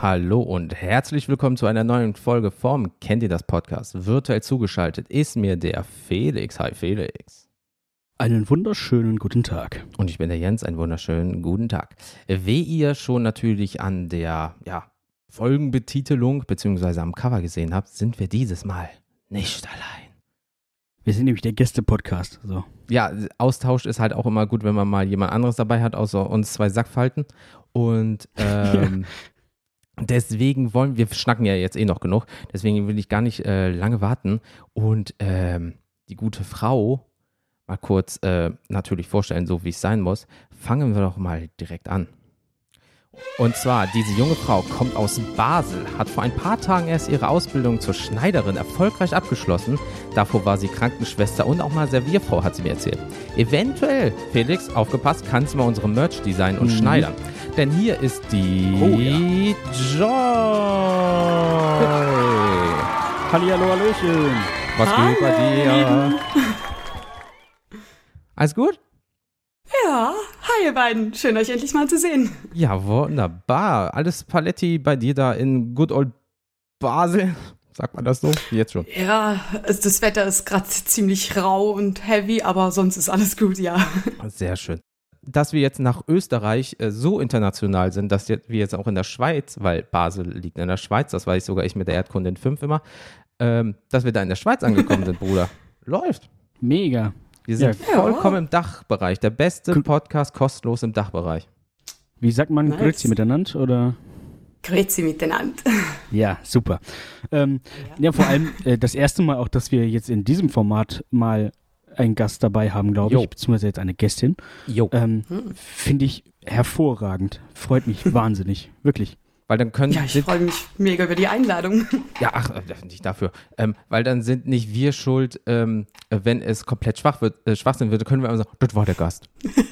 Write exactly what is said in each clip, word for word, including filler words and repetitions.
Hallo und herzlich willkommen zu einer neuen Folge vom Kennt ihr das Podcast? Virtuell zugeschaltet ist mir der Felix. Hi Felix. Einen wunderschönen guten Tag. Und ich bin der Jens, einen wunderschönen guten Tag. Wie ihr schon natürlich an der ja, Folgenbetitelung bzw. am Cover gesehen habt, sind wir dieses Mal nicht allein. Wir sind nämlich der Gäste-Podcast. So. Ja, Austausch ist halt auch immer gut, wenn man mal jemand anderes dabei hat, außer uns zwei Sackfalten. Und ähm, deswegen wollen wir, schnacken ja jetzt eh noch genug, deswegen will ich gar nicht äh, lange warten und ähm, die gute Frau mal kurz äh, natürlich vorstellen, so wie es sein muss. Fangen wir doch mal direkt an. Und zwar, diese junge Frau kommt aus Basel, hat vor ein paar Tagen erst ihre Ausbildung zur Schneiderin erfolgreich abgeschlossen. Davor war sie Krankenschwester und auch mal Servierfrau, hat sie mir erzählt. Eventuell, Felix, aufgepasst, kannst du mal unsere Merch designen und mhm. schneidern. Denn hier ist die oh, ja. Joy. Hallihallo, Hallöchen. Was Hi. geht bei dir? Alles gut? Ja, hi ihr beiden. Schön, euch endlich mal zu sehen. Ja, wunderbar. Alles Paletti bei dir da in Good Old Basel. Sagt man das so? Jetzt schon. Ja, es, das Wetter ist gerade ziemlich rau und heavy, aber sonst ist alles gut, ja. Sehr schön. Dass wir jetzt nach Österreich äh, so international sind, dass wir jetzt auch in der Schweiz, weil Basel liegt in der Schweiz, das weiß sogar ich mit der Erdkundin fünf immer, ähm, dass wir da in der Schweiz angekommen sind, Bruder. Läuft. Mega. Wir sind ja. vollkommen im Dachbereich. Der beste K- Podcast kostenlos im Dachbereich. Wie sagt man, nice. Grüezi miteinander, oder? Grüezi miteinander. Ja, super. Ähm, ja. ja, vor allem äh, das erste Mal auch, dass wir jetzt in diesem Format mal einen Gast dabei haben, glaube ich, beziehungsweise jetzt eine Gästin. Jo. Ähm, hm. Finde ich hervorragend. Freut mich wahnsinnig. Wirklich. Weil dann können ja, ich freue mich mega über die Einladung. Ja, ach, nicht dafür. Ähm, weil dann sind nicht wir schuld, ähm, wenn es komplett schwach wird, äh, Schwachsinn wird, können wir einfach sagen, das war der Gast.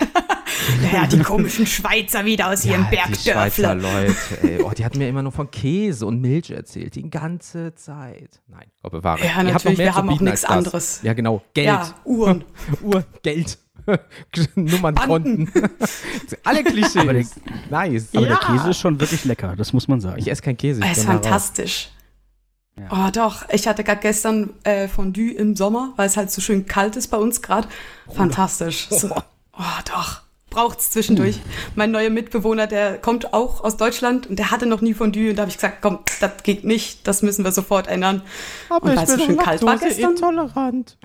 Ja, die komischen Schweizer wieder aus ihrem ja, Bergdörfler. Die Schweizer Leute, ey, oh, die hatten mir immer nur von Käse und Milch erzählt, die ganze Zeit. Nein, Gott bewahre. Ja, Ihr natürlich, wir haben auch nichts anderes. Ja, genau, Geld. Ja, Uhren. Uhr, Geld. Nummernkonten. Alle Klischees. Aber der, nice. Aber ja. der Käse ist schon wirklich lecker, das muss man sagen. Ich esse keinen Käse. Es ist fantastisch. Ja. Oh doch, ich hatte gerade gestern äh, Fondue im Sommer, weil es halt so schön kalt ist bei uns gerade. Fantastisch. So. Oh doch, braucht's zwischendurch. Hm. Mein neuer Mitbewohner, der kommt auch aus Deutschland und der hatte noch nie Fondue und da habe ich gesagt, komm, das geht nicht, das müssen wir sofort ändern. Aber und ich bin so schön kalt war gestern, intolerant.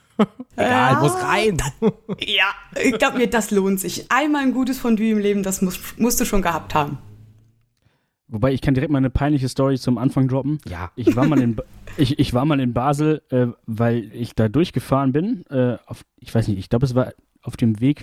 Egal, ja, muss rein. Das, ja, ich glaube mir, das lohnt sich. Einmal ein gutes Fondue im Leben, das musst, musst du schon gehabt haben. Wobei, ich kann direkt mal eine peinliche Story zum Anfang droppen. Ja. Ich war mal in, ich, ich war mal in Basel, äh, weil ich da durchgefahren bin. Äh, auf, ich weiß nicht, ich glaube, es war auf dem Weg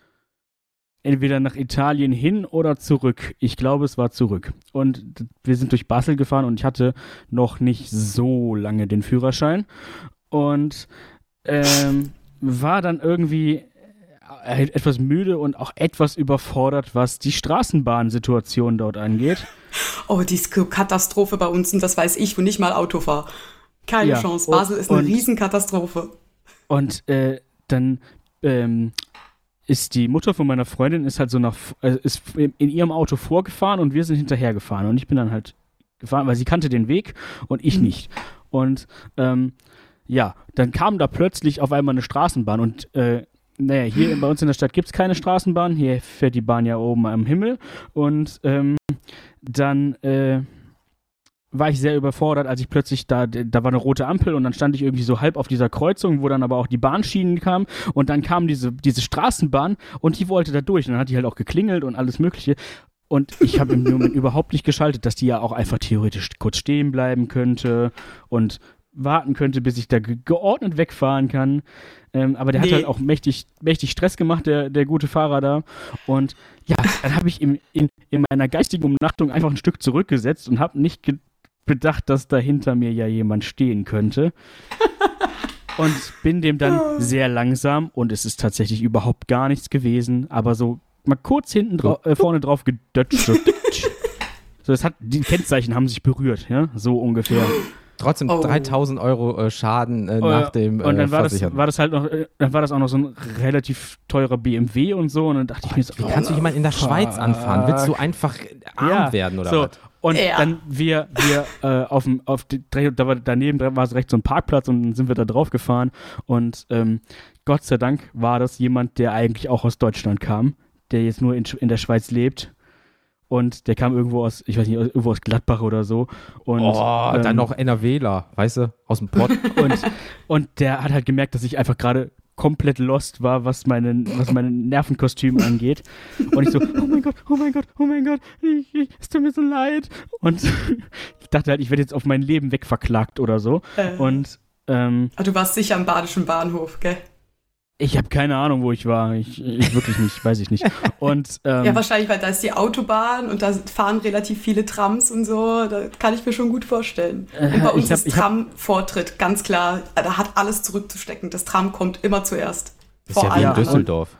entweder nach Italien hin oder zurück. Ich glaube, es war zurück. Und wir sind durch Basel gefahren und ich hatte noch nicht so lange den Führerschein. Und Ähm, war dann irgendwie etwas müde und auch etwas überfordert, was die Straßenbahnsituation dort angeht. Oh, die Katastrophe bei uns, und das weiß ich, wo nicht mal Auto fahre. Keine ja, Chance. Basel und, ist eine und, Riesenkatastrophe. Und äh, dann ähm, ist die Mutter von meiner Freundin ist halt so nach äh, ist in ihrem Auto vorgefahren und wir sind hinterhergefahren. Und ich bin dann halt gefahren, weil sie kannte den Weg und ich mhm. nicht. Und ähm, ja, dann kam da plötzlich auf einmal eine Straßenbahn und äh, naja, hier bei uns in der Stadt gibt es keine Straßenbahn, hier fährt die Bahn ja oben am Himmel und ähm, dann äh, war ich sehr überfordert, als ich plötzlich da, da war eine rote Ampel und dann stand ich irgendwie so halb auf dieser Kreuzung, wo dann aber auch die Bahnschienen kamen und dann kam diese, diese Straßenbahn und die wollte da durch und dann hat die halt auch geklingelt und alles mögliche. Und ich habe im Moment überhaupt nicht geschaltet, dass die ja auch einfach theoretisch kurz stehen bleiben könnte und warten könnte, bis ich da ge- geordnet wegfahren kann. Ähm, aber der nee. hat halt auch mächtig, mächtig Stress gemacht, der, der gute Fahrer da. Und ja, dann habe ich im, in, in meiner geistigen Umnachtung einfach ein Stück zurückgesetzt und habe nicht ge- bedacht, dass da hinter mir ja jemand stehen könnte. Und bin dem dann sehr langsam, und es ist tatsächlich überhaupt gar nichts gewesen, aber so mal kurz hinten drau- äh, vorne drauf gedutscht. So, so, das hat, die Kennzeichen haben sich berührt, ja, so ungefähr. Trotzdem oh. dreitausend Euro äh, Schaden äh, nach oh, dem äh, Und dann war das, war das halt noch, äh, dann war das auch noch so ein relativ teurer B M W und so. Und dann dachte ich mir so, wie kannst du jemand in der Schweiz anfahren? Willst du einfach arm ja, werden oder so. was? Und ja. dann wir, wir äh, auf dem, auf die, da war daneben war es recht so ein Parkplatz und dann sind wir da drauf gefahren und ähm, Gott sei Dank war das jemand, der eigentlich auch aus Deutschland kam, der jetzt nur in, in der Schweiz lebt und der kam irgendwo aus, ich weiß nicht, irgendwo aus Gladbach oder so. Und, oh, ähm, dann noch NRWler, weißt du, aus dem Pott. und, und der hat halt gemerkt, dass ich einfach gerade komplett lost war, was meine, was mein Nervenkostüm angeht. Und ich so, oh mein Gott, oh mein Gott, oh mein Gott, ich, ich, es tut mir so leid. Und ich dachte halt, ich werde jetzt auf mein Leben wegverklagt oder so. Äh. Und ähm, Aber du warst sicher am Badischen Bahnhof, gell? ich habe keine Ahnung, wo ich war. Ich, ich wirklich nicht, weiß ich nicht. Und, ähm, ja, wahrscheinlich, weil da ist die Autobahn und da fahren relativ viele Trams und so. Da kann ich mir schon gut vorstellen. Äh, und bei uns ich hab- ist ich hab- Tram-Vortritt, ganz klar. Da hat alles zurückzustecken. Das Tram kommt immer zuerst. Das ist Vor ja wie in allem. Ja, Düsseldorf.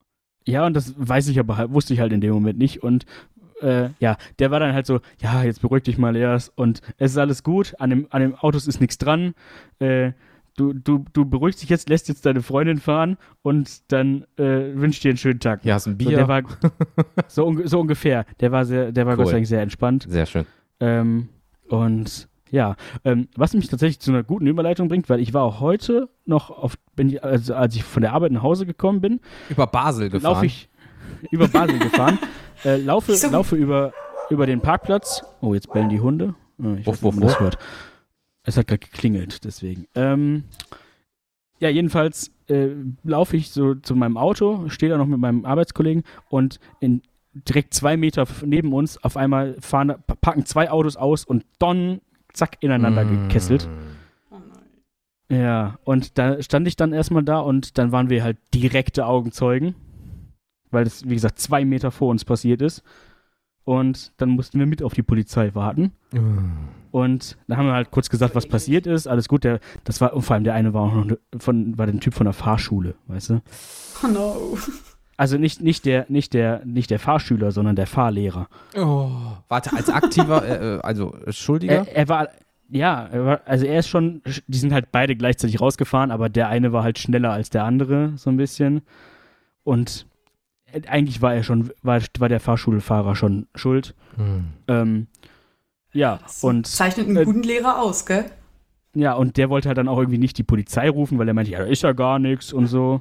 ja, und das weiß ich aber halt, wusste ich halt in dem Moment nicht. Und äh, ja, der war dann halt so, ja, jetzt beruhig dich mal erst und es ist alles gut, an dem, an dem Autos ist nichts dran. Äh, Du, du, du beruhigst dich jetzt, lässt jetzt deine Freundin fahren und dann äh, wünsch dir einen schönen Tag. Hier hast du ein So, Bier. der war so, unge- so ungefähr. Der war sehr, der war Cool. Gott sei Dank sehr entspannt. Sehr schön. Ähm, und ja, ähm, was mich tatsächlich zu einer guten Überleitung bringt, weil ich war auch heute noch auf, bin ich, also als ich von der Arbeit nach Hause gekommen bin, Über Basel gefahren. laufe ich über Basel gefahren, äh, laufe, So. laufe über, über den Parkplatz. Oh, jetzt bellen die Hunde. Oh, ich Wuff, weiß nicht, ob man wuff, das hört. Es hat gerade geklingelt, deswegen. Ähm, ja, jedenfalls äh, laufe ich so zu meinem Auto, stehe da noch mit meinem Arbeitskollegen und in, direkt zwei Meter f- neben uns auf einmal fahren, pa- packen zwei Autos aus und don, zack, ineinander Mm. gekesselt. Oh nein. Ja, und da stand ich dann erstmal da und dann waren wir halt direkte Augenzeugen, weil das, wie gesagt, zwei Meter vor uns passiert ist. Und dann mussten wir mit auf die Polizei warten. Und dann haben wir halt kurz gesagt, was passiert ist. Alles gut, der, das war, und vor allem der eine war auch noch von, war der Typ von der Fahrschule, weißt du? Oh no. Also nicht, nicht, der, nicht, der, nicht der Fahrschüler, sondern der Fahrlehrer. Oh, warte, als aktiver, äh, also Schuldiger? Er, er war, ja, er war, also er ist schon, die sind halt beide gleichzeitig rausgefahren, aber der eine war halt schneller als der andere, so ein bisschen. Und eigentlich war er schon, war, war der Fahrschulfahrer schon schuld. Hm. Ähm, ja, Das und zeichnet einen äh, guten Lehrer aus, gell? ja, und der wollte halt dann auch irgendwie nicht die Polizei rufen, weil er meinte, ja, da ist ja gar nichts und so.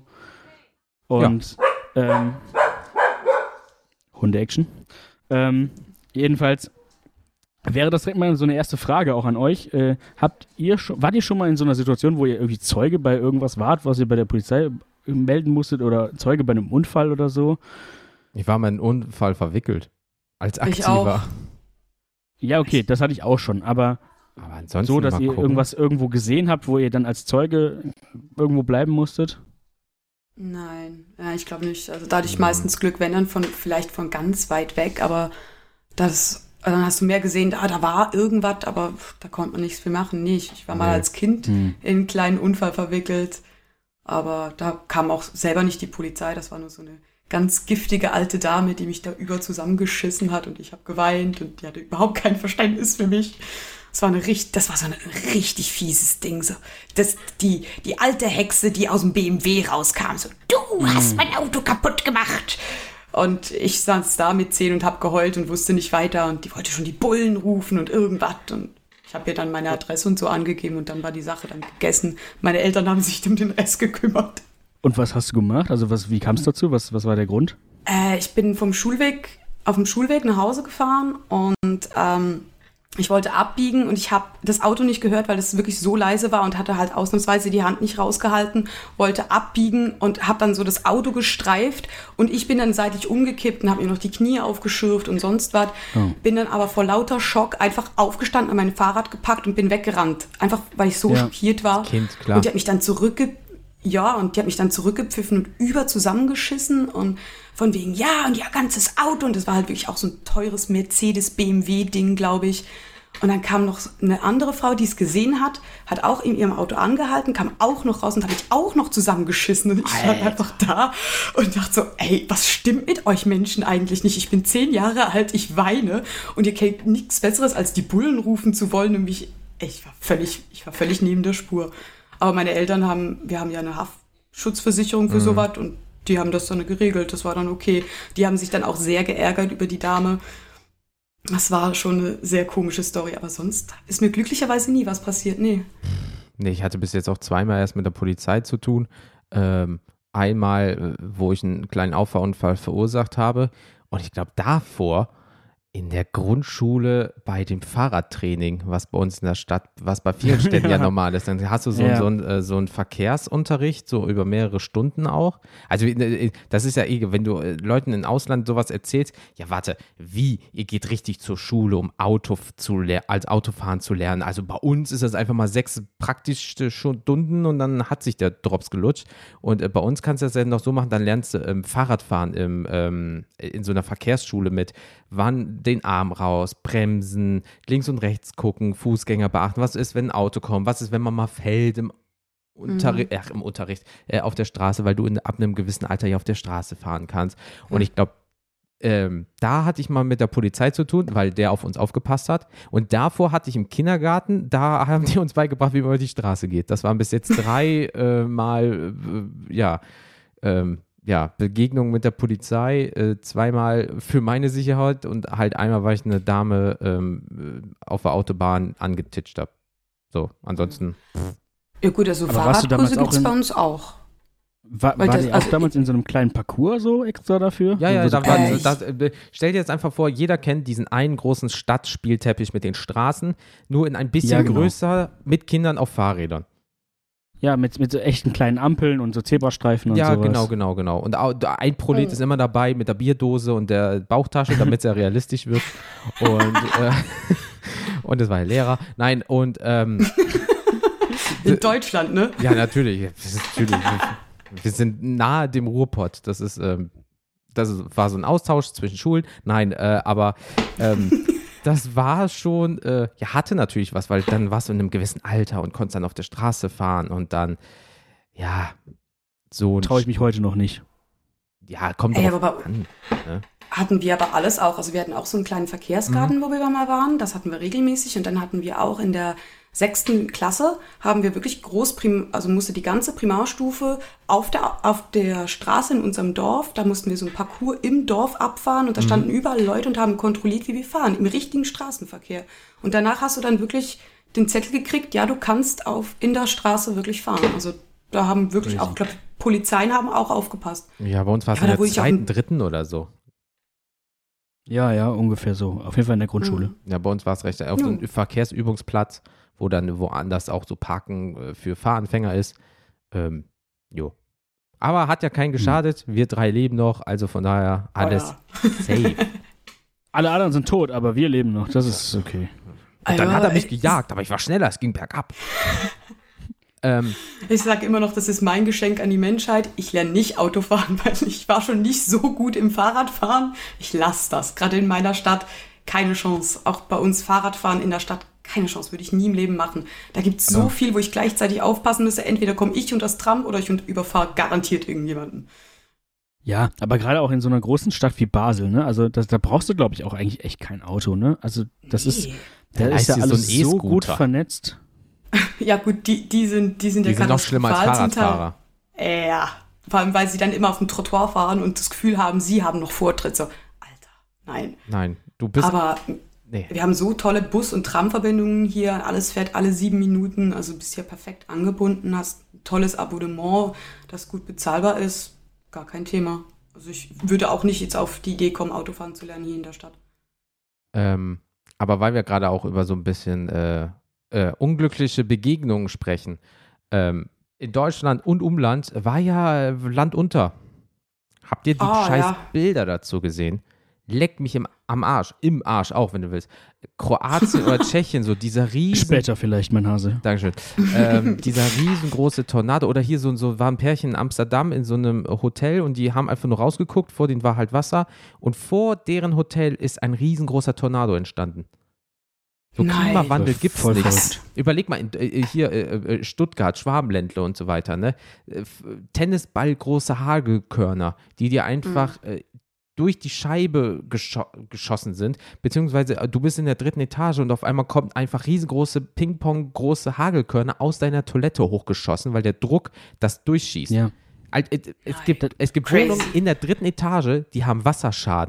Und ähm, Hunde-Action. Ähm, jedenfalls wäre das direkt mal so eine erste Frage auch an euch. Äh, habt ihr schon, wart ihr schon mal in so einer Situation, wo ihr irgendwie Zeuge bei irgendwas wart, was ihr bei der Polizei melden musstet oder Zeuge bei einem Unfall oder so? Ich war mal in einen Unfall verwickelt. Als Ich auch. Aktiver. Ja, okay, das hatte ich auch schon, aber Aber ansonsten so, dass mal ihr gucken. irgendwas irgendwo gesehen habt, wo ihr dann als Zeuge irgendwo bleiben musstet? Nein, ja, ich glaube nicht. Also da hatte ich meistens Glück, wenn dann von vielleicht von ganz weit weg, aber das, dann hast du mehr gesehen, ah, da war irgendwas, aber pff, da konnte man nichts viel machen. Nee, ich, ich war mal Nee. als Kind Hm. in einen kleinen Unfall verwickelt, aber da kam auch selber nicht die Polizei, das war nur so eine ganz giftige alte Dame, die mich da über zusammengeschissen hat und ich habe geweint und die hatte überhaupt kein Verständnis für mich. Das war eine richtig, das war so ein richtig fieses Ding. So. Das, die, die alte Hexe, die aus dem B M W rauskam. So, du hast mein Auto kaputt gemacht. Und ich saß da mit zehn und hab geheult und wusste nicht weiter. Und die wollte schon die Bullen rufen und irgendwas. Und ich habe ihr dann meine Adresse und so angegeben und dann war die Sache dann gegessen. Meine Eltern haben sich um den Rest gekümmert. Und was hast du gemacht? Also was, wie kam es dazu? Was, was war der Grund? Äh, ich bin vom Schulweg, auf dem Schulweg nach Hause gefahren und ähm, ich wollte abbiegen und ich habe das Auto nicht gehört, weil es wirklich so leise war und hatte halt ausnahmsweise die Hand nicht rausgehalten, wollte abbiegen und habe dann so das Auto gestreift und ich bin dann seitlich umgekippt und habe mir noch die Knie aufgeschürft und sonst was. Oh. Bin dann aber vor lauter Schock einfach aufgestanden, an mein Fahrrad gepackt und bin weggerannt. Einfach, weil ich so Ja. schockiert war. Kind, klar. Und die hat mich dann zurückge Ja, und die hat mich dann zurückgepfiffen und über zusammengeschissen und von wegen, ja, und ihr ganzes Auto. Und das war halt wirklich auch so ein teures Mercedes-B M W-Ding, glaube ich. Und dann kam noch eine andere Frau, die es gesehen hat, hat auch in ihrem Auto angehalten, kam auch noch raus und hat mich auch noch zusammengeschissen. Und ich stand einfach da und dachte so, ey, was stimmt mit euch Menschen eigentlich nicht? Ich bin zehn Jahre alt, ich weine und ihr kennt nichts Besseres, als die Bullen rufen zu wollen. Und mich, ey, ich war völlig, ich war völlig neben der Spur. Aber meine Eltern haben, wir haben ja eine Haftenschutzversicherung für Mhm. sowas und die haben das dann geregelt, das war dann okay. Die haben sich dann auch sehr geärgert über die Dame. Das war schon eine sehr komische Story, aber sonst ist mir glücklicherweise nie was passiert, nee. Nee, ich hatte bis jetzt auch zweimal erst mit der Polizei zu tun. Ähm, einmal, wo ich einen kleinen Auffahrunfall verursacht habe. Und ich glaube, davor in der Grundschule bei dem Fahrradtraining, was bei uns in der Stadt, was bei vielen Städten ja, ja normal ist. Dann hast du so, ja. so, ein, so einen Verkehrsunterricht, so über mehrere Stunden auch. Also das ist ja eh, wenn du Leuten im Ausland sowas erzählst, ja warte, wie, ihr geht richtig zur Schule, um Auto zu le- als Autofahren zu lernen. Also bei uns ist das einfach mal sechs praktische Stunden und dann hat sich der Drops gelutscht. Und äh, bei uns kannst du das ja noch so machen, dann lernst du ähm, Fahrradfahren im, ähm, in so einer Verkehrsschule mit, wann den Arm raus, bremsen, links und rechts gucken, Fußgänger beachten. Was ist, wenn ein Auto kommt? Was ist, wenn man mal fällt im Unterricht, mhm. ach, im Unterricht, äh, auf der Straße, weil du in, ab einem gewissen Alter ja auf der Straße fahren kannst. Und mhm. ich glaube, ähm, da hatte ich mal mit der Polizei zu tun, weil der auf uns aufgepasst hat. Und davor hatte ich im Kindergarten, da haben die uns beigebracht, wie man über die Straße geht. Das waren bis jetzt drei äh, Mal, äh, ja, ähm, ja, Begegnung mit der Polizei, äh, zweimal für meine Sicherheit und halt einmal, weil ich eine Dame ähm, auf der Autobahn angetitscht habe. So, ansonsten. Ja gut, also Fahrradkurse gibt es bei uns auch. War, war das, die auch also damals in so einem kleinen Parcours so extra dafür? Ja, ja, so da war, das, äh, stell dir jetzt einfach vor, jeder kennt diesen einen großen Stadtspielteppich mit den Straßen, nur in ein bisschen ja, genau. größer, mit Kindern auf Fahrrädern. Ja, mit, mit so echten kleinen Ampeln und so Zebrastreifen und ja, sowas. Ja, genau, genau, genau. Und ein Prolet oh. ist immer dabei mit der Bierdose und der Bauchtasche, damit es ja realistisch wird. Und, äh, und das war ja Lehrer. Nein, und ähm, in Deutschland, ne? Ja, natürlich. natürlich. Wir sind nahe dem Ruhrpott. Das ist, ähm, das ist, war so ein Austausch zwischen Schulen. Nein, äh, aber ähm, das war schon, äh, ja, hatte natürlich was, weil dann warst du in einem gewissen Alter und konntest dann auf der Straße fahren und dann, ja, so. Traue ich mich heute noch nicht. Ja, kommt Ey, drauf aber an. Ne? Hatten wir aber alles auch. Also wir hatten auch so einen kleinen Verkehrsgarten, mhm. wo wir mal waren. Das hatten wir regelmäßig. Und dann hatten wir auch in der sechsten Klasse, haben wir wirklich groß, also musste die ganze Primarstufe auf der, auf der Straße in unserem Dorf, da mussten wir so ein Parcours im Dorf abfahren und da standen mhm. überall Leute und haben kontrolliert, wie wir fahren, im richtigen Straßenverkehr. Und danach hast du dann wirklich den Zettel gekriegt, ja, du kannst auf, in der Straße wirklich fahren. Also da haben wirklich Crazy. auch, ich glaube, Polizeien haben auch aufgepasst. Ja, bei uns war es ja, in der zweiten, dritten oder so. Ja, ja, ungefähr so. Auf jeden Fall in der Grundschule. Mhm. Ja, bei uns war es recht. Auf ja. so einem Verkehrsübungsplatz, wo dann woanders auch so Parken äh, für Fahranfänger ist. Ähm, jo. Aber hat ja keinen geschadet. Mhm. Wir drei leben noch, also von daher alles oh ja. safe. Alle anderen sind tot, aber wir leben noch. Das ist okay. Und dann hat er mich gejagt, aber ich war schneller, es ging bergab. ähm, ich sage immer noch, das ist mein Geschenk an die Menschheit. Ich lerne nicht Autofahren, weil ich war schon nicht so gut im Fahrradfahren. Ich lasse das. Gerade in meiner Stadt keine Chance. Auch bei uns Fahrradfahren in der Stadt keine Chance. Würde ich nie im Leben machen. Da gibt es so ja. viel, wo ich gleichzeitig aufpassen müsste. Entweder komme ich und das Tram oder ich und überfahre garantiert irgendjemanden. Ja, aber gerade auch in so einer großen Stadt wie Basel, ne? Also das, da brauchst du, glaube ich, auch eigentlich echt kein Auto, ne? Also das nee. ist, da ist ja alles so, so gut vernetzt. Ja gut, die, die sind, die sind die ja sind noch schlimmer als Fahrradfahrer. Äh, ja, vor allem, weil sie dann immer auf dem Trottoir fahren und das Gefühl haben, sie haben noch Vortritt. So, Alter, nein. Nein, du bist... Aber nee. Wir haben so tolle Bus- und Tramverbindungen hier. Alles fährt alle sieben Minuten. Also bist hier perfekt angebunden, hast ein tolles Abonnement, das gut bezahlbar ist. Gar kein Thema. Also ich würde auch nicht jetzt auf die Idee kommen, Autofahren zu lernen hier in der Stadt. Ähm, aber weil wir gerade auch über so ein bisschen äh, äh, unglückliche Begegnungen sprechen. Ähm, in Deutschland und Umland war ja Land unter. Habt ihr die oh, scheiß ja. Bilder dazu gesehen? Leck mich im, am Arsch. Im Arsch auch, wenn du willst. Kroatien oder Tschechien, so dieser riesen... Später vielleicht, mein Hase. Dankeschön. Ähm, dieser riesengroße Tornado. Oder hier so, so war ein Pärchen in Amsterdam in so einem Hotel und die haben einfach nur rausgeguckt. Vor denen war halt Wasser. Und vor deren Hotel ist ein riesengroßer Tornado entstanden. So Nein. Klimawandel gibt es nicht. Verrückt. Überleg mal, in, äh, hier äh, Stuttgart, Schwabenländle und so weiter, ne? Äh, Tennisball große Hagelkörner, die dir einfach... Mhm. Äh, durch die Scheibe gescho- geschossen sind, beziehungsweise du bist in der dritten Etage und auf einmal kommt einfach riesengroße Ping-Pong, große Hagelkörner aus deiner Toilette hochgeschossen, weil der Druck das durchschießt. Ja. Es gibt, es gibt Wohnungen in der dritten Etage, die haben Wasserschaden,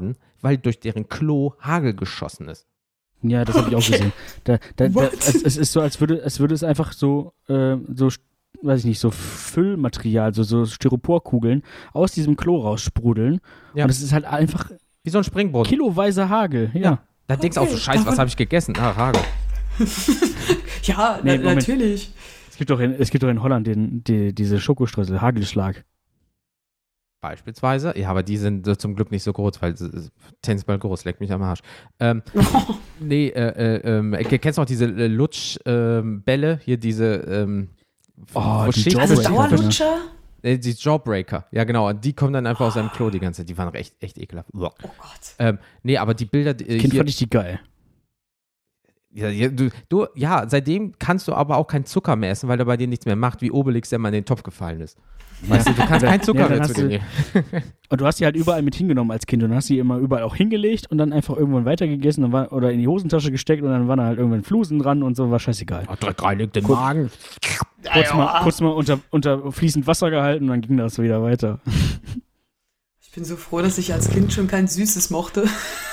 weil durch deren Klo Hagel geschossen ist. Ja, das habe ich auch gesehen. Da, da, da, es, es ist so, als würde, als würde es einfach so, äh, so, weiß ich nicht, so Füllmaterial, so, so Styroporkugeln aus diesem Klo raussprudeln. Ja. Und es ist halt einfach wie so ein Springbrunnen. Kiloweise Hagel, ja. ja. Da denkst du auch so, scheiße, was habe ich gegessen? Ah, Hagel. ja, nee, na, natürlich. Es gibt doch in, es gibt doch in Holland den, die, diese Schokostreusel, Hagelschlag. Beispielsweise. Ja, aber die sind äh, zum Glück nicht so groß, weil äh, Tennisball groß, leckt mich am Arsch. Ähm, nee, äh, äh, äh, kennst du noch diese äh, Lutschbälle? Ähm, hier diese ähm, oh, die Schicht, also Dauerlutscher? Äh, die Jawbreaker, ja genau. Und die kommen dann einfach oh. aus seinem Klo die ganze Zeit. Die waren echt, echt ekelhaft. Oh Gott. Ähm, nee, aber die Bilder. Äh, kind hier, fand ich die geil. Ja, ja, du, du, ja, seitdem kannst du aber auch keinen Zucker mehr essen, weil er bei dir nichts mehr macht, wie Obelix, der mal in den Topf gefallen ist. Weißt du, du kannst keinen Zucker ja, mehr zu dir nehmen. Und du hast die halt überall mit hingenommen als Kind und hast die immer überall auch hingelegt und dann einfach irgendwann weitergegessen und war, oder in die Hosentasche gesteckt und dann waren da halt irgendwann Flusen dran und so, war scheißegal. Ach, direkt reinigt den Magen. Kurz ja, mal, kurz mal unter, unter fließend Wasser gehalten und dann ging das wieder weiter. Ich bin so froh, dass ich als Kind schon kein Süßes mochte.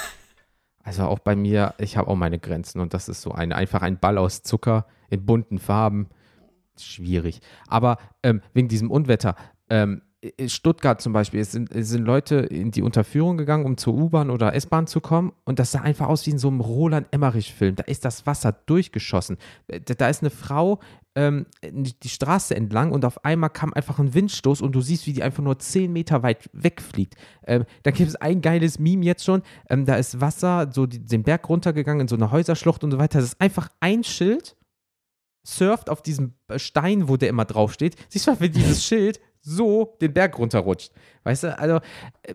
Also auch bei mir, ich habe auch meine Grenzen und das ist so ein, einfach ein Ball aus Zucker in bunten Farben. Schwierig. Aber ähm, wegen diesem Unwetter, ähm, in Stuttgart zum Beispiel, es sind, es sind Leute in die Unterführung gegangen, um zur U-Bahn oder S-Bahn zu kommen und das sah einfach aus wie in so einem Roland Emmerich-Film. Da ist das Wasser durchgeschossen. Da, da ist eine Frau ähm, die Straße entlang und auf einmal kam einfach ein Windstoß und du siehst, wie die einfach nur zehn Meter weit wegfliegt. Ähm, da gibt es ein geiles Meme jetzt schon. Ähm, da ist Wasser so die, den Berg runtergegangen in so eine Häuserschlucht und so weiter. Das ist einfach ein Schild, surft auf diesem Stein, wo der immer draufsteht. Siehst du, wie dieses Schild so den Berg runterrutscht. Weißt du, also äh,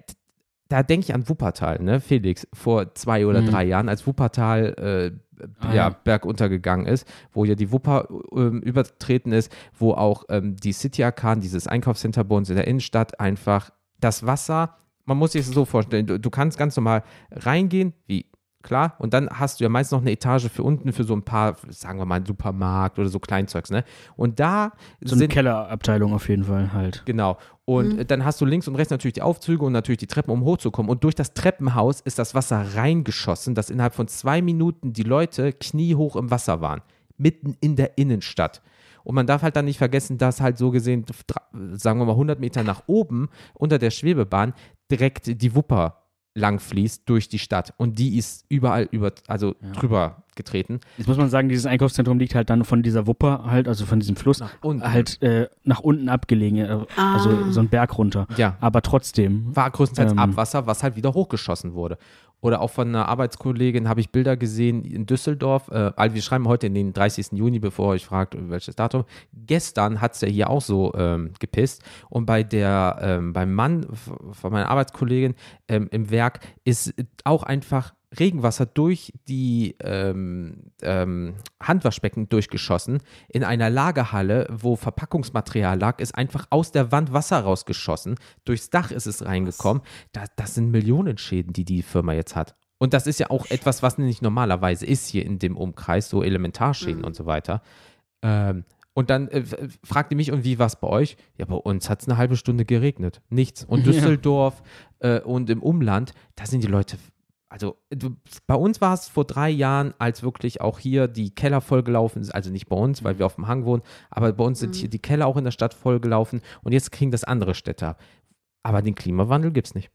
da denke ich an Wuppertal, ne, Felix, vor zwei oder mhm. drei Jahren, als Wuppertal äh, ah, ja, berguntergegangen ist, wo ja die Wupper äh, übertreten ist, wo auch ähm, die City Arcade, dieses Einkaufscenter bei uns in der Innenstadt, einfach das Wasser, man muss sich das so vorstellen, du, du kannst ganz normal reingehen, wie klar, und dann hast du ja meist noch eine Etage für unten für so ein paar, sagen wir mal, einen Supermarkt oder so Kleinzeugs, ne? Und da so eine Kellerabteilung auf jeden Fall halt. Genau. Und mhm. dann hast du links und rechts natürlich die Aufzüge und natürlich die Treppen, um hochzukommen. Und durch das Treppenhaus ist das Wasser reingeschossen, dass innerhalb von zwei Minuten die Leute kniehoch im Wasser waren. Mitten in der Innenstadt. Und man darf halt dann nicht vergessen, dass halt so gesehen, sagen wir mal hundert Meter nach oben unter der Schwebebahn direkt die Wupper lang fließt durch die Stadt und die ist überall über, also ja. drüber getreten. Jetzt muss man sagen, dieses Einkaufszentrum liegt halt dann von dieser Wupper halt, also von diesem Fluss, halt äh, nach unten abgelegen, äh, ah. also so ein Berg runter. Ja. Aber trotzdem. War größtenteils ähm, Abwasser, was halt wieder hochgeschossen wurde. Oder auch von einer Arbeitskollegin habe ich Bilder gesehen in Düsseldorf. Äh, also wir schreiben heute in den dreißigsten Juni, bevor ihr euch fragt, welches Datum. Gestern hat es ja hier auch so ähm, gepisst. Und bei der, ähm, beim Mann von meiner Arbeitskollegin ähm, im Werk ist auch einfach Regenwasser durch die ähm, ähm, Handwaschbecken durchgeschossen. In einer Lagerhalle, wo Verpackungsmaterial lag, ist einfach aus der Wand Wasser rausgeschossen. Durchs Dach ist es reingekommen. Das, das sind Millionenschäden, die die Firma jetzt hat. Und das ist ja auch etwas, was nicht normalerweise ist hier in dem Umkreis, so Elementarschäden mhm. und so weiter. Ähm, und dann äh, fragt ihr mich, und wie war es bei euch? Ja, bei uns hat es eine halbe Stunde geregnet. Nichts. Und Düsseldorf ja. äh, und im Umland, da sind die Leute... Also bei uns war es vor drei Jahren, als wirklich auch hier die Keller vollgelaufen sind, also nicht bei uns, weil wir auf dem Hang wohnen, aber bei uns sind mhm. hier die Keller auch in der Stadt vollgelaufen und jetzt kriegen das andere Städte ab. Aber den Klimawandel gibt es nicht.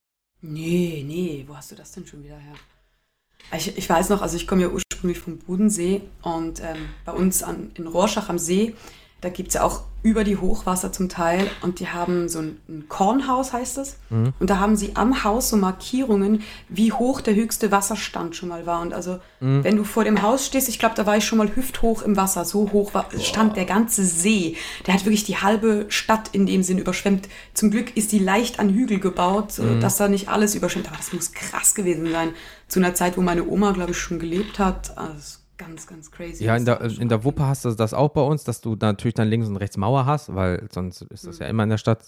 Nee, nee, wo hast du das denn schon wieder her? Ich, ich weiß noch, also ich komme ja ursprünglich vom Bodensee und ähm, bei uns an, in Rorschach am See, da gibt es ja auch über die Hochwasser zum Teil und die haben so ein, ein Kornhaus, heißt es. Mhm. Und da haben sie am Haus so Markierungen, wie hoch der höchste Wasserstand schon mal war. Und also, mhm. wenn du vor dem Haus stehst, ich glaube, da war ich schon mal hüfthoch im Wasser, so hoch war, stand der ganze See. Der hat wirklich die halbe Stadt in dem Sinn überschwemmt. Zum Glück ist die leicht an Hügel gebaut, so, mhm. dass da nicht alles überschwemmt. Aber das muss krass gewesen sein. Zu einer Zeit, wo meine Oma, glaube ich, schon gelebt hat. Also, ganz, ganz crazy. Ja, in der, in der Wupper hast du das auch bei uns, dass du natürlich dann links und rechts Mauer hast, weil sonst ist das mhm. ja immer in der Stadt.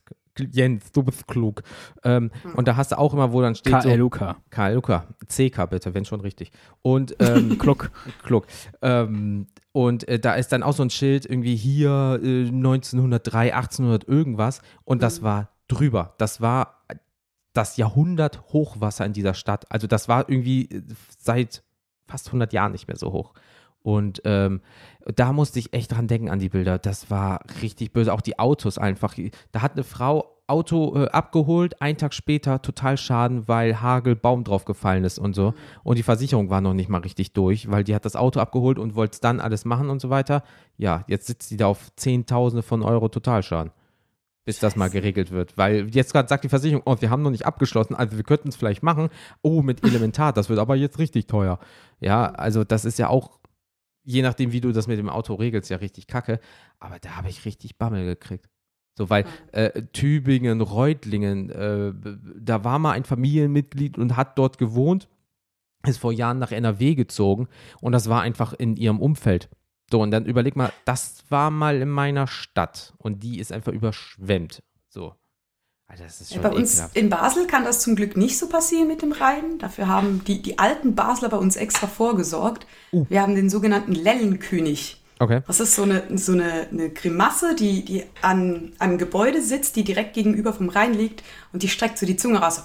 Jens, du bist klug. Ähm, mhm. Und da hast du auch immer, wo dann steht K L U K. So, K L U K. C K bitte, wenn schon richtig. Und ähm, Kluck. Kluck. Ähm, und äh, da ist dann auch so ein Schild, irgendwie hier äh, neunzehnhundertdrei, achtzehnhundert irgendwas. Und das mhm. war drüber. Das war das Jahrhundert-Hochwasser in dieser Stadt. Also das war irgendwie seit fast hundert Jahren nicht mehr so hoch. Und ähm, da musste ich echt dran denken an die Bilder. Das war richtig böse. Auch die Autos einfach. Da hat eine Frau Auto äh, abgeholt, einen Tag später total Schaden, weil Hagel, Baum drauf gefallen ist und so. Und die Versicherung war noch nicht mal richtig durch, weil die hat das Auto abgeholt und wollte es dann alles machen und so weiter. Ja, jetzt sitzt die da auf Zehntausende von Euro Totalschaden, bis das mal geregelt wird. Weil jetzt gerade sagt die Versicherung, oh, wir haben noch nicht abgeschlossen, also wir könnten es vielleicht machen. Oh, mit Elementar, das wird aber jetzt richtig teuer. Ja, also das ist ja auch, je nachdem, wie du das mit dem Auto regelst, ja richtig kacke. Aber da habe ich richtig Bammel gekriegt. So, weil äh, Tübingen, Reutlingen, äh, da war mal ein Familienmitglied und hat dort gewohnt, ist vor Jahren nach N R W gezogen und das war einfach in ihrem Umfeld. So, und dann überleg mal, das war mal in meiner Stadt und die ist einfach überschwemmt. So. Also das ist schon bei uns ekelhaft. in Basel kann das zum Glück nicht so passieren mit dem Rhein. Dafür haben die, die alten Basler bei uns extra vorgesorgt. Uh. Wir haben den sogenannten Lellenkönig. Okay. Das ist so eine, so eine, eine Grimasse, die, die an einem Gebäude sitzt, die direkt gegenüber vom Rhein liegt und die streckt so die Zunge raus.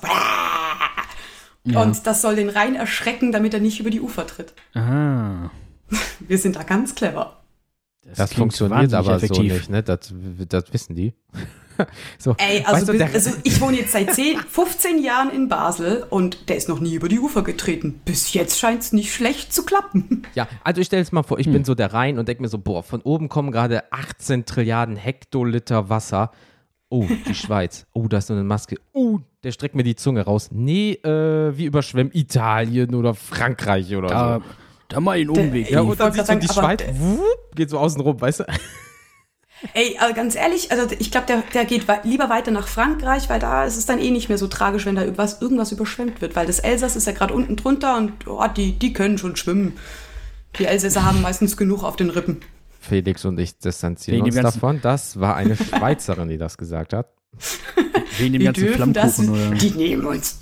Ja. Und das soll den Rhein erschrecken, damit er nicht über die Ufer tritt. Aha. Wir sind da ganz clever. Das klingt funktioniert wahnsinnig aber effektiv. so nicht, ne? Das, das wissen die. So, Ey, also, weißt du, bis, der, also ich wohne jetzt seit zehn, fünfzehn Jahren in Basel und der ist noch nie über die Ufer getreten. Bis jetzt scheint es nicht schlecht zu klappen. ja, also ich stelle es mal vor, ich Hm. bin so der Rhein und denke mir so, boah, von oben kommen gerade achtzehn Trilliarden Hektoliter Wasser. Oh, die Schweiz. Oh, da ist so eine Maske. Oh, der streckt mir die Zunge raus. Nee, äh, wir überschwemmen Italien oder Frankreich oder Da, so. da mal einen Umweg. Ja, ich und dann wollte siehst du die gerade sagen, Schweiz, wupp, geht so außen rum, weißt du? Ey, aber ganz ehrlich, also ich glaube, der, der geht wei- lieber weiter nach Frankreich, weil da ist es dann eh nicht mehr so tragisch, wenn da irgendwas, irgendwas überschwemmt wird. Weil das Elsass ist ja gerade unten drunter und oh, die, die können schon schwimmen. Die Elsässer haben meistens genug auf den Rippen. Felix und ich distanzieren Wegen uns dem ganzen- davon. Das war eine Schweizerin, die das gesagt hat. Wegen dem Die ganzen dürfen das, Flammkuchen, oder? die nehmen uns.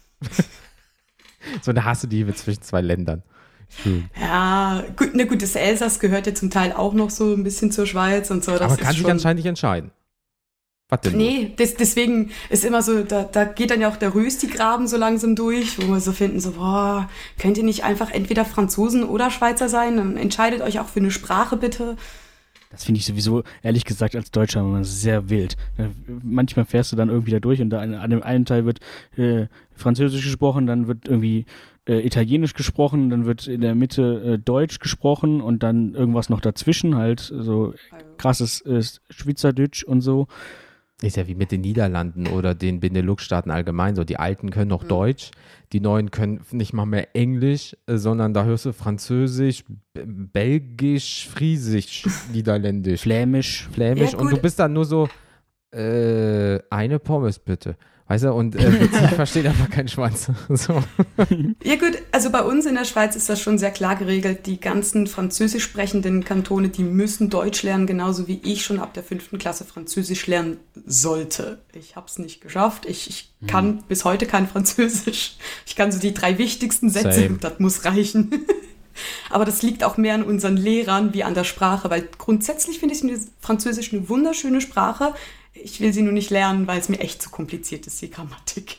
So eine Hassliebe zwischen zwei Ländern. Schön. Ja, gut, ne, gut, das Elsass gehört ja zum Teil auch noch so ein bisschen zur Schweiz und so. Das Aber ist kann sich schon, anscheinend nicht entscheiden. Was denn? Nee, das, deswegen ist immer so, da, da geht dann ja auch der Rösti-Graben so langsam durch, wo wir so finden, so, boah, könnt ihr nicht einfach entweder Franzosen oder Schweizer sein? Dann entscheidet euch auch für eine Sprache bitte. Das finde ich sowieso, ehrlich gesagt, als Deutscher immer sehr wild. Äh, Manchmal fährst du dann irgendwie da durch und da an, an dem einen Teil wird äh, Französisch gesprochen, dann wird irgendwie äh, Italienisch gesprochen, dann wird in der Mitte äh, Deutsch gesprochen und dann irgendwas noch dazwischen, halt so krasses äh, Schweizerdeutsch und so. Ist ja wie mit den Niederlanden oder den Benelux-Staaten allgemein so. Die Alten können noch Mhm. Deutsch, die Neuen können nicht mal mehr Englisch, äh, sondern da hörst du Französisch, B- Belgisch, Friesisch, Niederländisch, Flämisch. Flämisch Ja, und gut. du bist dann nur so, äh, eine Pommes bitte. Weißt du, und äh, ich verstehe einfach keinen Schwanz. So. Ja gut, also bei uns in der Schweiz ist das schon sehr klar geregelt. Die ganzen französisch sprechenden Kantone, die müssen Deutsch lernen, genauso wie ich schon ab der fünften Klasse Französisch lernen sollte. Ich habe es nicht geschafft. Ich, ich kann Hm. bis heute kein Französisch. Ich kann so die drei wichtigsten Sätze, Same. das muss reichen. Aber das liegt auch mehr an unseren Lehrern wie an der Sprache, weil grundsätzlich finde ich Französisch eine wunderschöne Sprache. Ich will sie nur nicht lernen, weil es mir echt zu kompliziert ist, die Grammatik.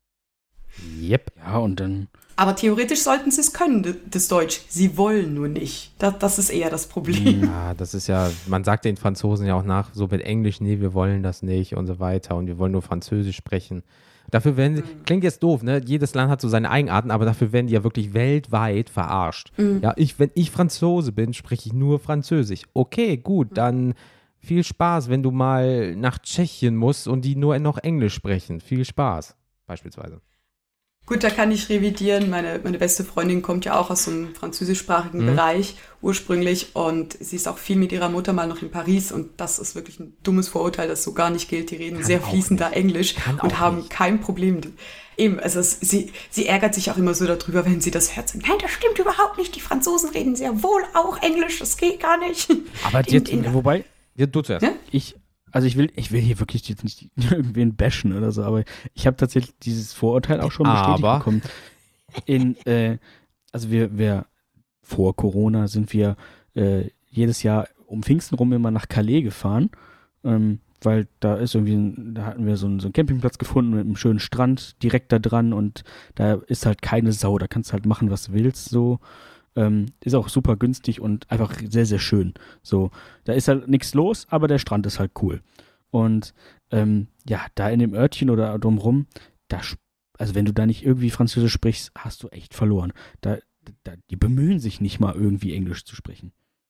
Yep. Ja, und dann Aber theoretisch sollten sie es können, d- das Deutsch. Sie wollen nur nicht. Das, das ist eher das Problem. Ja, das ist ja, man sagt den Franzosen ja auch nach, so mit Englisch, nee, wir wollen das nicht und so weiter und wir wollen nur Französisch sprechen. Dafür werden sie, klingt jetzt doof, ne? Jedes Land hat so seine Eigenarten, aber dafür werden die ja wirklich weltweit verarscht. Ja, ich, wenn ich Franzose bin, spreche ich nur Französisch. Okay, gut, dann viel Spaß, wenn du mal nach Tschechien musst und die nur noch Englisch sprechen. Viel Spaß, beispielsweise. Gut, da kann ich revidieren. Meine, meine beste Freundin kommt ja auch aus so einem französischsprachigen Mhm. Bereich ursprünglich und sie ist auch viel mit ihrer Mutter mal noch in Paris und das ist wirklich ein dummes Vorurteil, das so gar nicht gilt. Die reden Kann sehr auch fließend da nicht. Englisch Kann auch und haben nicht. kein Problem. Eben, also es, sie, sie ärgert sich auch immer so darüber, wenn sie das hört. Nein, das stimmt überhaupt nicht. Die Franzosen reden sehr wohl auch Englisch, das geht gar nicht. Aber In- jetzt, in- wobei, ja, du zuerst. Ja? ich, also ich will, ich will hier wirklich jetzt nicht irgendwen bashen oder so, aber ich habe tatsächlich dieses Vorurteil auch schon bestätigt Aber- bekommen. In, äh, also wir, wir, vor Corona sind wir äh, jedes Jahr um Pfingsten rum immer nach Calais gefahren, ähm, weil da ist irgendwie, ein, da hatten wir so einen, so einen Campingplatz gefunden mit einem schönen Strand direkt da dran und da ist halt keine Sau, da kannst du halt machen, was du willst, so. Ähm, ist auch super günstig und einfach sehr, sehr schön. So, da ist halt nichts los, aber der Strand ist halt cool. Und ähm, ja, da in dem Örtchen oder drumrum, da, also wenn du da nicht irgendwie Französisch sprichst, hast du echt verloren. Da, da, die bemühen sich nicht mal irgendwie Englisch zu sprechen.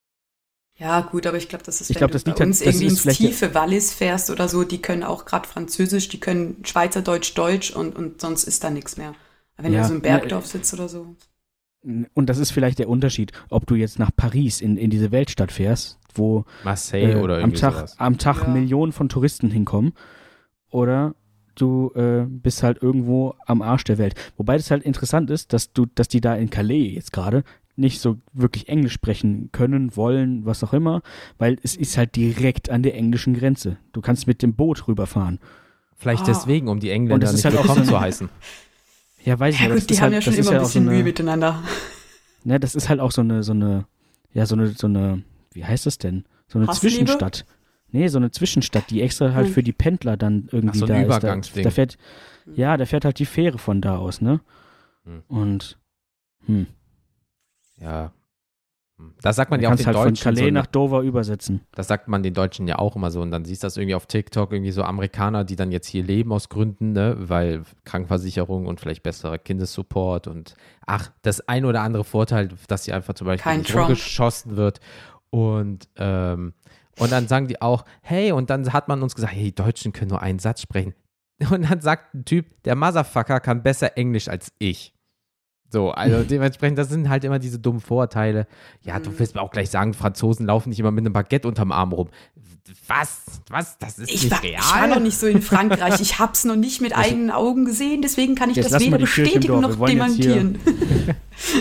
Ja, gut, aber ich glaube, das ist, ich wenn glaub, du das bei liegt uns halt, das irgendwie ist ins vielleicht tiefe Wallis fährst oder so, die können auch gerade Französisch, die können Schweizerdeutsch, Deutsch und, und sonst ist da nichts mehr. Wenn ja, du so im Bergdorf sitzt oder so. Und das ist vielleicht der Unterschied, ob du jetzt nach Paris in, in diese Weltstadt fährst, wo Marseille äh, oder am irgendwie Tag, sowas. am Tag Ja. Millionen von Touristen hinkommen, oder du äh, bist halt irgendwo am Arsch der Welt. Wobei das halt interessant ist, dass du, dass die da in Calais jetzt gerade nicht so wirklich Englisch sprechen können, wollen, was auch immer, weil es ist halt direkt an der englischen Grenze. Du kannst mit dem Boot rüberfahren. Vielleicht Ah. deswegen, um die Engländer Und das nicht ist halt auch willkommen so- zu heißen. Ja, weiß ich Ja nicht. aber gut, das die ist haben halt, ja schon das ist immer ein auch bisschen so eine, Mühe miteinander. Ne, das ist halt auch so eine, so eine, ja, so eine, so eine, wie heißt das denn? So eine Hassliebe? Zwischenstadt. Nee, so eine Zwischenstadt, die extra halt Hm. für die Pendler dann irgendwie Ach, so ein da ist. Übergangsding. Da, da fährt, ja, da fährt halt die Fähre von da aus, ne? Hm. Und, hm. Ja. Das sagt man Du ja auch kannst den halt von Deutschen. Calais so, nach Dover übersetzen. Das sagt man den Deutschen ja auch immer so. Und dann siehst du das irgendwie auf TikTok, irgendwie so Amerikaner, die dann jetzt hier leben aus Gründen, ne, weil Krankenversicherung und vielleicht besserer Kindessupport und ach, das ein oder andere Vorteil, dass sie einfach zum Beispiel Kein nicht Trump. rumgeschossen wird. Und, ähm, und dann sagen die auch, hey, und dann hat man uns gesagt, hey, die Deutschen können nur einen Satz sprechen. Und dann sagt ein Typ, der Motherfucker kann besser Englisch als ich. So, also dementsprechend, das sind halt immer diese dummen Vorurteile. Ja, du willst mir auch gleich sagen, Franzosen laufen nicht immer mit einem Baguette unterm Arm rum. Was? Was? Das ist Ich nicht war, real? ich war noch nicht so in Frankreich. Ich habe es noch nicht mit eigenen Augen gesehen, deswegen kann ich Jetzt das lassen wir weder die Kirche im bestätigen Dorf. Wir noch wollen jetzt hier- dementieren.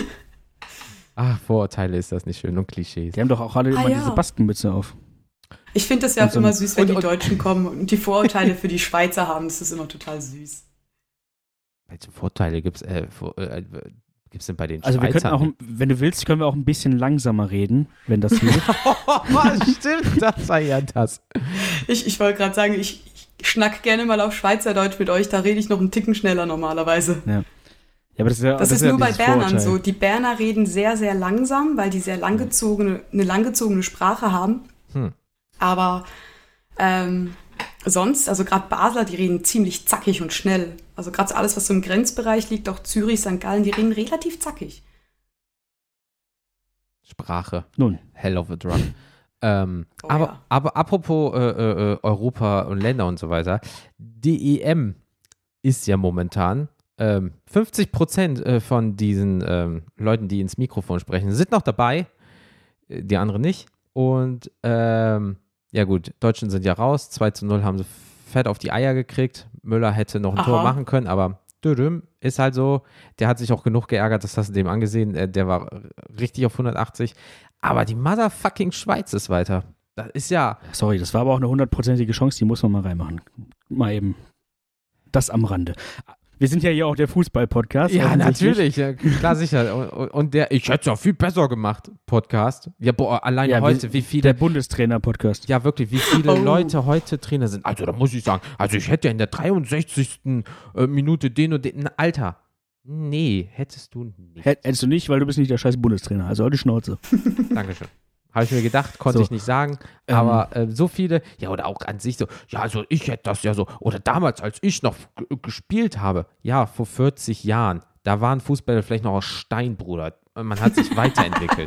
Ach, Vorurteile ist das nicht schön und Klischees. Die haben doch auch alle Ah, immer ja. diese Baskenmütze auf. Ich finde das ja Und auch so immer ein- süß, wenn und- die und- Deutschen kommen und die Vorurteile für die Schweizer haben. Das ist immer total süß. Welche Vorteile gibt es äh, vor- äh, gibt's denn bei den Also wir könnten Schweizern? auch, wenn du willst, können wir auch ein bisschen langsamer reden, wenn das hilft. Stimmt, das war ja das. Ich, ich wollte gerade sagen, ich, ich schnack gerne mal auf Schweizerdeutsch mit euch. Da rede ich noch einen Ticken schneller normalerweise. Ja, aber das ist ja Das, das ist ja nur bei dieses Bernern Vorurteil. so. Die Berner reden sehr, sehr langsam, weil die sehr langgezogene, eine langgezogene Sprache haben. Hm. Aber ähm, sonst, also gerade Basler, die reden ziemlich zackig und schnell. Also gerade alles, was so im Grenzbereich liegt, auch Zürich, Sankt Gallen, die reden relativ zackig. Sprache. Nun, Hell of a Drug. ähm, Oh aber, ja. aber apropos äh, äh, Europa und Länder und so weiter, die E M ist ja momentan ähm, fünfzig Prozent äh, von diesen ähm, Leuten, die ins Mikrofon sprechen, sind noch dabei, äh, die anderen nicht. Und ähm, ja gut, Deutschen sind ja raus, zwei zu null haben sie fett auf die Eier gekriegt. Müller hätte noch ein Aha. Tor machen können, aber dürüm, ist halt so. Der hat sich auch genug geärgert, das hast du dem angesehen. Äh, Der war richtig auf hundertachtzig. Aber die motherfucking Schweiz ist weiter. Das ist ja, sorry, das war aber auch eine hundertprozentige Chance, die muss man mal reinmachen. Mal eben. Das am Rande. Wir sind ja hier auch der Fußball-Podcast. ja offensichtlich. natürlich, ja, klar sicher. Und, und der, ich hätte es ja viel besser gemacht, Podcast. Ja, boah, allein Ja, heute, wir- wie viele Der Bundestrainer-Podcast. Ja, wirklich, wie viele Oh. Leute heute Trainer sind. Also, da muss ich sagen, also ich hätte ja in der dreiundsechzigsten äh, Minute den und den. Alter, nee, hättest du nicht. Hä- Hättest du nicht, weil du bist nicht der scheiß Bundestrainer. Also heute Schnauze. Dankeschön. Habe ich mir gedacht, konnte So. ich nicht sagen. Ähm. Aber äh, so viele, ja, oder auch an sich so, ja, also ich hätte das ja so, oder damals, als ich noch g- gespielt habe, ja, vor vierzig Jahren, da waren Fußballer vielleicht noch aus Stein, Bruder. Man hat sich weiterentwickelt.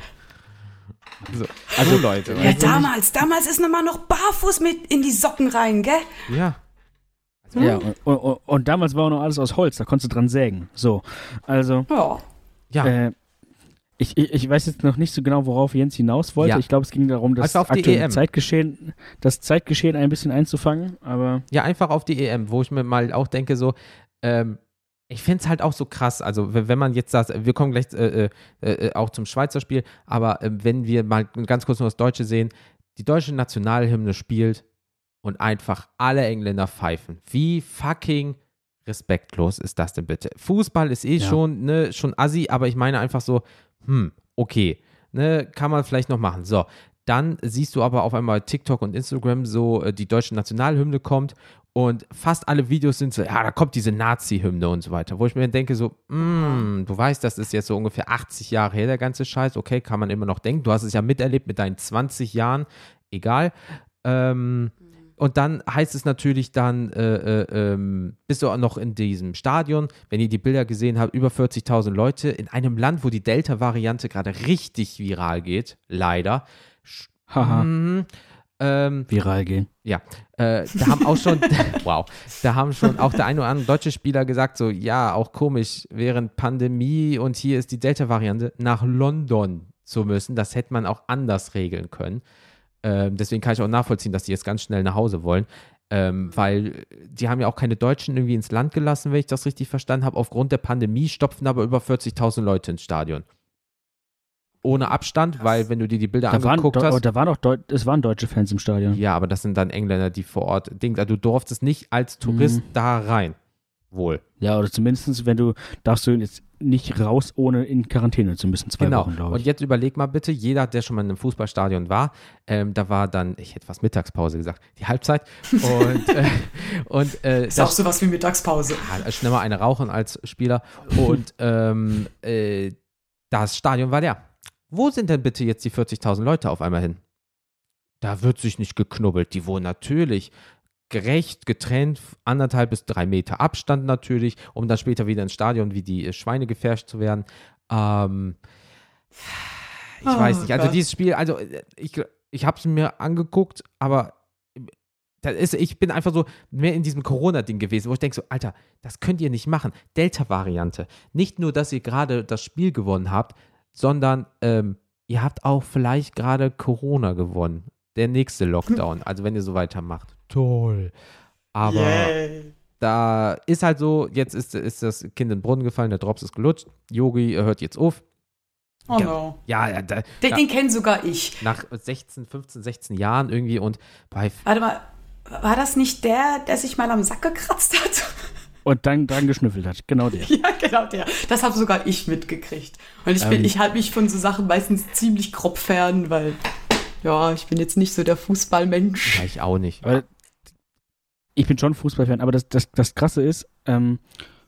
So, also Leute, Ja, weißt du? damals, damals ist nochmal noch barfuß mit in die Socken rein, gell? ja. Ja, und, und, und damals war auch noch alles aus Holz, da konntest du dran sägen. So, also, Ja. Ja, äh, ich, ich, ich weiß jetzt noch nicht so genau, worauf Jens hinaus wollte. Ja. Ich glaube, es ging darum, das Also auf die E aktuelle M. Zeitgeschehen, das Zeitgeschehen ein bisschen einzufangen, aber Ja, einfach auf die E M, wo ich mir mal auch denke, so, ähm, ich finde es halt auch so krass, also wenn wenn man jetzt sagt, wir kommen gleich äh, äh, äh, auch zum Schweizer Spiel, aber äh, wenn wir mal ganz kurz nur das Deutsche sehen, die deutsche Nationalhymne spielt und einfach alle Engländer pfeifen. Wie fucking respektlos ist das denn bitte? Fußball ist eh Ja. schon, ne, schon assi, aber ich meine einfach so, hm, okay, ne, kann man vielleicht noch machen. So, Dann siehst du aber auf einmal TikTok und Instagram so, äh, die deutsche Nationalhymne kommt und fast alle Videos sind so, ja, da kommt diese Nazi-Hymne und so weiter, wo ich mir denke so, mm, du weißt, das ist jetzt so ungefähr achtzig Jahre her, der ganze Scheiß, okay, kann man immer noch denken, du hast es ja miterlebt mit deinen zwanzig Jahren, egal. Ähm, und dann heißt es natürlich dann, äh, äh, ähm, bist du auch noch in diesem Stadion, wenn ihr die Bilder gesehen habt, über vierzigtausend Leute in einem Land, wo die Delta-Variante gerade richtig viral geht, leider. Haha. Mhm. Ähm, Viral gehen. Ja, äh, da haben auch schon, wow, da haben schon auch der ein oder andere deutsche Spieler gesagt, so, ja, auch komisch, während Pandemie und hier ist die Delta-Variante, nach London zu müssen. Das hätte man auch anders regeln können. Ähm, deswegen kann ich auch nachvollziehen, dass die jetzt ganz schnell nach Hause wollen, ähm, weil die haben ja auch keine Deutschen irgendwie ins Land gelassen, wenn ich das richtig verstanden habe. Aufgrund der Pandemie stopfen aber über vierzigtausend Leute ins Stadion. Ohne Abstand, weil wenn du dir die Bilder Da waren, angeguckt da, hast. da waren auch Deu- es waren deutsche Fans im Stadion. Ja, aber das sind dann Engländer, die vor Ort Ding, also du durftest nicht als Tourist Mhm. da rein. Wohl. Ja, oder zumindest, wenn du, darfst du jetzt nicht raus, ohne in Quarantäne zu müssen, zwei Genau. Wochen, glaube Und ich. jetzt überleg mal bitte, jeder, der schon mal in einem Fußballstadion war, ähm, da war dann, ich hätte fast Mittagspause gesagt, die Halbzeit. Und, äh, und äh, Ist auch sowas wie Mittagspause. ja, schnell mal eine rauchen als Spieler. Und ähm, äh, das Stadion war leer. Wo sind denn bitte jetzt die vierzigtausend Leute auf einmal hin? Da wird sich nicht geknubbelt. Die wurden natürlich gerecht getrennt, anderthalb bis drei Meter Abstand natürlich, um dann später wieder ins Stadion wie die äh, Schweine gefärscht zu werden. Ähm, ich Oh weiß nicht. Also Gott. dieses Spiel, also äh, ich, ich habe es mir angeguckt, aber das ist, ich bin einfach so mehr in diesem Corona-Ding gewesen, wo ich denke so, Alter, das könnt ihr nicht machen. Delta-Variante. Nicht nur, dass ihr gerade das Spiel gewonnen habt, sondern ähm, ihr habt auch vielleicht gerade Corona gewonnen. Der nächste Lockdown, also wenn ihr so weitermacht. Toll. Aber Yay. da ist halt so, jetzt ist, ist das Kind in den Brunnen gefallen, der Drops ist gelutscht. Yogi hört jetzt auf. Oh Ja. no. Ja, ja da, Den, da, den kenne sogar ich. nach sechzehn, fünfzehn, sechzehn Jahren irgendwie und bei Warte mal, war das nicht der, der sich mal am Sack gekratzt hat? Und dann dran geschnüffelt hat. Genau der. Ja, genau der. Das habe sogar ich mitgekriegt. Und ich, bin- Ähm. ich halte mich von so Sachen meistens ziemlich grob fern, weil, ja, ich bin jetzt nicht so der Fußballmensch. ja, ich auch nicht. Aber ich bin schon Fußballfan, aber das, das, das Krasse ist, ähm,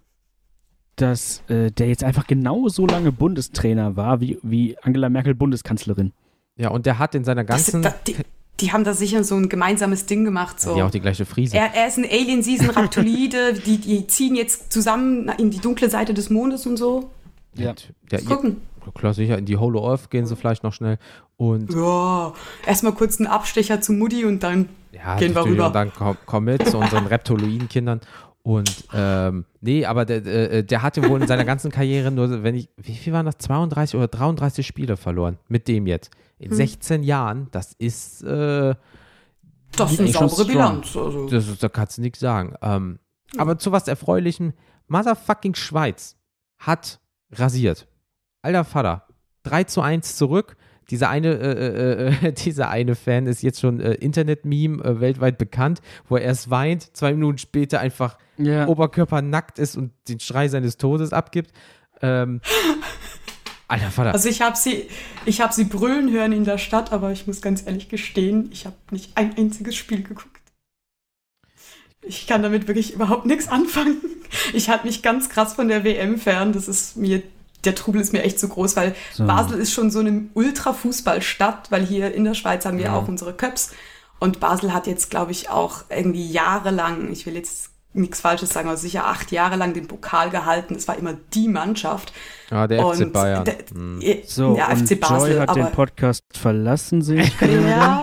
dass äh, der jetzt einfach genauso lange Bundestrainer war, wie, wie Angela Merkel Bundeskanzlerin. Ja, und der hat in seiner Das, ganzen, da, die, die haben da sicher so ein gemeinsames Ding gemacht. So. ja auch die gleiche Frise. Er, er ist ein Alien, sie ist ein Raptolide, die, die ziehen jetzt zusammen in die dunkle Seite des Mondes und so. Ja. Der, Gucken. ja, klar, sicher, in die Holo Earth gehen sie vielleicht noch schnell. Und Ja, erstmal kurz einen Abstecher zu Mutti und dann ja, gehen wir natürlich, rüber. und dann komm, komm mit zu unseren Reptoloiden-Kindern. Und ähm, nee, aber der, der, der hatte wohl in seiner ganzen Karriere nur, wenn ich, wie viel waren das? zweiunddreißig oder dreiunddreißig Spiele verloren. Mit dem jetzt. In Hm. sechzehn Jahren, das ist, äh, das ist eine Eigentlich schon saubere strong. Bilanz. Also. das ist, da kannst du nichts sagen. Ähm, aber zu was Erfreulichem, Motherfucking Schweiz hat rasiert. Alter Vater, drei zu eins zurück. Dieser eine, äh, äh, dieser eine Fan ist jetzt schon äh, Internet-Meme äh, weltweit bekannt, wo er erst weint, zwei Minuten später einfach Ja. oberkörpernackt ist und den Schrei seines Todes abgibt. Ähm, Alter Vater. Also ich habe sie, ich habe sie brüllen hören in der Stadt, aber ich muss ganz ehrlich gestehen, ich habe nicht ein einziges Spiel geguckt. Ich kann damit wirklich überhaupt nichts anfangen. Ich halte mich ganz krass von der W M fern. Das ist mir, der Trubel ist mir echt zu groß, weil So. Basel ist schon so eine Ultra-Fußballstadt, weil hier in der Schweiz haben wir Ja. auch unsere Cups. Und Basel hat jetzt, glaube ich, auch irgendwie jahrelang, ich will jetzt nichts Falsches sagen, aber sicher acht Jahre lang den Pokal gehalten. Es war immer die Mannschaft. Ja, der F C Und Bayern. der- Hm. So, der und F C Basel, Joy hat aber den Podcast verlassen, sehe ich gerade. ja.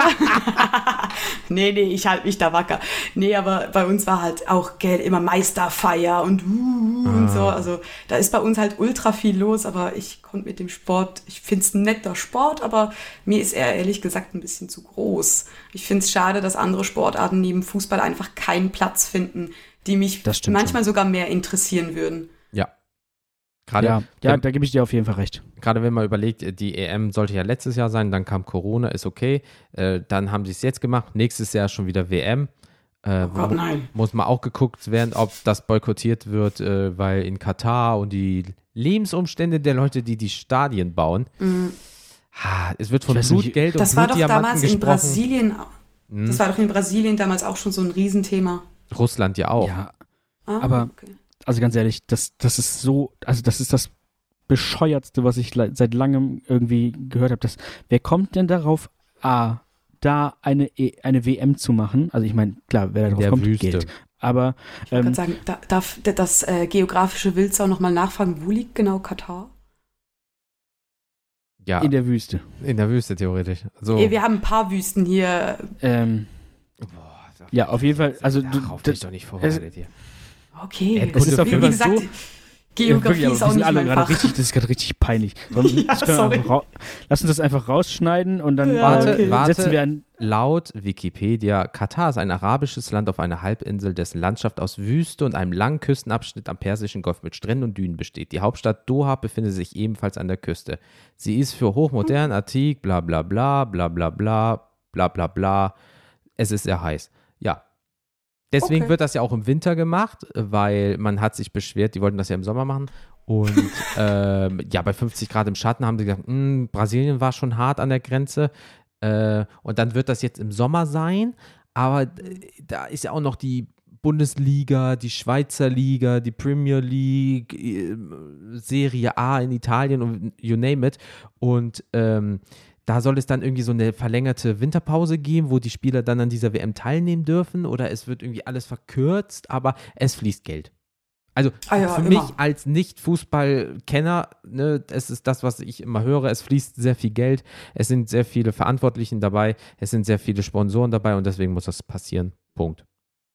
nee, nee, ich halte mich da wacker. Nee, aber bei uns war halt auch Geld immer Meisterfeier und uh, und so. Also da ist bei uns halt ultra viel los, aber ich konnte mit dem Sport, ich finde es ein netter Sport, aber mir ist er ehrlich gesagt ein bisschen zu groß. Ich finde es schade, dass andere Sportarten neben Fußball einfach keinen Platz finden, die mich Das stimmt manchmal sogar mehr interessieren würden. Ja. Gerade, Ja, ja, wenn, da gebe ich dir auf jeden Fall recht. gerade wenn man überlegt, die E M sollte ja letztes Jahr sein, dann kam Corona, ist okay. Äh, dann haben sie es jetzt gemacht. Nächstes Jahr schon wieder W M. Äh, Oh Gott, wo- nein. Muss mal auch geguckt werden, ob das boykottiert wird, äh, weil in Katar und die Lebensumstände der Leute, die die Stadien bauen, Mhm. Ha, es wird von Ich weiß Blut, nicht, Geld und Das war doch Blutdiamanten damals in gesprochen. Brasilien, Hm. das war doch in Brasilien damals auch schon so ein Riesenthema. Russland ja auch. Ja, Ah, Aber- okay. also ganz ehrlich, das, das ist so, also das ist das Bescheuertste, was ich le- seit langem irgendwie gehört habe. Das, wer kommt denn darauf, A, da eine, E- eine W M zu machen? Also ich meine, klar, wer In darauf der kommt, Wüste. Geld. Aber Ich wollte ähm, gerade sagen, da, darf das äh, geografische Wildsau nochmal nachfragen, wo liegt genau Katar? Ja, in der Wüste. in der Wüste theoretisch. So. Eh, Wir haben ein paar Wüsten hier. Ähm, Boah, da- ja, auf jeden Fall, also du, Darauf bin ich das, doch nicht vorbereitet hier. Okay. Erdkunde es ist auf Wie, jeden wie Fall gesagt, so, Geografie ja, wirklich, ist aber auch wir sind nicht alle mein gerade Fach. richtig, das ist gerade richtig peinlich. Sollen wir- Ja, das können wir sorry. einfach rau- Lass uns das einfach rausschneiden und dann Ja, Warte, okay. äh, warte. setzen wir ein. Laut Wikipedia, Katar ist ein arabisches Land auf einer Halbinsel, dessen Landschaft aus Wüste und einem langen Küstenabschnitt am Persischen Golf mit Stränden und Dünen besteht. Die Hauptstadt Doha befindet sich ebenfalls an der Küste. Sie ist für hochmodern, antik, bla bla bla, bla bla bla, bla bla bla. Es ist sehr heiß. Ja. Deswegen Okay. wird das ja auch im Winter gemacht, weil man hat sich beschwert, die wollten das ja im Sommer machen. Und ähm, ja, bei fünfzig Grad im Schatten haben sie gesagt, "Mh, Brasilien war schon hart an der Grenze. Äh, und dann wird das jetzt im Sommer sein, aber äh, da ist ja auch noch die Bundesliga, die Schweizer Liga, die Premier League, äh, Serie A in Italien und you name it. Und ähm, da soll es dann irgendwie so eine verlängerte Winterpause geben, wo die Spieler dann an dieser W M teilnehmen dürfen oder es wird irgendwie alles verkürzt, aber es fließt Geld. Also Ah ja, für immer. mich als Nicht-Fußball-Kenner, ne, es ist das, was ich immer höre, es fließt sehr viel Geld, es sind sehr viele Verantwortlichen dabei, es sind sehr viele Sponsoren dabei und deswegen muss das passieren. Punkt.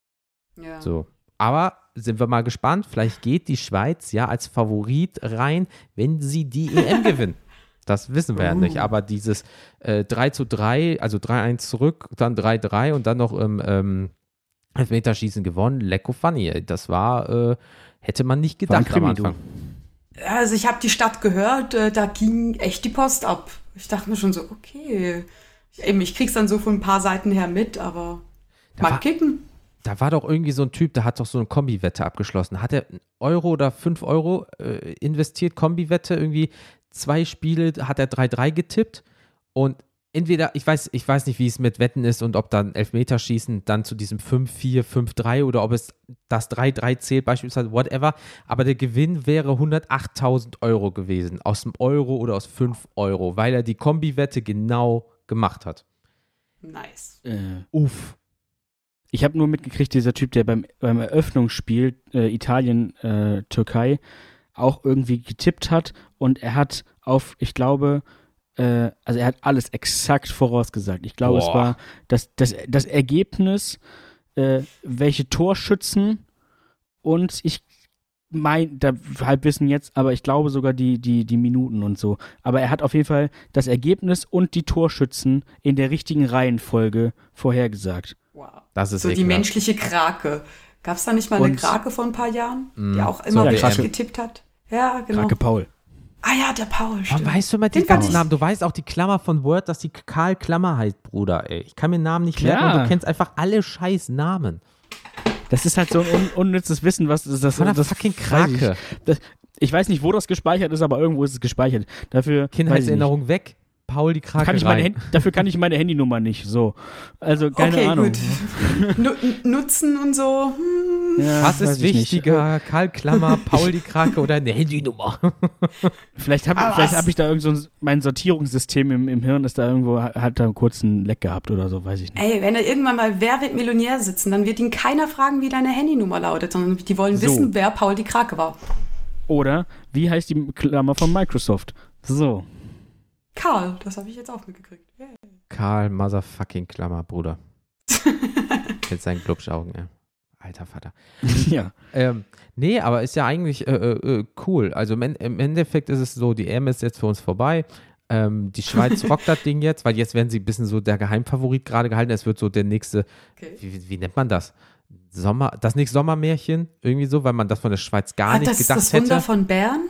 Ja. So. Aber sind wir mal gespannt, vielleicht geht die Schweiz ja als Favorit rein, wenn sie die E M gewinnen. Das wissen wir ja nicht, Uh. aber dieses äh, drei zu drei, also drei eins zurück, dann drei drei und dann noch im ähm, Elfmeterschießen gewonnen, lecko funny. Das war, äh, hätte man nicht War ein gedacht am Krimi, du. Anfang. Also ich habe die Stadt gehört, äh, da ging echt die Post ab. Ich dachte mir schon so, okay. Ich, eben, ich krieg's dann so von ein paar Seiten her mit, aber Da mal war- kicken. Da war doch irgendwie so ein Typ, der hat doch so eine Kombi-Wette abgeschlossen. Hat er einen Euro oder fünf Euro äh, investiert, Kombi-Wette, irgendwie zwei Spiele, hat er drei drei getippt und entweder, ich weiß, ich weiß nicht, wie es mit Wetten ist und ob dann Elfmeterschießen dann zu diesem fünf vier, fünf drei oder ob es das drei drei zählt, beispielsweise, whatever, aber der Gewinn wäre hundertachttausend Euro gewesen, aus dem Euro oder aus fünf Euro, weil er die Kombi-Wette genau gemacht hat. Nice. Äh, Uff. Ich habe nur mitgekriegt, dieser Typ, der beim, beim Eröffnungsspiel äh, Italien, äh, Türkei auch irgendwie getippt hat und er hat auf, ich glaube, äh, also er hat alles exakt vorausgesagt. Ich glaube, Boah. es war das, das, das Ergebnis, äh, welche Torschützen und ich mein, da Halbwissen jetzt, aber ich glaube sogar die, die, die Minuten und so. Aber er hat auf jeden Fall das Ergebnis und die Torschützen in der richtigen Reihenfolge vorhergesagt. Wow. Das ist So die ekelhaft. menschliche Krake. Gab es da nicht mal eine Und- Krake vor ein paar Jahren, Mm, die auch so immer eine richtig Krake. getippt hat? Ja, genau. Krake Paul. Ah ja, der Paul, Man stimmt. weißt du immer die Den fand ganzen ich- Namen. Du weißt auch die Klammer von Word, dass die Karl Klammer heißt, Bruder, ey. Ich kann mir Namen nicht merken Klar. und du kennst einfach alle scheiß Namen. Das ist halt so ein un unnützes Wissen, was das, das, Von der das fucking weiß ich. Krake. Das, ich weiß nicht, wo das gespeichert ist, aber irgendwo ist es gespeichert. Dafür weiß ich Kindheitserinnerung weg. Paul die nicht. Krake Kann ich meine rein. Hand- dafür kann ich meine Handynummer nicht. So. Also keine okay, Ahnung. gut. Nu Nutzen und so. Hm. Ja, Was weiß ist ich nicht. wichtiger? Karl Klammer, Paul die Krake oder eine Handynummer? Vielleicht habe Aber vielleicht was? hab ich da irgend so ein, mein Sortierungssystem im, im Hirn ist da irgendwo, hat da kurz einen Leck gehabt oder so, weiß ich nicht. Ey, wenn er irgendwann mal Wer wird Millionär sitzen, dann wird ihn keiner fragen, wie deine Handynummer lautet, sondern die wollen So. wissen, wer Paul die Krake war. Oder wie heißt die Klammer von Microsoft? So. Karl, das habe ich jetzt auch mitgekriegt. Yeah. Karl Motherfucking Klammer, Bruder. Mit seinen Glubschaugen, ey. Alter Vater. ja. Ähm, nee, aber ist ja eigentlich äh, äh, cool. Also im, En- im Endeffekt ist es so, die E M ist jetzt für uns vorbei. Ähm, die Schweiz rockt das Ding jetzt, weil jetzt werden sie ein bisschen so der Geheimfavorit gerade gehalten. Es wird so der nächste, Okay. wie, wie, wie nennt man das? Sommer, das nächste Sommermärchen, irgendwie so, weil man das von der Schweiz gar Ah, nicht das gedacht das Wunder hätte. von Bern?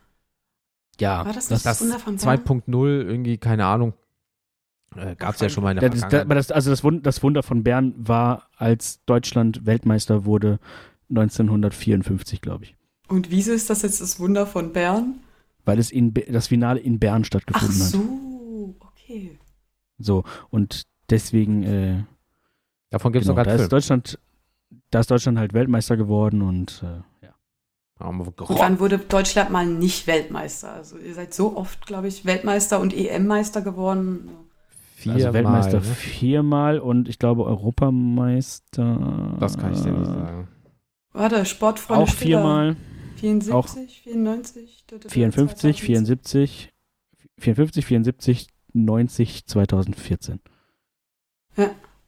Ja. War das Das, nicht das, Wunder von zwei Bern? Punkt null, irgendwie, keine Ahnung. Äh, Gab es ja schon mal in der Das, ist- da, Vergangenheit. aber das, also das Wunder, das Wunder von Bern war, als Deutschland Weltmeister wurde, neunzehnhundertvierundfünfzig, glaube ich. Und wieso ist das jetzt das Wunder von Bern? Weil es in, Be- das Finale in Bern Ach stattgefunden hat. so. okay. So, und deswegen, äh, Davon gibt es genau, sogar da einen ist Film. Deutschland, da ist Deutschland halt Weltmeister geworden und äh, ja. Und wann wurde Deutschland mal nicht Weltmeister? Also ihr seid so oft, glaube ich, Weltmeister und E M-Meister geworden. Viermal, also Weltmeister ne? viermal und ich glaube Europameister. Das kann ich dir nicht sagen. Warte, Sportfreunde Auch Stiller. viermal. vierundsiebzig, Auch vierundneunzig, vierundfünfzig, vierundsiebzig, vierundfünfzig, vierundsiebzig, neunzig, zweitausendvierzehn. Ja.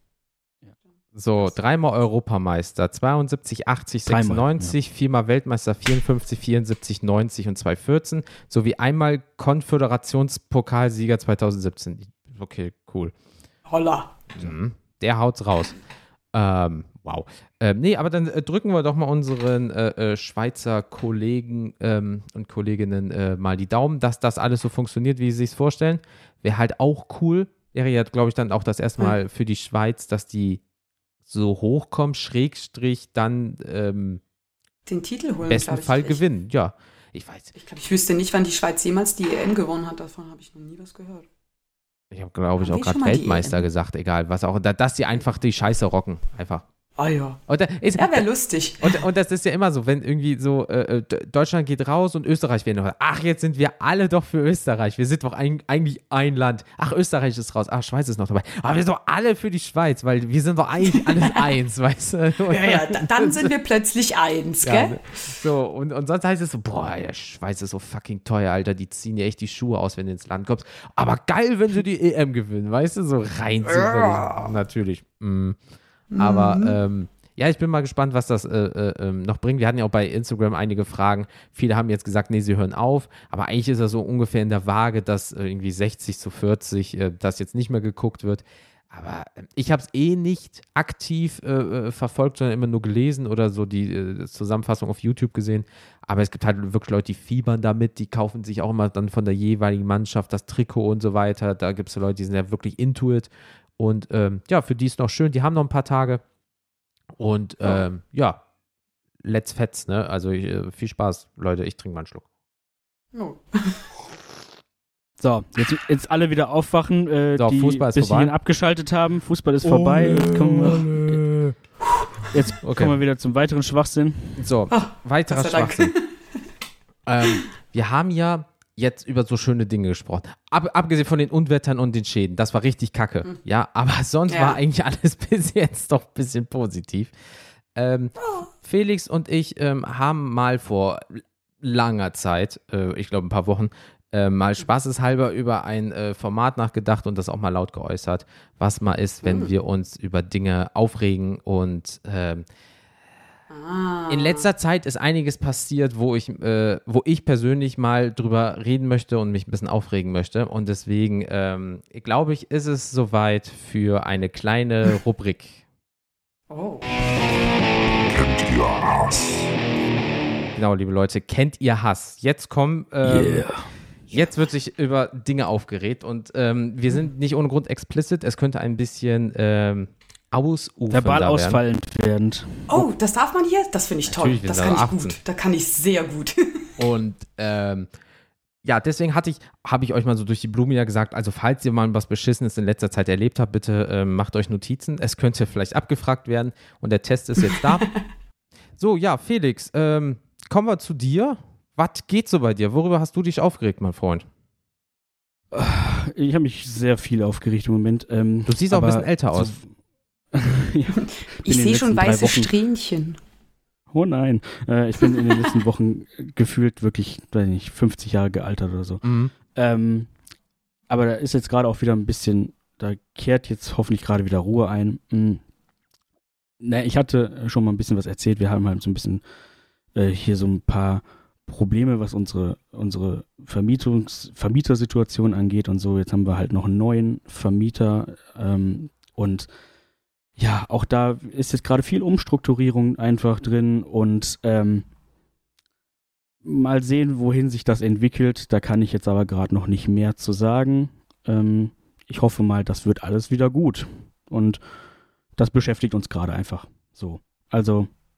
So, dreimal Europameister, zweiundsiebzig, achtzig, Dreimal, sechsundneunzig, viermal Weltmeister, vierundfünfzig, vierundsiebzig, neunzig und zweitausendvierzehn, sowie einmal Konföderationspokalsieger zweitausendsiebzehn. Okay, cool. Holla. Mhm. Der haut's raus. Ähm, wow. Ähm, nee, aber dann äh, drücken wir doch mal unseren äh, äh, Schweizer Kollegen ähm, und Kolleginnen äh, mal die Daumen, dass das alles so funktioniert, wie sie sich vorstellen. Wäre halt auch cool. Wäre ja, glaube ich, dann auch das erste Mal für die Schweiz, dass die so hochkommen, Schrägstrich, dann ähm, den Titel holen, im besten Fall ich. gewinnen. Ja, ich weiß. Ich glaube, ich wüsste nicht, wann die Schweiz jemals die E M gewonnen hat. Davon habe ich noch nie was gehört. Ich habe, glaube ich, Haben auch wir gerade schon mal die Weltmeister E M? gesagt, egal, was auch. Da, dass die einfach die Scheiße rocken. Einfach. Ah ja. Und, da ist, Ja, wäre lustig. und, und das ist ja immer so, wenn irgendwie so äh, Deutschland geht raus und Österreich wird noch. Ach, jetzt sind wir alle doch für Österreich. Wir sind doch ein, eigentlich ein Land. Ach, Österreich ist raus. Ach, Schweiz ist noch dabei. Aber wir sind doch alle für die Schweiz, weil wir sind doch eigentlich alles eins, weißt du? Ja, ja, da, dann sind wir plötzlich eins, gell? Ja, so, und, und sonst heißt es so, boah, ja, Schweiz ist so fucking teuer, Alter, die ziehen dir echt die Schuhe aus, wenn du ins Land kommst. Aber geil, wenn sie die E M gewinnen, weißt du, so rein zufällig. Natürlich. Mm. Aber, Mhm. ähm, ja, ich bin mal gespannt, was das äh, äh, noch bringt. Wir hatten ja auch bei Instagram einige Fragen. Viele haben jetzt gesagt, nee, sie hören auf. Aber eigentlich ist er so ungefähr in der Waage, dass äh, irgendwie sechzig zu vierzig, äh, das jetzt nicht mehr geguckt wird. Aber äh, ich habe es eh nicht aktiv äh, verfolgt, sondern immer nur gelesen oder so die äh, Zusammenfassung auf YouTube gesehen. Aber es gibt halt wirklich Leute, die fiebern damit. Die kaufen sich auch immer dann von der jeweiligen Mannschaft das Trikot und so weiter. Da gibt es Leute, die sind ja wirklich into it. Und ähm, ja, für die ist noch schön. Die haben noch ein paar Tage. Und ähm, ja, let's fetz, ne? Also ich, äh, viel Spaß, Leute. Ich trinke mal einen Schluck. Oh. So, jetzt, jetzt alle wieder aufwachen, äh, So, die Fußball ist bis vorbei. hierhin abgeschaltet haben. Fußball ist vorbei. Jetzt kommen wir, jetzt Okay. kommen wir wieder zum weiteren Schwachsinn. So, Ach, weiterer Gott sei Dank. Schwachsinn. ähm, wir haben ja jetzt über so schöne Dinge gesprochen. Ab, abgesehen von den Unwettern und den Schäden. Das war richtig kacke. Hm. Ja, aber sonst Ja. war eigentlich alles bis jetzt doch ein bisschen positiv. Ähm, Oh. Felix und ich ähm, haben mal vor langer Zeit, äh, ich glaube ein paar Wochen, äh, mal spaßeshalber über ein äh, Format nachgedacht und das auch mal laut geäußert, was mal ist, wenn Hm. wir uns über Dinge aufregen und ähm, Ah. in letzter Zeit ist einiges passiert, wo ich, äh, wo ich persönlich mal drüber reden möchte und mich ein bisschen aufregen möchte. Und deswegen, ähm, glaube ich, ist es soweit für eine kleine Rubrik. Oh. Kennt ihr Hass? Genau, liebe Leute, kennt ihr Hass? Jetzt kommen, ähm, jetzt wird sich über Dinge aufgeregt und ähm, wir sind nicht ohne Grund explicit. Es könnte ein bisschen ähm, ausufern. Verbal werden. ausfallend werdend. Oh, das darf man hier? Das finde ich toll. Natürlich, wir Das sind kann ich achtzehn. gut. Da kann ich sehr gut. Und ähm, ja, deswegen hatte ich, habe ich euch mal so durch die Blume ja gesagt, also falls ihr mal was Beschissenes in letzter Zeit erlebt habt, bitte ähm, macht euch Notizen. Es könnte vielleicht abgefragt werden und der Test ist jetzt da. So, ja, Felix, ähm, kommen wir zu dir. Was geht so bei dir? Worüber hast du dich aufgeregt, mein Freund? Ich habe mich sehr viel aufgeregt im Moment. Ähm, Du siehst auch ein aber bisschen älter aus. ja, bin Ich in den sehe schon letzten drei weiße Wochen- Strähnchen. Oh nein, äh, ich bin in den letzten Wochen gefühlt wirklich, weiß nicht, fünfzig Jahre gealtert oder so. Mhm. Ähm, aber da ist jetzt gerade auch wieder ein bisschen, da kehrt jetzt hoffentlich gerade wieder Ruhe ein. Hm. Na, ich hatte schon mal ein bisschen was erzählt. Wir haben halt so ein bisschen äh, hier so ein paar Probleme, was unsere, unsere Vermietungs, Vermietersituation angeht und so. Jetzt haben wir halt noch einen neuen Vermieter ähm, und ja, auch da ist jetzt gerade viel Umstrukturierung einfach drin und ähm, mal sehen, wohin sich das entwickelt. Da kann ich jetzt aber gerade noch nicht mehr zu sagen. Ähm, ich hoffe mal, das wird alles wieder gut. Und das beschäftigt uns gerade einfach so. Also,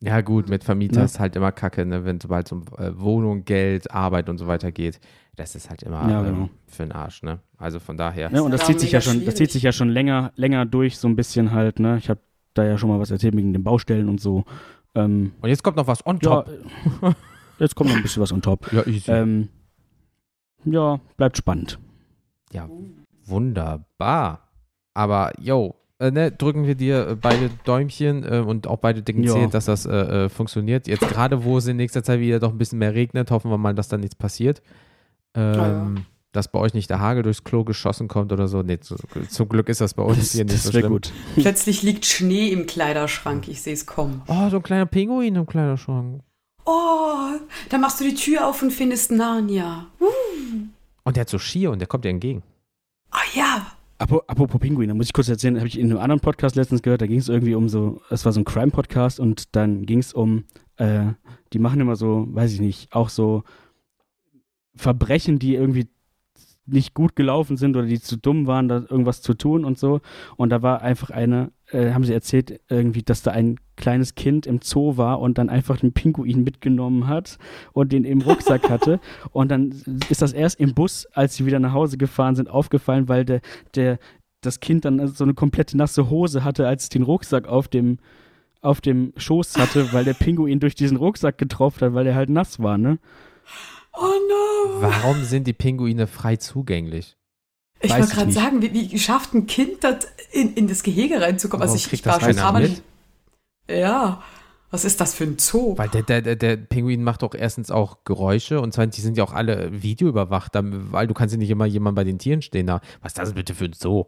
Ja gut, mit Vermieter Ja. ist halt immer kacke, ne? Wenn sobald es um äh, Wohnung, Geld, Arbeit und so weiter geht. Das ist halt immer Ja, ähm, genau. für den Arsch, ne? Also von daher. Ne, und das Ja, zieht sich mega ja schon, das schwierig. zieht sich ja schon länger, länger durch, so ein bisschen halt, ne? Ich habe da ja schon mal was erzählt wegen den Baustellen und so. Ähm, Und jetzt kommt noch was on ja, top. äh, jetzt kommt noch ein bisschen was on top. Ja, easy. Ähm, ja, bleibt spannend. Ja, wunderbar. Aber, yo, äh, ne, drücken wir dir äh, beide Däumchen äh, und auch beide dicken Ja. Zehen, dass das äh, äh, funktioniert. Jetzt gerade, wo es in nächster Zeit wieder doch ein bisschen mehr regnet, hoffen wir mal, dass da nichts passiert. Ähm, ja. Dass bei euch nicht der Hagel durchs Klo geschossen kommt oder so. Nee, zu, zum Glück ist das bei uns Das, hier nicht das so wäre schlimm. gut. Plötzlich liegt Schnee im Kleiderschrank. Ich sehe es kommen. Oh, so ein kleiner Pinguin im Kleiderschrank. Oh, dann machst du die Tür auf und findest Narnia. Uh. Und der hat so Skier und der kommt dir entgegen. Oh ja. Apo- Apropos Pinguine, muss ich kurz erzählen, habe ich in einem anderen Podcast letztens gehört, da ging es irgendwie um so, es war so ein Crime-Podcast und dann ging es um, äh, die machen immer so, weiß ich nicht, auch so Verbrechen, die irgendwie nicht gut gelaufen sind oder die zu dumm waren, da irgendwas zu tun und so. Und da war einfach eine, äh, haben sie erzählt, irgendwie, dass da ein kleines Kind im Zoo war und dann einfach den Pinguin mitgenommen hat und den im Rucksack hatte. Und dann ist das erst im Bus, als sie wieder nach Hause gefahren sind, aufgefallen, weil der, der, das Kind dann so eine komplette nasse Hose hatte, als es den Rucksack auf dem, auf dem Schoß hatte, weil der Pinguin durch diesen Rucksack getroffen hat, weil der halt nass war, ne? Oh no. Warum sind die Pinguine frei zugänglich? Ich Weiß wollte ich gerade nicht. sagen, wie, wie schafft ein Kind das in, in das Gehege reinzukommen? Also Warum ich, kriegt ich war das schon keiner aber mit? Ja. Was ist das für ein Zoo? Weil der, der, der, der Pinguin macht doch erstens auch Geräusche und zweitens, die sind ja auch alle videoüberwacht, dann- weil du kannst ja nicht immer jemand bei den Tieren stehen da. Was ist das bitte für ein Zoo?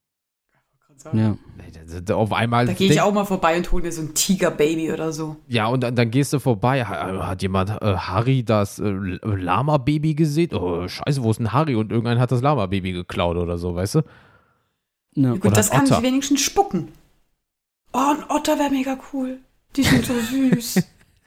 Ja. Nee, das- Auf einmal. Da gehe ich auch mal vorbei und hole mir so ein Tigerbaby oder so. Ja, und dann, dann gehst du vorbei. Ha- Hat jemand äh, Harry das äh, Lama-Baby gesehen? Oh, scheiße, wo ist ein Harry? Und irgendein hat das Lama-Baby geklaut oder so, weißt du? Ja. Ja, gut, Oder das ein kann Otter. ich wenigstens spucken. Oh, ein Otter wäre mega cool. Die sind so süß.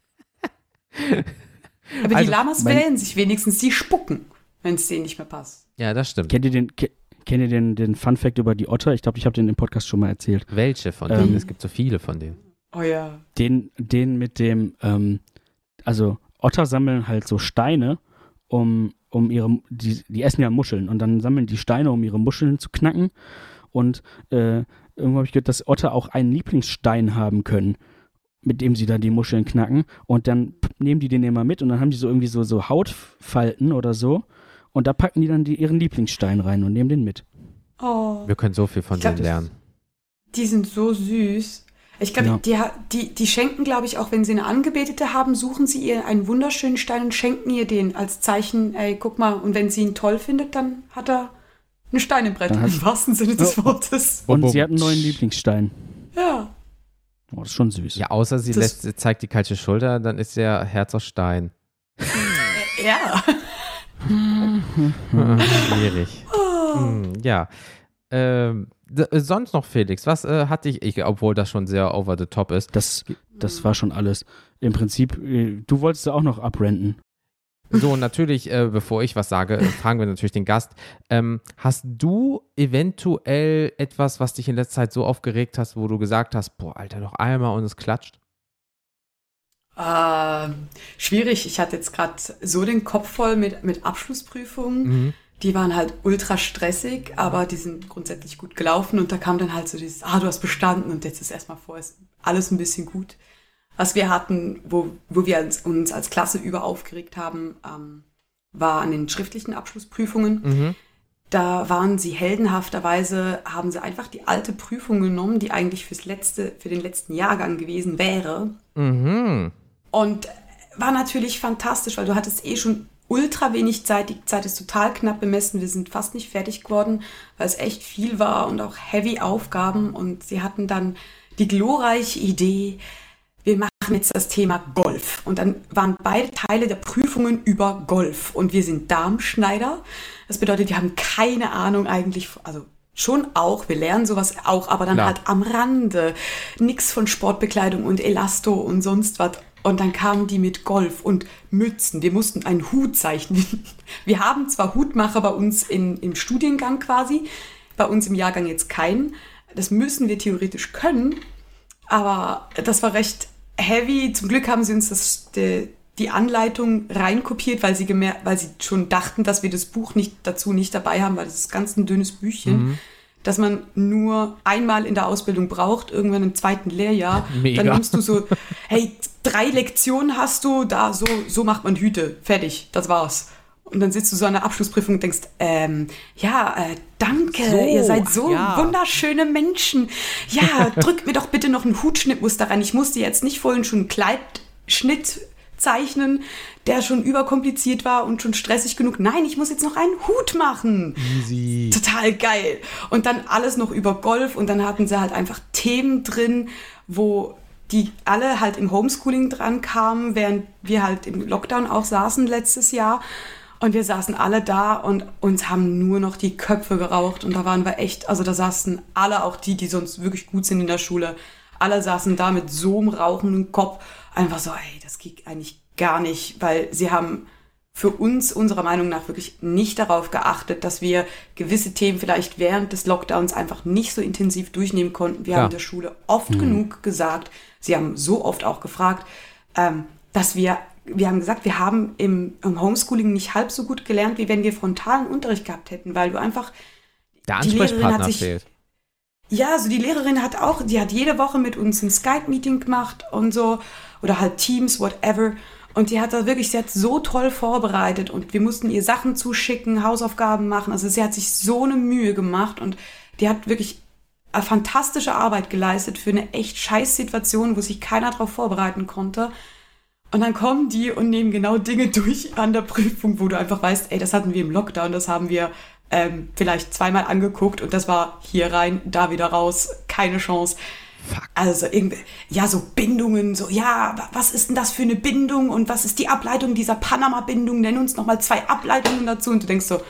Aber die Also, Lamas mein- wählen sich wenigstens, die spucken, wenn es denen nicht mehr passt. Ja, das stimmt. Kennt ihr den, ke kennt ihr den, den Fun-Fact über die Otter? Ich glaube, ich habe den im Podcast schon mal erzählt. Welche von Ähm, denen? Es gibt so viele von denen. Oh ja. Den, den mit dem, ähm, also Otter sammeln halt so Steine, um, um ihre, die, die essen ja Muscheln und dann sammeln die Steine, um ihre Muscheln zu knacken. Und äh, irgendwo habe ich gehört, dass Otter auch einen Lieblingsstein haben können, mit dem sie dann die Muscheln knacken. Und dann p- nehmen die den immer mit und dann haben die so irgendwie so, so Hautfalten oder so. Und da packen die dann die, ihren Lieblingsstein rein und nehmen den mit. Oh, Wir können so viel von Ich glaub, denen das- lernen. die sind so süß. Ich glaube, Ja. die, ha- die, die schenken, glaube ich, auch wenn sie eine Angebetete haben, suchen sie ihr einen wunderschönen Stein und schenken ihr den als Zeichen, ey, guck mal, und wenn sie ihn toll findet, dann hat er einen Stein im Brett, Dann hat- im wahrsten Sinne des Ja. Wortes. Und Bum, sie bum. hat einen neuen Lieblingsstein. Ja. Oh, das ist schon süß. Ja, außer sie Das- lässt, zeigt die kalte Schulter, dann ist ja Herz aus Stein. Ja. Ah, Schwierig. Hm, ja. Ähm, d- sonst noch, Felix, was äh, hat dich, ich, obwohl das schon sehr over the top ist, Das, das war schon alles. Im Prinzip, äh, du wolltest ja auch noch abrenten. so natürlich, äh, bevor ich was sage, äh, fragen wir natürlich den Gast. Ähm, hast du eventuell etwas, was dich in letzter Zeit so aufgeregt hast, wo du gesagt hast, boah, Alter, noch einmal und es klatscht? Ähm, schwierig. Ich hatte jetzt gerade so den Kopf voll mit, mit Abschlussprüfungen. Mhm. Die waren halt ultra stressig, aber die sind grundsätzlich gut gelaufen. Und da kam dann halt so dieses, ah, du hast bestanden und jetzt ist erstmal vor, ist alles ein bisschen gut. Was wir hatten, wo, wo wir uns, uns als Klasse über aufgeregt haben, ähm, war an den schriftlichen Abschlussprüfungen. Mhm. Da waren sie heldenhafterweise, haben sie einfach die alte Prüfung genommen, die eigentlich fürs letzte, für den letzten Jahrgang gewesen wäre. Mhm. Und war natürlich fantastisch, weil du hattest eh schon ultra wenig Zeit. Die Zeit ist total knapp bemessen. Wir sind fast nicht fertig geworden, weil es echt viel war und auch heavy Aufgaben. Und sie hatten dann die glorreiche Idee, wir machen jetzt das Thema Golf. Und dann waren beide Teile der Prüfungen über Golf. Und wir sind Darmschneider. Das bedeutet, wir haben keine Ahnung eigentlich, also schon auch, wir lernen sowas auch, aber dann Klar. halt am Rande. Nix von Sportbekleidung und Elasto und sonst was. Und dann kamen die mit Golf und Mützen. Wir mussten einen Hut zeichnen. Wir haben zwar Hutmacher bei uns in, im Studiengang quasi, bei uns im Jahrgang jetzt keinen. Das müssen wir theoretisch können. Aber das war recht heavy. Zum Glück haben sie uns das, die, die Anleitung reinkopiert, weil sie, gemer- weil sie schon dachten, dass wir das Buch nicht dazu nicht dabei haben, weil das ist ganz ein dünnes Büchchen, mhm. dass man nur einmal in der Ausbildung braucht, irgendwann im zweiten Lehrjahr. Mega. Dann nimmst du so, hey, drei Lektionen hast du, da so, so macht man Hüte, fertig, das war's. Und dann sitzt du so an der Abschlussprüfung und denkst, ähm, ja, äh, danke, so, ihr seid so ja. wunderschöne Menschen. Ja, drückt mir doch bitte noch ein Hutschnittmuster rein. Ich musste jetzt nicht vorhin schon einen Kleidschnitt zeichnen, der schon überkompliziert war und schon stressig genug. Nein, ich muss jetzt noch einen Hut machen. Easy. Total geil. Und dann alles noch über Golf und dann hatten sie halt einfach Themen drin, wo die alle halt im Homeschooling dran kamen, während wir halt im Lockdown auch saßen letztes Jahr. Und wir saßen alle da und uns haben nur noch die Köpfe geraucht. Und da waren wir echt, also da saßen alle, auch die, die sonst wirklich gut sind in der Schule, alle saßen da mit so einem rauchenden Kopf. Einfach so, ey, das geht eigentlich gar nicht, weil sie haben für uns, unserer Meinung nach, wirklich nicht darauf geachtet, dass wir gewisse Themen vielleicht während des Lockdowns einfach nicht so intensiv durchnehmen konnten. Wir ja. haben in der Schule oft mhm. genug gesagt, sie haben so oft auch gefragt, ähm, dass wir, wir haben gesagt, wir haben im, im Homeschooling nicht halb so gut gelernt, wie wenn wir frontalen Unterricht gehabt hätten, weil du einfach... Der die Lehrerin Ansprechpartner hat sich, fehlt. Ja, also die Lehrerin hat auch, die hat jede Woche mit uns ein Skype-Meeting gemacht und so, oder halt Teams, whatever. Und die hat da wirklich, sie hat so toll vorbereitet und wir mussten ihr Sachen zuschicken, Hausaufgaben machen. Also sie hat sich so eine Mühe gemacht und die hat wirklich eine fantastische Arbeit geleistet für eine echt scheiß Situation, wo sich keiner darauf vorbereiten konnte. Und dann kommen die und nehmen genau Dinge durch an der Prüfung, wo du einfach weißt, ey, das hatten wir im Lockdown, das haben wir ähm, vielleicht zweimal angeguckt und das war hier rein, da wieder raus, keine Chance. Fuck. Also irgendwie, ja, so Bindungen, so, ja, was ist denn das für eine Bindung und was ist die Ableitung dieser Panama-Bindung? Nenn uns nochmal zwei Ableitungen dazu und du denkst so,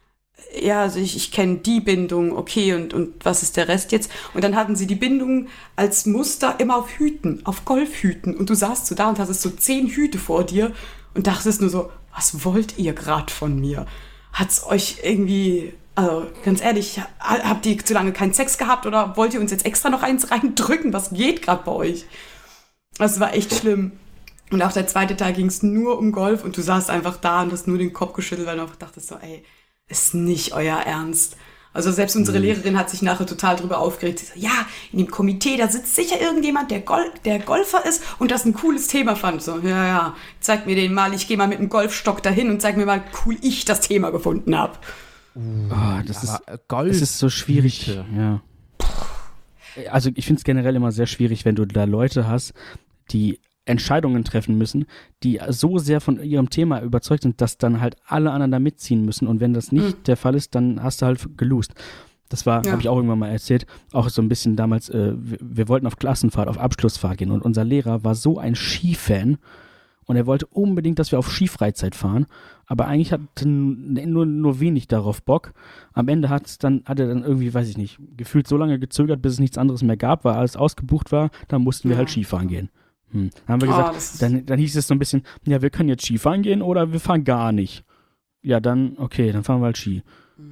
ja, also ich, ich kenne die Bindung, okay, und, und was ist der Rest jetzt? Und dann hatten sie die Bindung als Muster immer auf Hüten, auf Golfhüten und du saßt so da und hattest so zehn Hüte vor dir und dachtest nur so, was wollt ihr gerade von mir? Hat's euch irgendwie... Also ganz ehrlich, habt ihr zu lange keinen Sex gehabt oder wollt ihr uns jetzt extra noch eins reindrücken? Was geht gerade bei euch? Das war echt schlimm. Und auch der zweite Tag ging es nur um Golf und du saßt einfach da und hast nur den Kopf geschüttelt, weil du einfach dachtest so, ey, ist nicht euer Ernst. Also selbst unsere mhm. Lehrerin hat sich nachher total drüber aufgeregt. Sie so, ja, in dem Komitee, da sitzt sicher irgendjemand, der, Gol- der Golfer ist und das ein cooles Thema fand. So, ja, ja, zeig mir den mal, ich gehe mal mit dem Golfstock dahin und zeig mir mal, wie cool ich das Thema gefunden habe. Oh, das, ist, das ist so schwierig. Ja. Also ich finde es generell immer sehr schwierig, wenn du da Leute hast, die Entscheidungen treffen müssen, die so sehr von ihrem Thema überzeugt sind, dass dann halt alle anderen da mitziehen müssen. Und wenn das nicht mhm. der Fall ist, dann hast du halt gelost. Das war, ja. habe ich auch irgendwann mal erzählt, auch so ein bisschen damals, äh, wir, wir wollten auf Klassenfahrt, auf Abschlussfahrt gehen und unser Lehrer war so ein Skifan und er wollte unbedingt, dass wir auf Skifreizeit fahren, aber eigentlich hatte nur, nur wenig darauf Bock. Am Ende hat's dann, hat er dann irgendwie, weiß ich nicht, gefühlt so lange gezögert, bis es nichts anderes mehr gab, weil alles ausgebucht war, dann mussten wir ja. halt Skifahren gehen. Hm. Dann haben wir gesagt, oh, dann, dann hieß es so ein bisschen, ja, wir können jetzt Skifahren gehen oder wir fahren gar nicht. Ja, dann, okay, dann fahren wir halt Ski.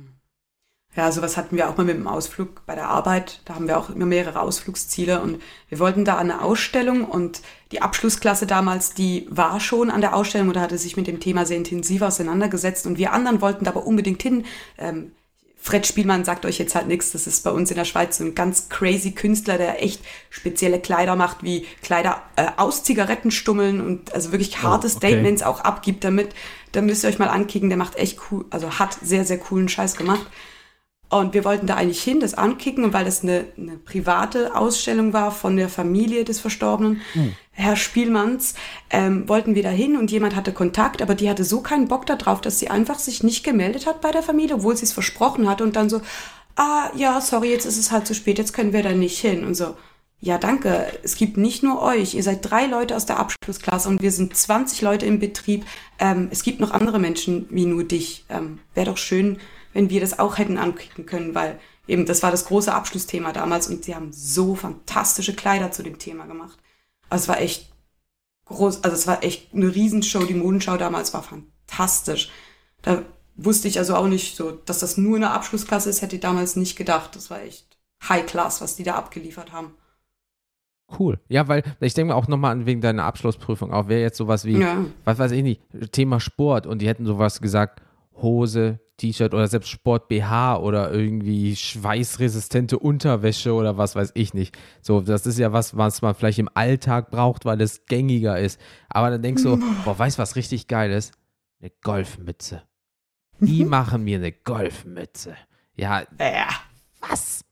Ja, sowas hatten wir auch mal mit dem Ausflug bei der Arbeit. Da haben wir auch immer mehrere Ausflugsziele und wir wollten da an eine Ausstellung und die Abschlussklasse damals, die war schon an der Ausstellung oder hatte sich mit dem Thema sehr intensiv auseinandergesetzt und wir anderen wollten da aber unbedingt hin. Ähm, Fred Spielmann sagt euch jetzt halt nichts, das ist bei uns in der Schweiz so ein ganz crazy Künstler, der echt spezielle Kleider macht, wie Kleider äh, aus Zigarettenstummeln und also wirklich harte oh, okay. Statements auch abgibt damit. Da müsst ihr euch mal ankicken, der macht echt cool, also hat sehr, sehr coolen Scheiß gemacht. Und wir wollten da eigentlich hin, das ankicken, und weil das eine, eine private Ausstellung war von der Familie des verstorbenen hm. Herr Spielmanns, ähm, wollten wir da hin und jemand hatte Kontakt, aber die hatte so keinen Bock darauf, dass sie einfach sich nicht gemeldet hat bei der Familie, obwohl sie es versprochen hatte und dann so, ah, ja, sorry, jetzt ist es halt zu spät, jetzt können wir da nicht hin und so. Ja, danke, es gibt nicht nur euch, ihr seid drei Leute aus der Abschlussklasse und wir sind zwanzig Leute im Betrieb, ähm, es gibt noch andere Menschen wie nur dich, ähm, wäre doch schön, wenn wir das auch hätten ankicken können, weil eben das war das große Abschlussthema damals und sie haben so fantastische Kleider zu dem Thema gemacht. Also es war echt groß, also es war echt eine Riesenshow, die Modenschau damals war fantastisch. Da wusste ich also auch nicht so, dass das nur eine Abschlussklasse ist, hätte ich damals nicht gedacht. Das war echt High Class, was die da abgeliefert haben. Cool. Ja, weil ich denke mir auch nochmal wegen deiner Abschlussprüfung auch, wäre jetzt sowas wie, Ja. was weiß ich nicht, Thema Sport und die hätten sowas gesagt, Hose, T-Shirt oder selbst Sport-B H oder irgendwie schweißresistente Unterwäsche oder was weiß ich nicht. So, das ist ja was, was man vielleicht im Alltag braucht, weil es gängiger ist. Aber dann denkst du, boah, weißt du, was richtig geil ist? Eine Golfmütze. Die machen mir eine Golfmütze. Ja, Ja. was?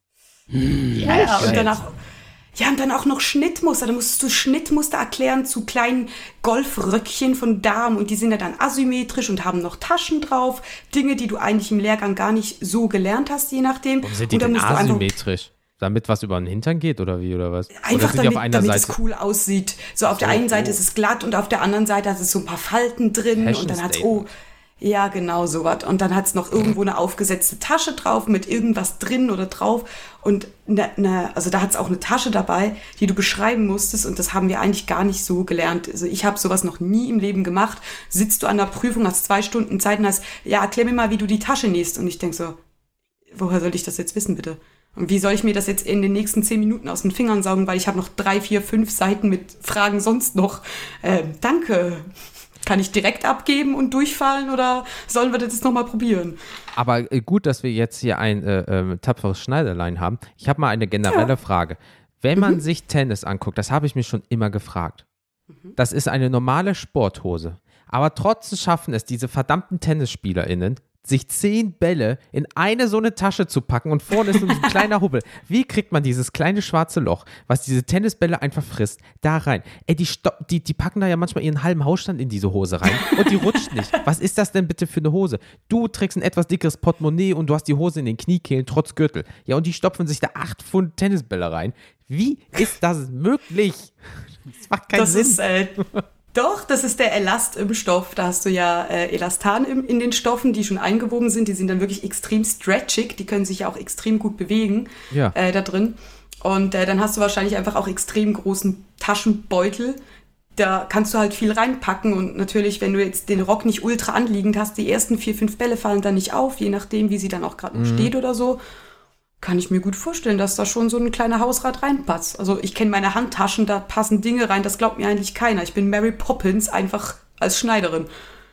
Ja, ja, und dann auch, ja, und dann auch noch Schnittmuster. Da musstest du Schnittmuster erklären zu kleinen Golfröckchen von Damen und die sind ja dann asymmetrisch und haben noch Taschen drauf. Dinge, die du eigentlich im Lehrgang gar nicht so gelernt hast, je nachdem. Warum sind die und dann denn musst du einfach- asymmetrisch? Damit was über den Hintern geht oder wie oder was? Oder Einfach sind die damit, auf einer damit Seite? es cool aussieht. So auf der So, einen Seite oh. ist es glatt und auf der anderen Seite hat es so ein paar Falten drin Fashion und dann hat es, Statement. oh, ja genau sowas. Und dann hat es noch irgendwo eine aufgesetzte Tasche drauf mit irgendwas drin oder drauf. Und ne, ne, also da hat es auch eine Tasche dabei, die du beschreiben musstest und das haben wir eigentlich gar nicht so gelernt. Also ich habe sowas noch nie im Leben gemacht. Sitzt du an der Prüfung, hast zwei Stunden Zeit und hast, ja, erklär mir mal, wie du die Tasche nähst. Und ich denk so, woher soll ich das jetzt wissen, bitte? Und wie soll ich mir das jetzt in den nächsten zehn Minuten aus den Fingern saugen, weil ich habe noch drei, vier, fünf Seiten mit Fragen sonst noch. Ähm, danke. Kann ich direkt abgeben und durchfallen oder sollen wir das jetzt nochmal probieren? Aber äh, gut, dass wir jetzt hier ein äh, äh, tapferes Schneiderlein haben. Ich habe mal eine generelle Ja. Frage. Wenn man sich Tennis anguckt, das habe ich mich schon immer gefragt. Das ist eine normale Sporthose. Aber trotzdem schaffen es diese verdammten TennisspielerInnen, sich zehn Bälle in eine so eine Tasche zu packen und vorne ist so ein kleiner Hubbel. Wie kriegt man dieses kleine schwarze Loch, was diese Tennisbälle einfach frisst, da rein? Ey, die, sto- die, die packen da ja manchmal ihren halben Hausstand in diese Hose rein und die rutscht nicht. Was ist das denn bitte für eine Hose? Du trägst ein etwas dickeres Portemonnaie und du hast die Hose in den Kniekehlen trotz Gürtel. Ja, und die stopfen sich da acht Pfund Tennisbälle rein. Wie ist das möglich? Das macht keinen Das Sinn. ist, äh, doch, das ist der Elast im Stoff. Da hast du ja äh, Elastan im, in den Stoffen, die schon eingewoben sind. Die sind dann wirklich extrem stretchig. Die können sich ja auch extrem gut bewegen Ja. äh, da drin. Und äh, dann hast du wahrscheinlich einfach auch extrem großen Taschenbeutel. Da kannst du halt viel reinpacken. Und natürlich, wenn du jetzt den Rock nicht ultra anliegend hast, die ersten vier, fünf Bälle fallen dann nicht auf, je nachdem, wie sie dann auch gerade noch steht oder so. Kann ich mir gut vorstellen, dass da schon so ein kleiner Hausrat reinpasst. Also ich kenne meine Handtaschen, da passen Dinge rein, das glaubt mir eigentlich keiner. Ich bin Mary Poppins einfach als Schneiderin.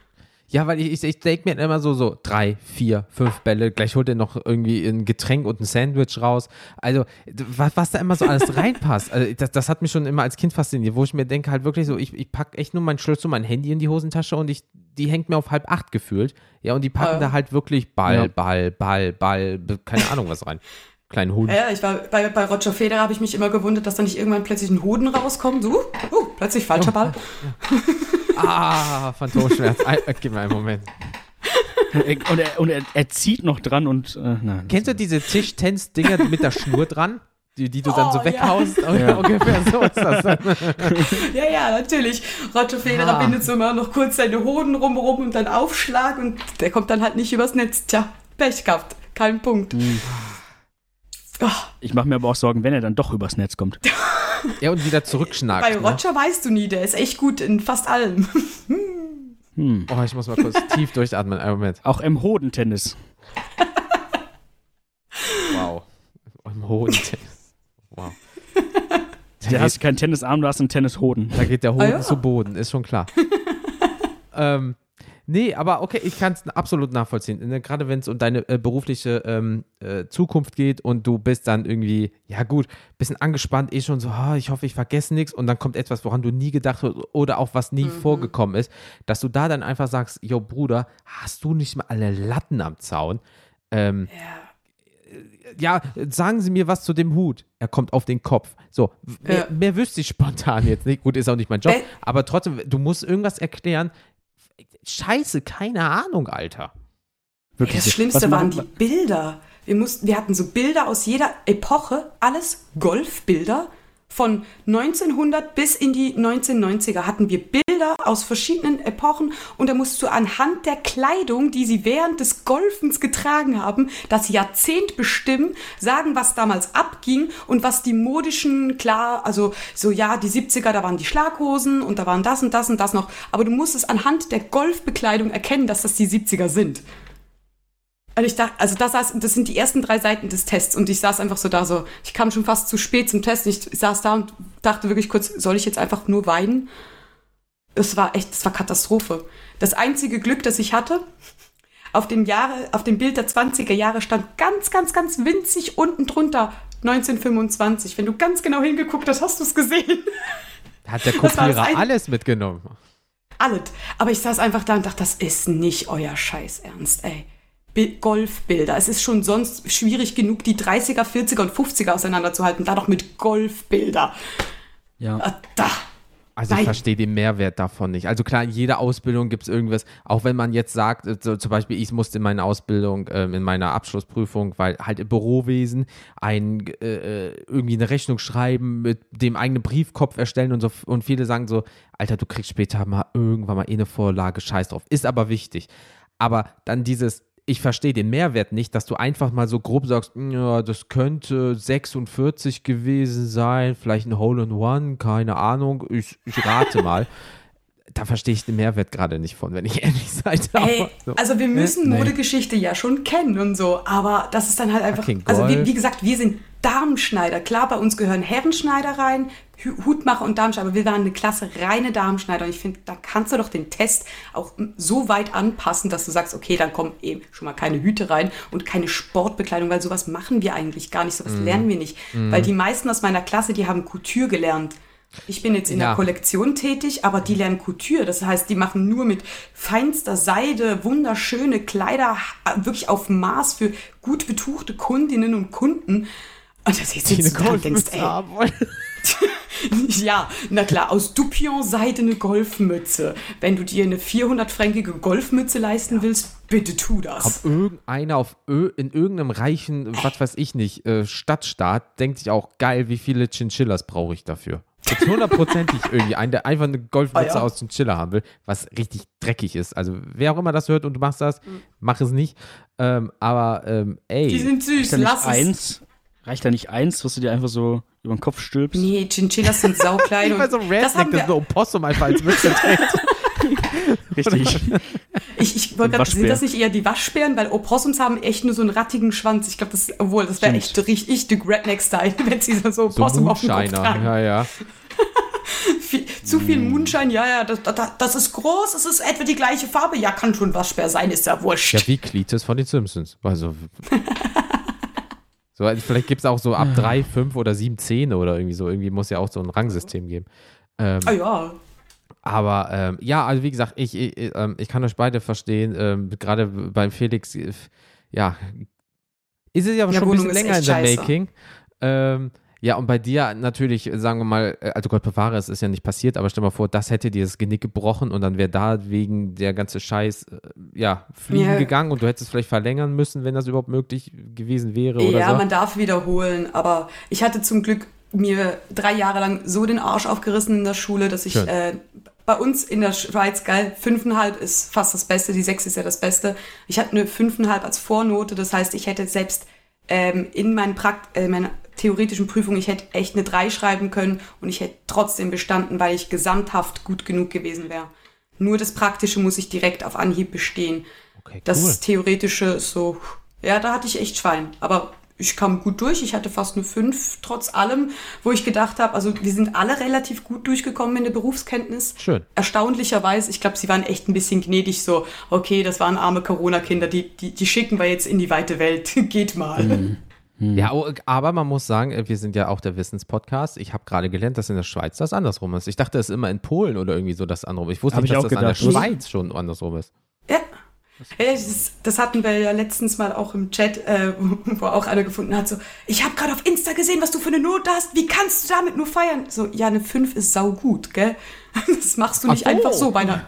Ja, weil ich, ich, ich denke mir immer so, so drei, vier, fünf Bälle, gleich holt er noch irgendwie ein Getränk und ein Sandwich raus. Also, was, was da immer so alles reinpasst, also das, das hat mich schon immer als Kind fasziniert, wo ich mir denke halt wirklich so, ich, ich packe echt nur meinen Schlüssel, mein Handy in die Hosentasche und ich, die hängt mir auf halb acht gefühlt. Ja, und die packen Ja. da halt wirklich Ball, Ja. Ball, Ball, Ball, keine Ahnung was rein. Kleinen Hund. Ja, ich war bei, bei Roger Federer habe ich mich immer gewundert, dass da nicht irgendwann plötzlich ein Hoden rauskommt. So, uh, uh, plötzlich falscher Ball. Ah, Phantomschmerz. Ein- äh, Gib mir einen Moment. Und er, und er, er zieht noch dran und. Äh, nein. Kennst du diese Tischtennis-Dinger mit der Schnur dran? Die, die du dann so Oh, ja. weghaust? Ja. Ungefähr so ist das. Ja, ja, natürlich. Roger Federer Ah. bindet so immer noch kurz seine Hoden rumrum und dann Aufschlag und der kommt dann halt nicht übers Netz. Tja, Pech gehabt. Kein Punkt. Oh, Ich mache mir aber auch Sorgen, wenn er dann doch übers Netz kommt. Ja, und wieder zurückschnackt. bei Ne? Roger weißt du nie, der ist echt gut in fast allem. Hm. Oh, ich muss mal kurz tief durchatmen. Einen Moment. Auch im Hodentennis. Wow. Im hohen Tennis. Wow. Du hast keinen Tennisarm, du hast einen Tennishoden. Da geht der Hoden Ah, ja. zu Boden, ist schon klar. ähm, nee, aber okay, ich kann es absolut nachvollziehen. Ne, gerade wenn es um deine äh, berufliche ähm, äh, Zukunft geht und du bist dann irgendwie, ja gut, bisschen angespannt, eh schon so, oh, ich hoffe, ich vergesse nichts und dann kommt etwas, woran du nie gedacht hast oder auch was nie Mhm. vorgekommen ist, dass du da dann einfach sagst, yo Bruder, hast du nicht mal alle Latten am Zaun? Ähm, ja, sagen Sie mir was zu dem Hut. Er kommt auf den Kopf. So, mehr, Ja. mehr wüsste ich spontan jetzt nicht. Gut, ist auch nicht mein Job, Äh. aber trotzdem, du musst irgendwas erklären. Scheiße, keine Ahnung, Alter. Wirklich. Das Schlimmste Was waren machen- die Bilder. Wir, mussten, wir hatten so Bilder aus jeder Epoche, alles Golfbilder. Von neunzehnhundert bis in die neunzehnhundertneunziger hatten wir Bilder aus verschiedenen Epochen und da musst du anhand der Kleidung, die sie während des Golfens getragen haben, das Jahrzehnt bestimmen, sagen, was damals abging und was die modischen, klar, also so ja, die siebziger, da waren die Schlaghosen und da waren das und das und das noch, aber du musst es anhand der Golfbekleidung erkennen, dass das die siebziger sind. Und ich dachte, also das, saß, das sind die ersten drei Seiten des Tests und ich saß einfach so da so, ich kam schon fast zu spät zum Test, ich saß da und dachte wirklich kurz, soll ich jetzt einfach nur weinen? Es war echt, es war Katastrophe. Das einzige Glück, das ich hatte, auf dem, Jahre, auf dem Bild der zwanziger Jahre stand ganz, ganz, ganz winzig unten drunter neunzehnhundertfünfundzwanzig. Wenn du ganz genau hingeguckt hast, hast du es gesehen. Hat der Kopierer alles mitgenommen? Alles. Aber ich saß einfach da und dachte, das ist nicht euer Scheiß Ernst, ey. Golfbilder. Es ist schon sonst schwierig genug, die dreißiger, vierziger und fünfziger auseinanderzuhalten. Da doch mit Golfbilder. Ja. Äh, da. Also ich verstehe den Mehrwert davon nicht. Also klar, in jeder Ausbildung gibt es irgendwas, auch wenn man jetzt sagt, so zum Beispiel ich musste in meiner Ausbildung, ähm, in meiner Abschlussprüfung, weil halt im Bürowesen ein, äh, irgendwie eine Rechnung schreiben, mit dem eigenen Briefkopf erstellen und so, und viele sagen so, Alter, du kriegst später mal irgendwann mal eh eine Vorlage, scheiß drauf. Ist aber wichtig. Aber dann dieses, ich verstehe den Mehrwert nicht, dass du einfach mal so grob sagst, ja, das könnte sechsundvierzig gewesen sein, vielleicht ein Hole-in-One, keine Ahnung, ich, ich rate mal. Da verstehe ich den Mehrwert gerade nicht von, wenn ich ehrlich sein darf. Ey, so. Also wir müssen Nee. Modegeschichte ja schon kennen und so, aber das ist dann halt einfach, Fucking also wie, Golf. wie gesagt, wir sind Darmschneider. Klar, bei uns gehören Herrenschneider rein, Hü- Hutmacher und Darmschneider, aber wir waren eine Klasse reine Darmschneider und ich finde, da kannst du doch den Test auch so weit anpassen, dass du sagst, okay, dann kommen eben schon mal keine Hüte rein und keine Sportbekleidung, weil sowas machen wir eigentlich gar nicht, sowas Mhm. lernen wir nicht, weil die meisten aus meiner Klasse, die haben Couture gelernt. Ich bin jetzt in Ja. der Kollektion tätig, aber die lernen Couture. Das heißt, die machen nur mit feinster Seide wunderschöne Kleider, wirklich auf Maß für gut betuchte Kundinnen und Kunden. Und das jetzt Die eine sitzt du da und denkst, Golfmütze ey, haben wollen. ja, na klar, aus Dupion-Seide eine Golfmütze. Wenn du dir eine vierhundert-fränkige Golfmütze leisten willst, bitte tu das. Kommt irgendeiner auf Ö- in irgendeinem reichen, was weiß ich nicht, äh, Stadtstaat, denkt sich auch, geil, wie viele Chinchillas brauche ich dafür? Gibt's hundertprozentig irgendwie einen, der einfach eine Golfmütze Ah, ja. aus Chinchilla haben will, was richtig dreckig ist. Also wer auch immer das hört und du machst das, mach es nicht. Ähm, aber ähm, ey, Die sind süß, Reicht da nicht lass es. eins? Reicht da nicht eins, was du dir einfach so über den Kopf stülpst? Nee, Chinchillas sind sauklein. ich weiß so und ein das Redneck, haben das wir, so ein Opossum einfach als Mütze trägt. Richtig. Ich, ich wollte gerade, sind Waschbär. das nicht eher die Waschbären? Weil Opossums haben echt nur so einen rattigen Schwanz. Ich glaube, das, obwohl, das wäre echt Stimmt. richtig dick Redneck-Style, wenn sie so So Opossum auf dem Kopf Moonshiner, tragen. ja, ja. Viel, zu viel Moonshine, ja, ja, das, das, das ist groß, es ist etwa die gleiche Farbe. Ja, kann schon Waschbär sein, ist ja wurscht. Ja, wie Cletus von den Simpsons. Also, so, also vielleicht gibt es auch so ab drei, fünf oder sieben Zähne oder irgendwie so. Irgendwie muss ja auch so ein Rangsystem geben. Ähm, Ah ja, Aber ähm, ja, also wie gesagt, ich, ich, ähm, ich kann euch beide verstehen. Ähm, gerade beim Felix, äh, ja, ist es ja, Ja, schon ein Wohnung bisschen ist länger in echt der scheiße. Making. Ähm, ja, und bei dir natürlich, sagen wir mal, äh, also Gott bewahre, es ist ja nicht passiert, aber stell mal vor, das hätte dir das Genick gebrochen und dann wäre da wegen der ganze Scheiß, äh, ja, fliegen Ja. gegangen und du hättest es vielleicht verlängern müssen, wenn das überhaupt möglich gewesen wäre oder ja, so. man darf wiederholen, aber ich hatte zum Glück mir drei Jahre lang so den Arsch aufgerissen in der Schule, dass ich Schön. äh, bei uns in der Schweiz, geil, fünfeinhalb ist fast das Beste, die sechs ist ja das Beste. Ich hatte eine fünfeinhalb als Vornote, das heißt, ich hätte selbst ähm, in meinen Prakt äh, meiner theoretischen Prüfung, ich hätte echt eine drei schreiben können und ich hätte trotzdem bestanden, weil ich gesamthaft gut genug gewesen wäre. Nur das Praktische muss ich direkt auf Anhieb bestehen. Okay, Das cool. Theoretische ist so, ja, da hatte ich echt Schwein. Aber ich kam gut durch. Ich hatte fast eine fünf, trotz allem, wo ich gedacht habe, also wir sind alle relativ gut durchgekommen in der Berufskenntnis. Schön. Erstaunlicherweise, ich glaube, sie waren echt ein bisschen gnädig, so, okay, das waren arme Corona-Kinder, die, die, die schicken wir jetzt in die weite Welt. Geht mal. Mhm. Ja, oh, aber man muss sagen, äh, wir sind ja auch der Wissenspodcast. Ich habe gerade gelernt, dass in der Schweiz das andersrum ist. Ich dachte, es ist immer in Polen oder irgendwie so das andersrum. Ich wusste Hab nicht, ich dass auch das an der gedacht. Schweiz schon andersrum ist. Ja. Ja, das, das hatten wir ja letztens mal auch im Chat, äh, wo auch einer gefunden hat, so, ich habe gerade auf Insta gesehen, was du für eine Note hast, wie kannst du damit nur feiern? So, ja, eine fünf ist saugut, gell? Das machst du nicht Ach so. einfach so bei einer...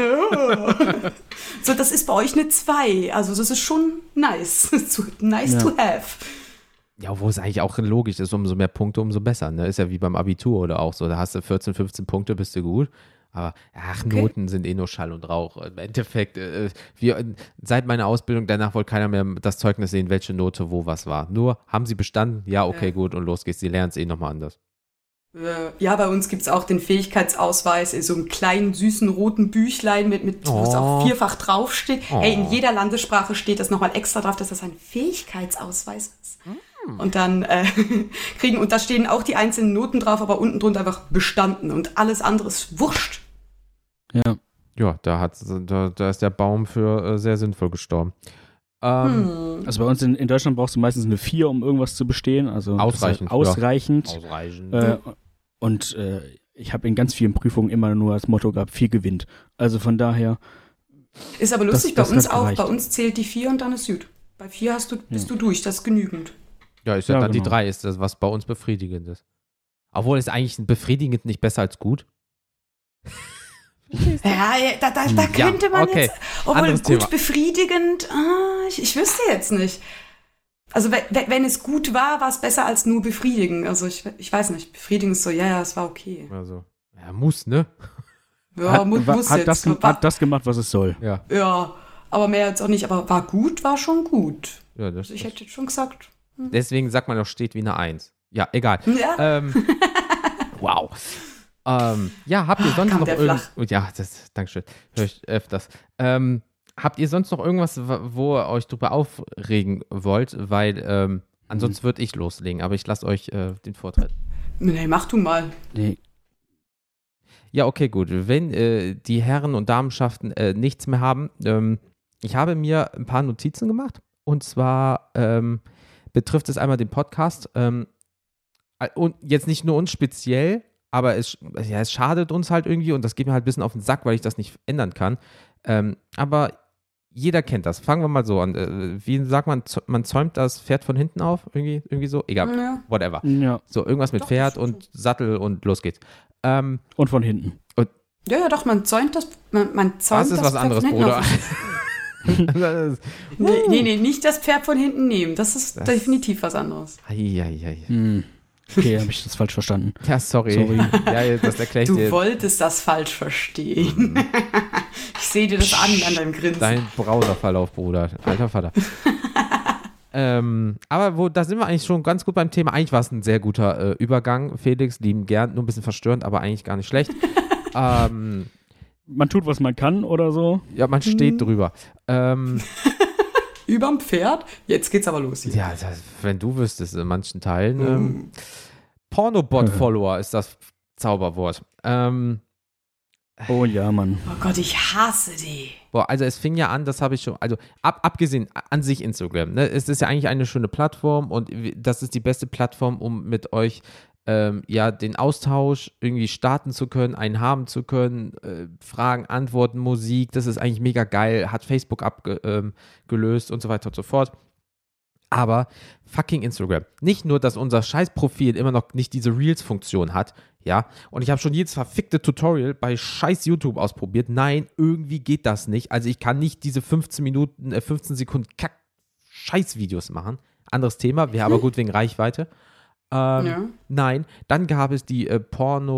So, das ist bei euch eine zwei, also das ist schon nice, nice Ja. to have. Ja, wo es eigentlich auch logisch ist, umso mehr Punkte, umso besser. Ne? Ist ja wie beim Abitur oder auch so. Da hast du vierzehn, fünfzehn Punkte, bist du gut. Aber ach, Okay. Noten sind eh nur Schall und Rauch. Im Endeffekt, äh, wir, seit meiner Ausbildung, danach wollte keiner mehr das Zeugnis sehen, welche Note wo was war. Nur, haben sie bestanden? Ja, okay, Ja. gut, und los geht's. Sie lernen es eh nochmal anders. Äh, Ja, bei uns gibt's auch den Fähigkeitsausweis in so einem kleinen, süßen, roten Büchlein, mit, mit wo es Oh. auch vierfach draufsteht. Oh. Hey, in jeder Landessprache steht das nochmal extra drauf, dass das ein Fähigkeitsausweis ist. Hm. Und dann äh, kriegen, und da stehen auch die einzelnen Noten drauf, aber unten drunter einfach bestanden und alles andere ist wurscht. Ja. Ja, da, hat, da, da ist der Baum für äh, sehr sinnvoll gestorben. Ähm, Hm. Also bei uns in, in Deutschland brauchst du meistens eine vier, um irgendwas zu bestehen. Also Ausreichend, das heißt ausreichend. ja. Ausreichend. Äh, und äh, ich habe in ganz vielen Prüfungen immer nur das Motto gehabt, vier gewinnt. Also von daher. Ist aber lustig, das, bei das uns auch. gereicht. Bei uns zählt die vier und dann ist gut. Bei vier hast du, bist ja. du durch, das ist genügend. Ja, ich sag Ja, dann genau. die drei ist das, was bei uns befriedigend ist. Obwohl ist eigentlich befriedigend nicht besser als gut. Ja, da, da, da könnte ja, man okay. jetzt, obwohl Anderes gut Thema. befriedigend, ah, ich, ich wüsste jetzt nicht. Also wenn, wenn es gut war, war es besser als nur befriedigen. Also ich, ich weiß nicht, befriedigen ist so, ja, ja, es war okay. Also, ja, muss, ne? Ja, hat, mu- wa- muss hat, jetzt. das, war, hat das gemacht, was es soll. Ja. ja, aber mehr jetzt auch nicht. Aber war gut, war schon gut. ja das Also ich hätte jetzt schon gesagt. deswegen sagt man doch, steht wie eine Eins. Ja, egal. Ja, Ähm, wow. Ähm, ja, habt ihr sonst kam noch der irgendwas? flach. Ja, das, Dankeschön. Hör ich öfters. Ähm, habt ihr sonst noch irgendwas, wo ihr euch drüber aufregen wollt? Weil ähm, ansonsten würde ich loslegen, aber ich lasse euch äh, den Vortritt. Nee, mach du mal. Nee. Ja, okay, gut. Wenn äh, die Herren und Damenschaften äh, nichts mehr haben, ähm, ich habe mir ein paar Notizen gemacht. Und zwar ähm, betrifft es einmal den Podcast. Ähm, und jetzt nicht nur uns speziell, aber es, ja, es schadet uns halt irgendwie und das geht mir halt ein bisschen auf den Sack, weil ich das nicht ändern kann. Ähm, aber jeder kennt das. Fangen wir mal so an. Äh, wie sagt man, z- man zäumt das Pferd von hinten auf? Irgendwie, irgendwie so? Egal, Ja. whatever. Ja. So, irgendwas mit Doch, Pferd das ist und Sattel und los geht's. Ähm, Und von hinten. Ja, ja, doch, man zäumt das, man, man zäumt das ist was Pferd anderes, von hinten Bruder. auf. Das ist- Nee, nee, nee, nicht das Pferd von hinten nehmen. Das ist Das- definitiv was anderes. Eieiei. Hm. Okay, habe ich das falsch verstanden. Ja, sorry. Sorry. Ja, das erkläre ich Du dir. wolltest das falsch verstehen. Ich sehe dir das an, an deinem Grinsen. Dein Browserverlauf, Bruder. Alter Vater. ähm, aber wo, da sind wir eigentlich schon ganz gut beim Thema. Eigentlich war es ein sehr guter äh, Übergang, Felix. Lieben gern. Nur ein bisschen verstörend, aber eigentlich gar nicht schlecht. ähm, Man tut, was man kann oder so. ja, man steht drüber. Ähm, Überm Pferd? Jetzt geht's aber los. Hier. ja, das, wenn du wüsstest, in manchen Teilen. Ähm, Pornobot-Follower ist das Zauberwort. Ähm, Oh ja, Mann. Oh Gott, ich hasse die. Boah, also es fing ja an, das habe ich schon, also ab, abgesehen an sich Instagram, ne, es ist ja eigentlich eine schöne Plattform und das ist die beste Plattform, um mit euch ähm, ja den Austausch irgendwie starten zu können, einen haben zu können, äh, Fragen, Antworten, Musik, das ist eigentlich mega geil, hat Facebook abgelöst ähm, und so weiter und so fort. Aber fucking Instagram. Nicht nur, dass unser Scheiß-Profil immer noch nicht diese Reels-Funktion hat, ja, und ich habe schon jedes verfickte Tutorial bei scheiß YouTube ausprobiert. Nein, irgendwie geht das nicht. Also ich kann nicht diese fünfzehn Minuten, äh, fünfzehn Sekunden Kack-Scheiß-Videos machen. Anderes Thema, wäre aber gut wegen Reichweite. Ähm, Ja. Nein, dann gab es die äh,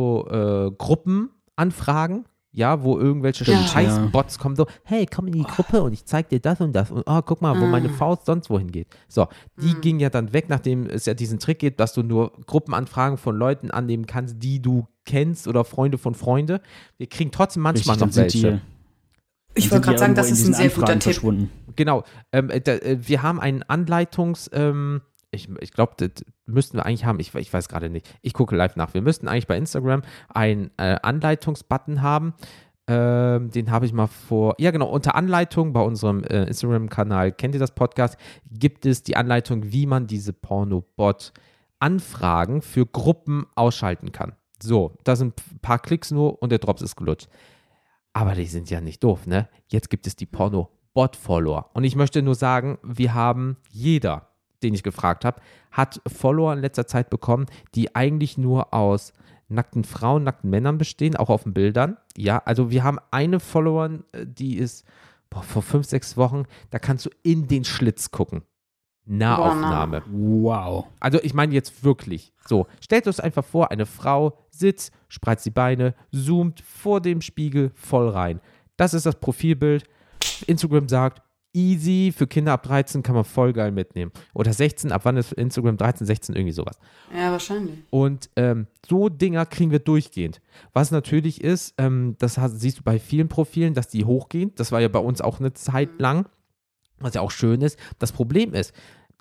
Porno-Gruppen-Anfragen. Ja, wo irgendwelche Ja. Scheiß-Bots kommen, so, hey, komm in die Gruppe und ich zeig dir das und das und oh, guck mal, wo Ah. meine Faust sonst wohin geht. So, die Mhm. ging ja dann weg, nachdem es ja diesen Trick gibt, dass du nur Gruppenanfragen von Leuten annehmen kannst, die du kennst oder Freunde von Freunde. Wir kriegen trotzdem manchmal Richtig, dann noch sind die, welche. dann Ich sind wollte die gerade sagen, irgendwo das in ist ein diesen sehr guter Anfragen Tipp. verschwunden. Genau, ähm, äh, da, äh, wir haben einen Anleitungs, ähm, ich, ich glaube, das müssten wir eigentlich haben, ich, ich weiß gerade nicht, ich gucke live nach, wir müssten eigentlich bei Instagram einen äh, Anleitungsbutton haben, ähm, den habe ich mal vor, ja genau, unter Anleitung bei unserem äh, Instagram-Kanal, kennt ihr das Podcast, gibt es die Anleitung, wie man diese Porno-Bot-Anfragen für Gruppen ausschalten kann. So, da sind ein paar Klicks nur und der Drops ist gelutscht. Aber die sind ja nicht doof, ne? Jetzt gibt es die Porno-Bot-Follower. Und ich möchte nur sagen, wir haben, jeder, den ich gefragt habe, hat Follower in letzter Zeit bekommen, die eigentlich nur aus nackten Frauen, nackten Männern bestehen, auch auf den Bildern. Ja, also wir haben eine Followerin, die ist boah, vor fünf, sechs Wochen, da kannst du in den Schlitz gucken. Nahaufnahme. Wow. Also ich meine jetzt wirklich. So, stellt euch einfach vor, eine Frau sitzt, spreizt die Beine, zoomt vor dem Spiegel voll rein. Das ist das Profilbild. Instagram sagt, easy, für Kinder ab dreizehn kann man voll geil mitnehmen. Oder sechzehn, ab wann ist Instagram dreizehn, sechzehn, irgendwie sowas. Ja, wahrscheinlich. Und ähm, so Dinger kriegen wir durchgehend. Was natürlich ist, ähm, das hast, siehst du bei vielen Profilen, dass die hochgehen. Das war ja bei uns auch eine Zeit lang, was ja auch schön ist. Das Problem ist,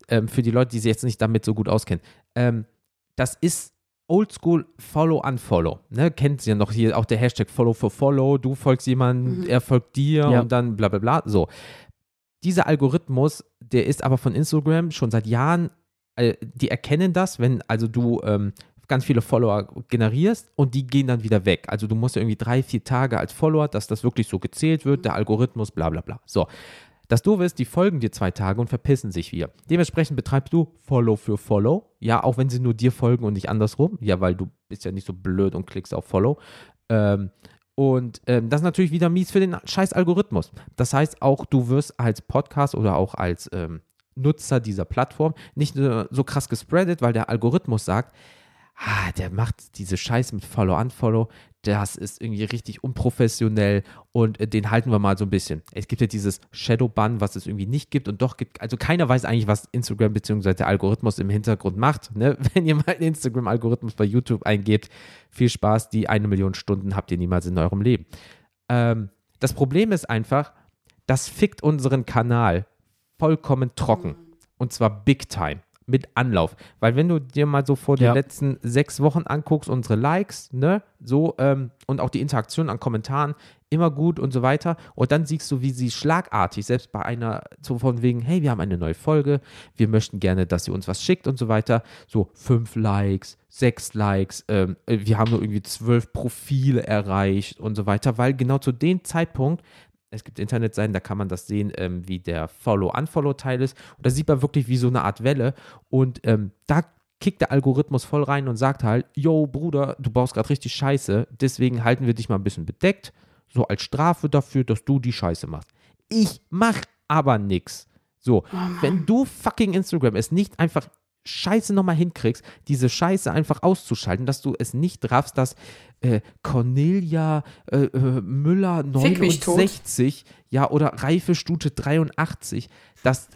ähm, für die Leute, die sich jetzt nicht damit so gut auskennen, ähm, das ist Oldschool Follow Unfollow. Ne? Kennt ihr ja noch hier auch der Hashtag Follow for Follow, du folgst jemandem, mhm. er folgt dir ja. und dann bla bla bla. So. Dieser Algorithmus, der ist aber von Instagram schon seit Jahren, äh, die erkennen das, wenn also du ähm, ganz viele Follower generierst und die gehen dann wieder weg. Also du musst ja irgendwie drei, vier Tage als Follower, dass das wirklich so gezählt wird, der Algorithmus, bla bla bla. So. Das Doofe ist, die folgen dir zwei Tage und verpissen sich wieder. Dementsprechend betreibst du Follow für Follow. Ja, auch wenn sie nur dir folgen und nicht andersrum. Ja, weil du bist ja nicht so blöd und klickst auf Follow. Ähm, und ähm, das ist natürlich wieder mies für den scheiß Algorithmus. Das heißt, auch du wirst als Podcast oder auch als ähm, Nutzer dieser Plattform nicht nur so krass gespreadet, weil der Algorithmus sagt, ah, der macht diese Scheiße mit Follow-Unfollow, das ist irgendwie richtig unprofessionell und äh, den halten wir mal so ein bisschen. Es gibt ja dieses Shadow-Ban, was es irgendwie nicht gibt und doch gibt, also keiner weiß eigentlich, was Instagram bzw. der Algorithmus im Hintergrund macht. Ne? Wenn ihr mal den Instagram-Algorithmus bei YouTube eingebt, viel Spaß, die eine Million Stunden habt ihr niemals in eurem Leben. Ähm, das Problem ist einfach, das fickt unseren Kanal vollkommen trocken und zwar big time. Mit Anlauf. Weil wenn du dir mal so vor den ja. letzten sechs Wochen anguckst, unsere Likes, ne, so, ähm, und auch die Interaktion an Kommentaren, immer gut und so weiter. Und dann siehst du, wie sie schlagartig, selbst bei einer, so von wegen, hey, wir haben eine neue Folge, wir möchten gerne, dass ihr uns was schickt und so weiter. So fünf Likes, sechs Likes, ähm, wir haben nur irgendwie zwölf Profile erreicht und so weiter, weil genau zu dem Zeitpunkt, es gibt Internetseiten, da kann man das sehen, ähm, wie der Follow-Unfollow-Teil ist. Und da sieht man wirklich wie so eine Art Welle. Und ähm, da kickt der Algorithmus voll rein und sagt halt, yo, Bruder, du baust gerade richtig Scheiße, deswegen halten wir dich mal ein bisschen bedeckt, so als Strafe dafür, dass du die Scheiße machst. Ich mach aber nix. So, oh wenn du fucking Instagram es nicht einfach Scheiße nochmal hinkriegst, diese Scheiße einfach auszuschalten, dass du es nicht raffst, dass äh, Cornelia äh, äh, Müller neunundsechzig, ja, oder Reife Stute dreiundachtzig, dass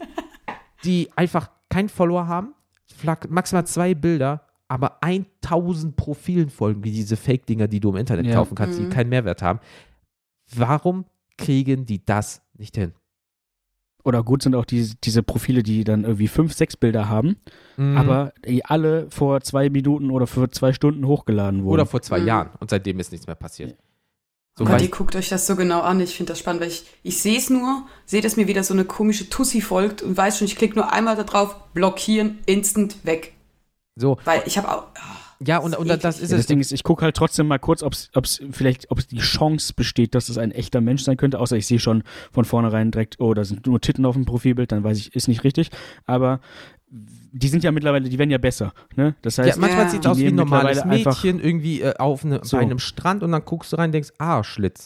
die einfach keinen Follower haben, maximal zwei Bilder, aber tausend Profilen folgen, wie diese Fake-Dinger, die du im Internet ja. kaufen kannst, mhm. die keinen Mehrwert haben. Warum kriegen die das nicht hin? Oder gut sind auch die, diese Profile, die dann irgendwie fünf, sechs Bilder haben, mhm. aber die alle vor zwei Minuten oder vor zwei Stunden hochgeladen wurden. Oder vor zwei mhm. Jahren und seitdem ist nichts mehr passiert. So, Gott, ihr guckt euch das so genau an, ich finde das spannend, weil ich, ich sehe es nur, sehe, dass mir wieder so eine komische Tussi folgt und weiß schon, ich klicke nur einmal da drauf, blockieren, instant weg. So. Weil ich habe auch... Oh, ja, und, und das ist ja, es. Das Ding ist, ich gucke halt trotzdem mal kurz, ob es vielleicht, ob es die Chance besteht, dass es ein echter Mensch sein könnte, außer ich sehe schon von vornherein direkt, oh, da sind nur Titten auf dem Profilbild, dann weiß ich, ist nicht richtig, aber die sind ja mittlerweile, die werden ja besser, ne? Das heißt, ja, manchmal ja. sieht es aus wie ein normales Mädchen irgendwie äh, auf eine, so. bei einem Strand und dann guckst du rein und denkst, ah, Schlitz.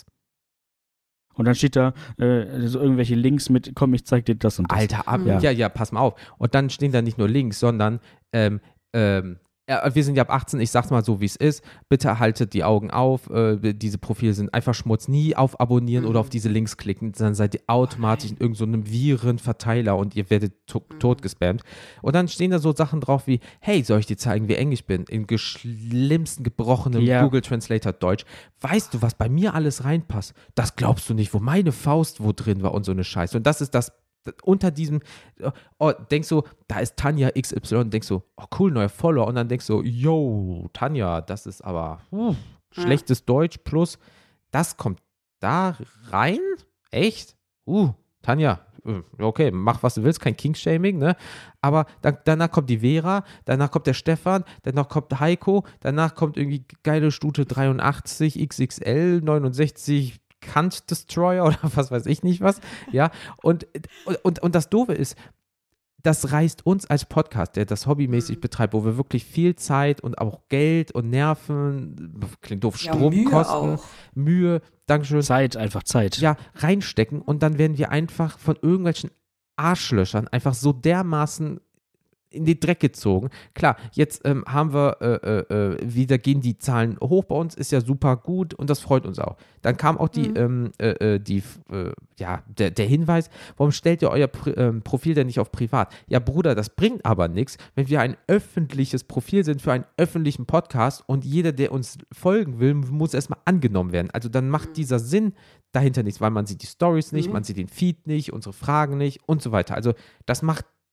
Und dann steht da äh, so irgendwelche Links mit, komm, ich zeig dir das und das. Alter, ab, ja. ja, ja, pass mal auf. Und dann stehen da nicht nur Links, sondern ähm, ähm, ja, wir sind ja ab achtzehn, ich sag's mal so, wie es ist. Bitte haltet die Augen auf. Äh, diese Profile sind einfach Schmutz. Nie auf Abonnieren mhm. oder auf diese Links klicken. Dann seid ihr automatisch in irgendeinem so Virenverteiler und ihr werdet to- mhm. tot gespammt. Und dann stehen da so Sachen drauf wie, hey, soll ich dir zeigen, wie eng ich bin? In schlimmsten gebrochenem ja. Google Translator Deutsch. Weißt du, was bei mir alles reinpasst? Das glaubst du nicht, wo meine Faust wo drin war und so eine Scheiße. Und das ist das unter diesem, oh, denkst du, da ist Tanja X Y und denkst du, oh cool, neuer Follower und dann denkst du, yo, Tanja, das ist aber uh, schlechtes ja. Deutsch plus, das kommt da rein? Echt? Uh, Tanja, okay, mach was du willst, kein King-Shaming, ne? Aber dann, danach kommt die Vera, danach kommt der Stefan, danach kommt Heiko, danach kommt irgendwie geile Stute dreiundachtzig, X X L, neunundsechzig, Kant Destroyer oder was weiß ich nicht was, ja, und, und, und das Doofe ist, das reißt uns als Podcast, der das hobbymäßig betreibt, wo wir wirklich viel Zeit und auch Geld und Nerven, klingt doof, ja, Stromkosten, Mühe, Mühe, Dankeschön. Zeit, einfach Zeit. Ja, reinstecken und dann werden wir einfach von irgendwelchen Arschlöchern einfach so dermaßen in den Dreck gezogen. Klar, jetzt ähm, haben wir äh, äh, wieder gehen die Zahlen hoch bei uns, ist ja super gut und das freut uns auch. Dann kam auch die, mhm. ähm, äh, die äh, ja, der, der Hinweis, warum stellt ihr euer Pri- ähm, Profil denn nicht auf privat? Ja, Bruder, das bringt aber nichts, wenn wir ein öffentliches Profil sind für einen öffentlichen Podcast und jeder, der uns folgen will, muss erstmal angenommen werden. Also dann macht dieser Sinn dahinter nichts, weil man sieht die Stories nicht, mhm. man sieht den Feed nicht, unsere Fragen nicht und so weiter. Also das macht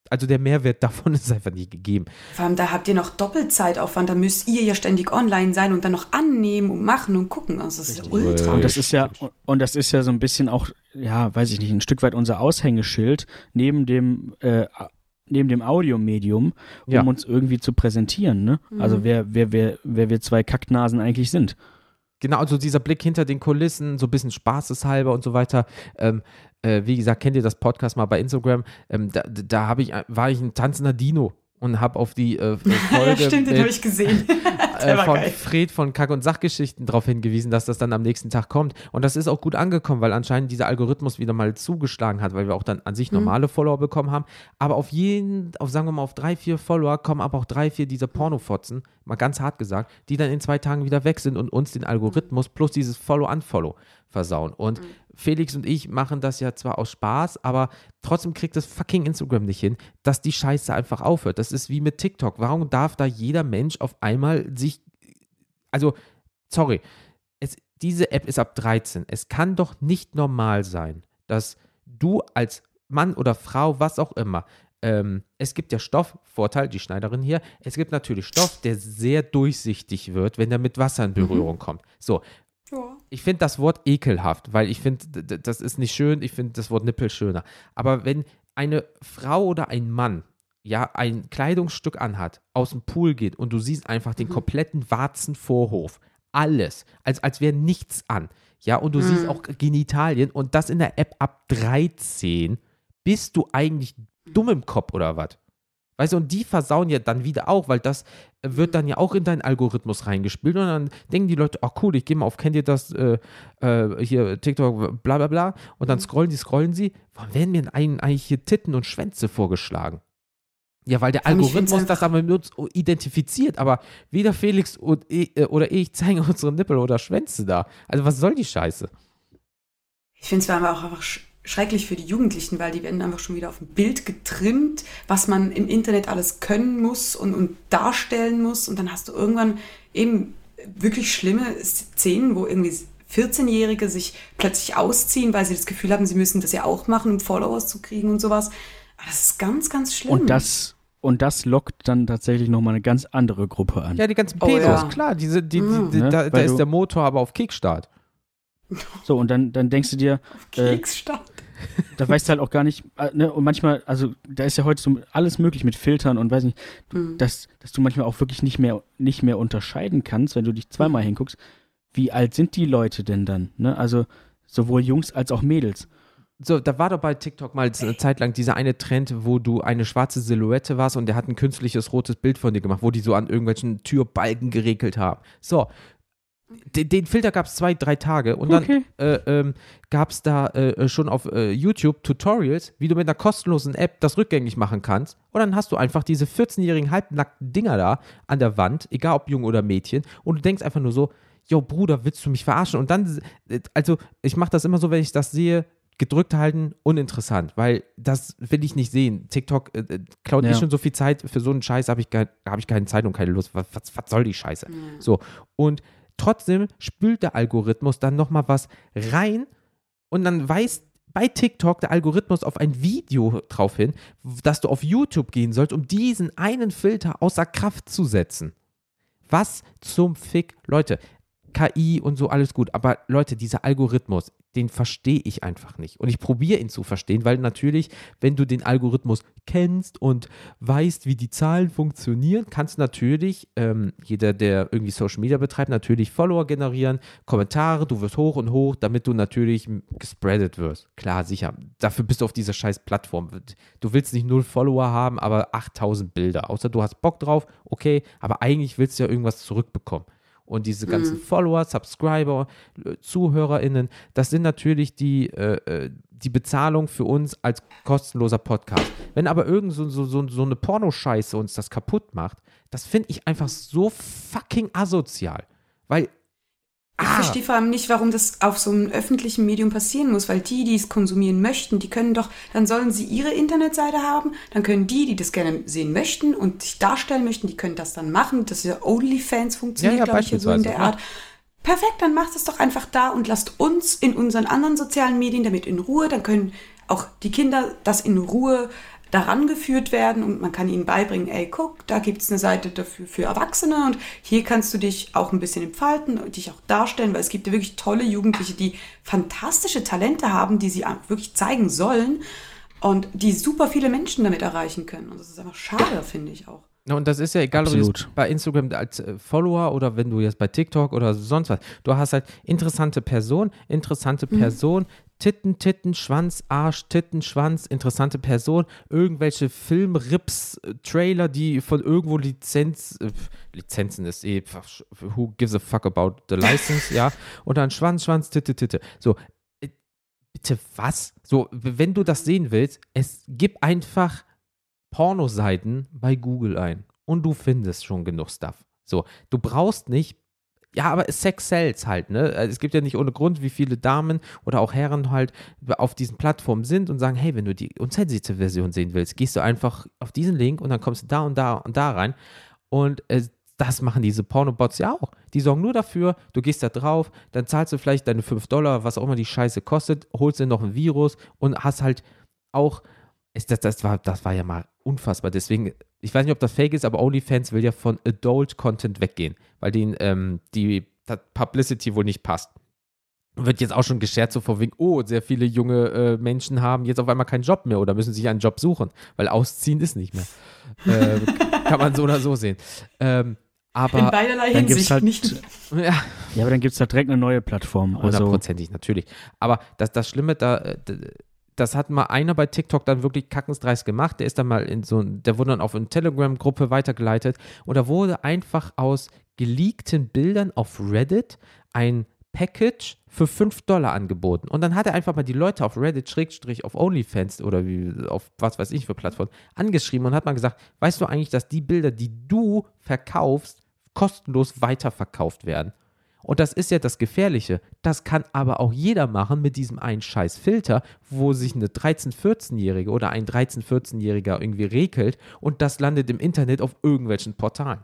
also der Mehrwert davon ist einfach nicht gegeben. Vor allem, da habt ihr noch Doppelzeitaufwand, da müsst ihr ja ständig online sein und dann noch annehmen und machen und gucken. Also das ist ultra. Und das ist ja, und das ist ja so ein bisschen auch, ja, weiß ich nicht, ein Stück weit unser Aushängeschild neben dem, äh, neben dem Audiomedium, um ja. uns irgendwie zu präsentieren, ne? Mhm. Also wer, wer, wer, wer wir zwei Kacknasen eigentlich sind. Genau, also dieser Blick hinter den Kulissen, so ein bisschen spaßeshalber und so weiter. Ähm, äh, wie gesagt, kennt ihr das Podcast mal bei Instagram? Ähm, da da hab ich, war ich ein tanzender Dino und habe auf die äh, Folge ja, stimmt, den habe ich gesehen. äh, von geil. Fred von Kack- und Sachgeschichten darauf hingewiesen, dass das dann am nächsten Tag kommt. Und das ist auch gut angekommen, weil anscheinend dieser Algorithmus wieder mal zugeschlagen hat, weil wir auch dann an sich normale mhm. Follower bekommen haben. Aber auf jeden, auf sagen wir mal auf drei, vier Follower kommen aber auch drei, vier dieser Pornofotzen, mal ganz hart gesagt, die dann in zwei Tagen wieder weg sind und uns den Algorithmus plus dieses Follow-Unfollow versauen. Und mhm. Felix und ich machen das ja zwar aus Spaß, aber trotzdem kriegt das fucking Instagram nicht hin, dass die Scheiße einfach aufhört. Das ist wie mit TikTok. Warum darf da jeder Mensch auf einmal sich, also, sorry, es, diese App ist ab dreizehn. Es kann doch nicht normal sein, dass du als Mann oder Frau, was auch immer, ähm, es gibt ja Stoff, Vorteil, die Schneiderin hier, es gibt natürlich Stoff, der sehr durchsichtig wird, wenn er mit Wasser in Berührung mhm. kommt. So, ja. Ich finde das Wort ekelhaft, weil ich finde, d- das ist nicht schön, ich finde das Wort Nippel schöner. Aber wenn eine Frau oder ein Mann ja ein Kleidungsstück anhat, aus dem Pool geht und du siehst einfach den mhm. kompletten Warzenvorhof, alles, als, als wäre nichts an, ja, und du mhm. siehst auch Genitalien und das in der App ab dreizehn, bist du eigentlich dumm im Kopf oder was? Weißt du, und die versauen ja dann wieder auch, weil das wird dann ja auch in deinen Algorithmus reingespielt und dann denken die Leute, ach cool, ich gehe mal auf, kennt ihr das, äh, äh, hier TikTok, bla bla bla, und dann scrollen die, scrollen sie, warum werden mir eigentlich hier Titten und Schwänze vorgeschlagen? Ja, weil der Algorithmus das aber mit uns identifiziert, aber weder Felix und ich, äh, oder ich zeigen unsere Nippel oder Schwänze da. Also was soll die Scheiße? Ich finde es aber auch einfach sch- schrecklich für die Jugendlichen, weil die werden einfach schon wieder auf ein Bild getrimmt, was man im Internet alles können muss und, und darstellen muss. Und dann hast du irgendwann eben wirklich schlimme Szenen, wo irgendwie vierzehnjährige sich plötzlich ausziehen, weil sie das Gefühl haben, sie müssen das ja auch machen, um Followers zu kriegen und sowas. Aber das ist ganz, ganz schlimm. Und das, und das lockt dann tatsächlich nochmal eine ganz andere Gruppe an. Ja, die ganzen Pedos, oh, ja. klar. Diese, die, die, die, ne? Da, da ist der Motor aber auf Kickstart. So, und dann, dann denkst du dir, äh, da weißt du halt auch gar nicht, äh, ne, und manchmal, also da ist ja heute so alles möglich mit Filtern und weiß nicht, du, mhm. dass, dass du manchmal auch wirklich nicht mehr, nicht mehr unterscheiden kannst, wenn du dich zweimal mhm. hinguckst, wie alt sind die Leute denn dann, ne? Also sowohl Jungs als auch Mädels. So, da war doch bei TikTok mal eine Zeit lang dieser eine Trend, wo du eine schwarze Silhouette warst und der hat ein künstliches rotes Bild von dir gemacht, wo die so an irgendwelchen Türbalken geregelt haben. So, den, den Filter gab es zwei, drei Tage und dann okay. äh, ähm, gab es da äh, schon auf äh, YouTube Tutorials, wie du mit einer kostenlosen App das rückgängig machen kannst. Und dann hast du einfach diese vierzehnjährigen halbnackten Dinger da an der Wand, egal ob Jung oder Mädchen, und du denkst einfach nur so, yo Bruder, willst du mich verarschen? Und dann, also ich mache das immer so, wenn ich das sehe, gedrückt halten, uninteressant, weil das will ich nicht sehen. TikTok äh, klaut ja. eh schon so viel Zeit, für so einen Scheiß habe ich, hab ich keine Zeit und keine Lust. Was, was, was soll die Scheiße? Mhm. So, und trotzdem spült der Algorithmus dann nochmal was rein und dann weist bei TikTok der Algorithmus auf ein Video drauf hin, dass du auf YouTube gehen sollst, um diesen einen Filter außer Kraft zu setzen. Was zum Fick? Leute, K I und so, alles gut, aber Leute, dieser Algorithmus, den verstehe ich einfach nicht. Und ich probiere ihn zu verstehen, weil natürlich, wenn du den Algorithmus kennst und weißt, wie die Zahlen funktionieren, kannst du natürlich, ähm, jeder, der irgendwie Social Media betreibt, natürlich Follower generieren, Kommentare, du wirst hoch und hoch, damit du natürlich gespreadet wirst. Klar, sicher. Dafür bist du auf dieser scheiß Plattform. Du willst nicht null Follower haben, aber achttausend Bilder. Außer du hast Bock drauf, okay, aber eigentlich willst du ja irgendwas zurückbekommen. Und diese ganzen mhm. Follower, Subscriber, ZuhörerInnen, das sind natürlich die, äh, die Bezahlung für uns als kostenloser Podcast. Wenn aber irgend so, so, so, so eine Pornoscheiße uns das kaputt macht, das finde ich einfach so fucking asozial. Weil Ich ah. verstehe vor allem nicht, warum das auf so einem öffentlichen Medium passieren muss, weil die, die es konsumieren möchten, die können doch, dann sollen sie ihre Internetseite haben, dann können die, die das gerne sehen möchten und sich darstellen möchten, die können das dann machen. Das ist ja OnlyFans funktioniert, ja, ja, glaube ich, so in der Art. Ja. Perfekt, dann macht es doch einfach da und lasst uns in unseren anderen sozialen Medien damit in Ruhe, dann können auch die Kinder das in Ruhe daran geführt werden und man kann ihnen beibringen, ey, guck, da gibt es eine Seite dafür für Erwachsene und hier kannst du dich auch ein bisschen entfalten und dich auch darstellen, weil es gibt ja wirklich tolle Jugendliche, die fantastische Talente haben, die sie wirklich zeigen sollen und die super viele Menschen damit erreichen können. Und das ist einfach schade, finde ich auch. Ja, und das ist ja egal, Absolut. ob du jetzt bei Instagram als äh, Follower oder wenn du jetzt bei TikTok oder sonst was, du hast halt interessante Person, interessante Mhm. Person, Titten, Titten, Schwanz, Arsch, Titten, Schwanz, interessante Person, irgendwelche Filmrips, äh, Trailer, die von irgendwo Lizenz, äh, Lizenzen ist eh, who gives a fuck about the license, ja, und dann Schwanz, Schwanz, Titte, Titte. So, äh, bitte was? So, wenn du das sehen willst, es gibt einfach Pornoseiten bei Google ein und du findest schon genug Stuff. So, du brauchst nicht, ja, aber Sex sells halt, ne? Es gibt ja nicht ohne Grund, wie viele Damen oder auch Herren halt auf diesen Plattformen sind und sagen, hey, wenn du die unzensierte Version sehen willst, gehst du einfach auf diesen Link und dann kommst du da und da und da rein und äh, das machen diese Pornobots ja auch. Die sorgen nur dafür, du gehst da drauf, dann zahlst du vielleicht deine fünf Dollar, was auch immer die Scheiße kostet, holst dir noch ein Virus und hast halt auch Ist das, das, war, das war ja mal unfassbar. Deswegen, ich weiß nicht, ob das fake ist, aber OnlyFans will ja von Adult-Content weggehen, weil denen ähm, die Publicity wohl nicht passt. Wird jetzt auch schon gescherzt, so vor wegen, oh, sehr viele junge äh, Menschen haben jetzt auf einmal keinen Job mehr oder müssen sich einen Job suchen, weil ausziehen ist nicht mehr. äh, kann man so oder so sehen. Ähm, aber in beiderlei dann gibt's Hinsicht halt, nicht. ja, Ja, aber dann gibt es da direkt eine neue Plattform. Also, hundertprozentig, natürlich. Aber das, das Schlimme, da, äh, das hat mal einer bei TikTok dann wirklich kackensdreist gemacht. Der ist dann mal in so ein, der wurde dann auf eine Telegram-Gruppe weitergeleitet und da wurde einfach aus geleakten Bildern auf Reddit ein Package für fünf Dollar angeboten. Und dann hat er einfach mal die Leute auf Reddit, Schrägstrich auf OnlyFans oder wie, auf was weiß ich für Plattformen, angeschrieben und hat mal gesagt, weißt du eigentlich, dass die Bilder, die du verkaufst, kostenlos weiterverkauft werden? Und das ist ja das Gefährliche. Das kann aber auch jeder machen mit diesem einen scheiß Filter, wo sich eine dreizehn-, vierzehnjährige oder ein dreizehn-, vierzehnjähriger irgendwie regelt und das landet im Internet auf irgendwelchen Portalen.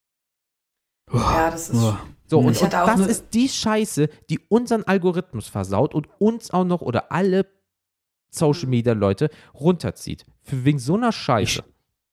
Ja, das ist. Oh. So, Ich und, und hatte auch das eine- ist die Scheiße, die unseren Algorithmus versaut und uns auch noch oder alle Social-Media-Leute runterzieht. Für wegen so einer Scheiße.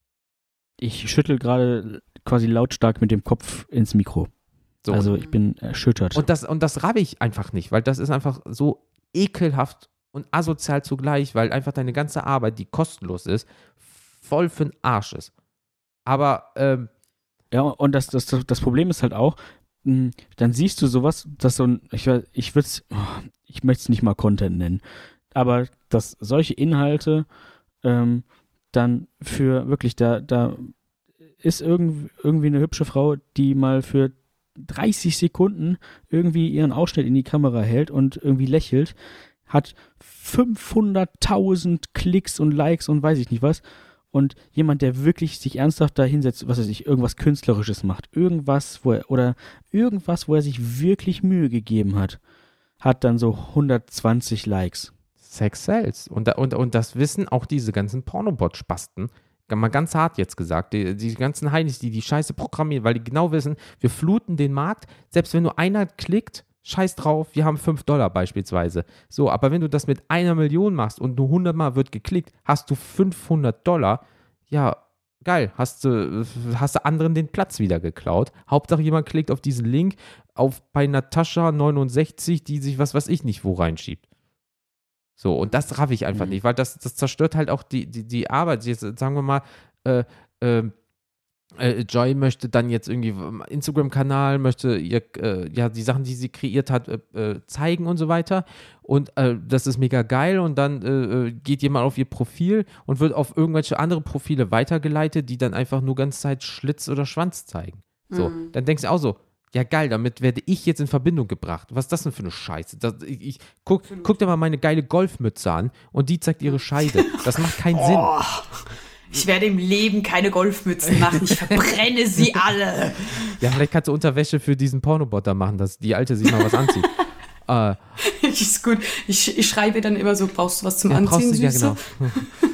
ich schüttel gerade quasi lautstark mit dem Kopf ins Mikro. So, Also ich bin erschüttert. Und das, und das rabe ich einfach nicht, weil das ist einfach so ekelhaft und asozial zugleich, weil einfach deine ganze Arbeit, die kostenlos ist, voll für den Arsch ist. Aber, ähm, Ja, und das, das, das Problem ist halt auch, mh, dann siehst du sowas, dass so ein, ich, weiß- ich würde es, ich möchte es nicht mal Content nennen, aber dass solche Inhalte ähm, dann für wirklich, da, da ist irgend, irgendwie eine hübsche Frau, die mal für dreißig Sekunden irgendwie ihren Ausschnitt in die Kamera hält und irgendwie lächelt, hat fünfhunderttausend Klicks und Likes und weiß ich nicht was. Und jemand, der wirklich sich ernsthaft da hinsetzt, was weiß ich, irgendwas Künstlerisches macht, irgendwas, wo er, oder irgendwas, wo er sich wirklich Mühe gegeben hat, hat dann so hundertzwanzig Likes. Sex sells. Und, da, und, und das wissen auch diese ganzen Pornobot-Spasten, mal ganz hart jetzt gesagt, die, die ganzen Heinis, die die Scheiße programmieren, weil die genau wissen, wir fluten den Markt, selbst wenn nur einer klickt, scheiß drauf, wir haben fünf Dollar beispielsweise. So, aber wenn du das mit einer Million machst und nur hundert Mal wird geklickt, hast du fünfhundert Dollar, ja, geil, hast du, hast du anderen den Platz wieder geklaut. Hauptsache jemand klickt auf diesen Link auf bei Natascha neunundsechzig, die sich was weiß ich nicht wo reinschiebt. So, und das raff ich einfach Mhm. nicht, weil das, das zerstört halt auch die, die, die Arbeit. Jetzt sagen wir mal, äh, äh, äh, Joy möchte dann jetzt irgendwie Instagram-Kanal, möchte ihr, äh, ja, die Sachen, die sie kreiert hat, äh, äh, zeigen und so weiter. Und äh, das ist mega geil. Und dann äh, geht jemand auf ihr Profil und wird auf irgendwelche andere Profile weitergeleitet, die dann einfach nur ganze Zeit Schlitz oder Schwanz zeigen. So, Mhm. dann denkst du auch so, ja geil, damit werde ich jetzt in Verbindung gebracht. Was ist das denn für eine Scheiße? Das, ich, ich, guck, guck dir mal meine geile Golfmütze an und die zeigt ihre Scheide. Das macht keinen Sinn. Oh, ich werde im Leben keine Golfmützen machen. Ich verbrenne sie alle. Ja, vielleicht kannst du Unterwäsche für diesen Pornobot da machen, dass die Alte sich mal was anzieht. äh, Ist gut. Ich, ich schreibe dann immer so, brauchst du was zum ja, brauchst Anziehen, du, ja, Süße? genau.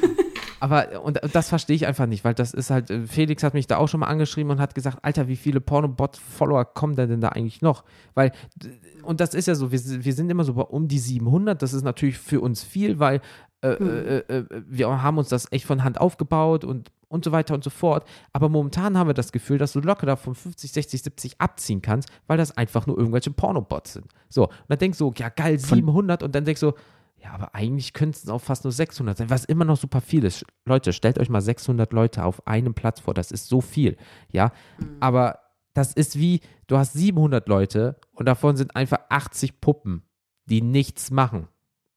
Aber, und das verstehe ich einfach nicht, weil das ist halt, äh, Felix hat mich da auch schon mal angeschrieben und hat gesagt, Alter, wie viele Pornobot-Follower kommen denn da eigentlich noch? Weil, d- und das ist ja so, wir, wir sind immer so bei um die siebenhundert, das ist natürlich für uns viel, weil äh, mhm. äh, äh, wir haben uns das echt von Hand aufgebaut und, und so weiter und so fort, aber momentan haben wir das Gefühl, dass du locker davon fünfzig, sechzig, siebzig abziehen kannst, weil das einfach nur irgendwelche Pornobots sind. So, und dann denkst du, ja geil, siebenhundert und dann denkst du, ja, aber eigentlich könnten es auch fast nur sechshundert sein, was immer noch super viel ist. Leute, stellt euch mal sechshundert Leute auf einem Platz vor, das ist so viel, ja, mhm. aber das ist wie, du hast siebenhundert Leute und davon sind einfach achtzig Puppen, die nichts machen.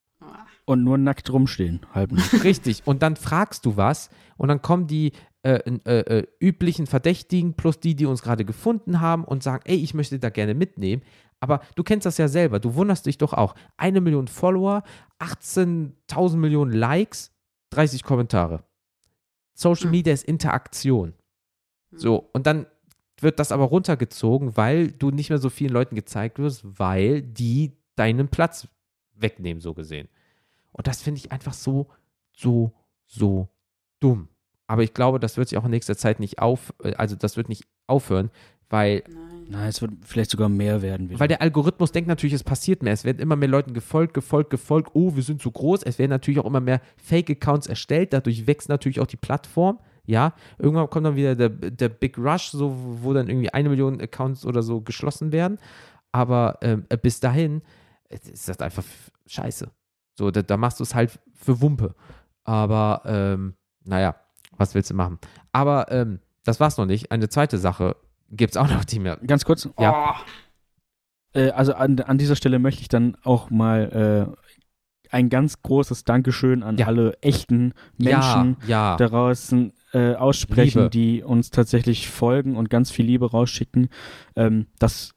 Und nur nackt rumstehen, halb nicht. Richtig, und dann fragst du was und dann kommen die äh, äh, äh, üblichen Verdächtigen plus die, die uns gerade gefunden haben und sagen, ey, ich möchte da gerne mitnehmen. Aber du kennst das ja selber, du wunderst dich doch auch. Eine Million Follower, achtzehntausend Millionen Likes, dreißig Kommentare. Social Media ist Interaktion. So, und dann wird das aber runtergezogen, weil du nicht mehr so vielen Leuten gezeigt wirst, weil die deinen Platz wegnehmen, so gesehen. Und das finde ich einfach so, so, so dumm. Aber ich glaube, das wird sich auch in nächster Zeit nicht auf, also das wird nicht aufhören, weil Nein, Nein es wird vielleicht sogar mehr werden. Wieder. Weil der Algorithmus denkt natürlich, es passiert mehr. Es werden immer mehr Leuten gefolgt, gefolgt, gefolgt. Oh, wir sind so groß. Es werden natürlich auch immer mehr Fake-Accounts erstellt. Dadurch wächst natürlich auch die Plattform. Ja, irgendwann kommt dann wieder der, der Big Rush, so, wo dann irgendwie eine Million Accounts oder so geschlossen werden. Aber ähm, bis dahin ist das einfach scheiße. So, da, da machst du es halt für Wumpe. Aber, ähm, naja, was willst du machen? Aber ähm, das war's noch nicht. Eine zweite Sache gibt es auch noch, die mir... Ganz kurz. Ja. Oh. Äh, also an, an dieser Stelle möchte ich dann auch mal äh, ein ganz großes Dankeschön an ja. alle echten Menschen ja, ja. da draußen äh, aussprechen, Liebe. Die uns tatsächlich folgen und ganz viel Liebe rausschicken. Ähm, das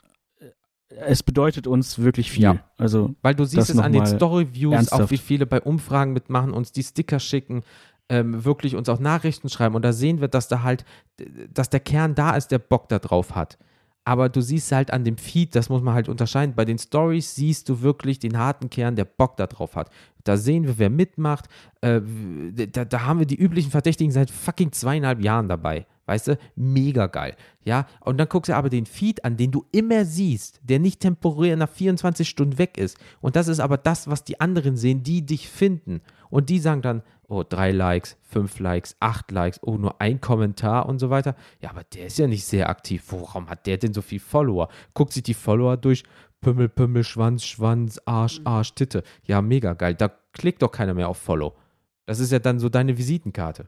Es bedeutet uns wirklich viel. Ja. Also, weil du siehst es an den Story-Views, auch wie viele bei Umfragen mitmachen, uns die Sticker schicken, ähm, wirklich uns auch Nachrichten schreiben. Und da sehen wir, dass da halt, dass der Kern da ist, der Bock da drauf hat. Aber du siehst halt an dem Feed, das muss man halt unterscheiden. Bei den Stories siehst du wirklich den harten Kern, der Bock da drauf hat. Da sehen wir, wer mitmacht. Äh, da, da haben wir die üblichen Verdächtigen seit fucking zweieinhalb Jahren dabei. Weißt du? Mega geil. Ja, und dann guckst du aber den Feed an, den du immer siehst, der nicht temporär nach vierundzwanzig Stunden weg ist. Und das ist aber das, was die anderen sehen, die dich finden. Und die sagen dann, oh, drei Likes, fünf Likes, acht Likes, oh, nur ein Kommentar und so weiter. Ja, aber der ist ja nicht sehr aktiv. Warum hat der denn so viel Follower? Guckt sich die Follower durch, Pümmel, Pümmel, Schwanz, Schwanz, Arsch, Arsch, Titte. Ja, mega geil. Da klickt doch keiner mehr auf Follow. Das ist ja dann so deine Visitenkarte.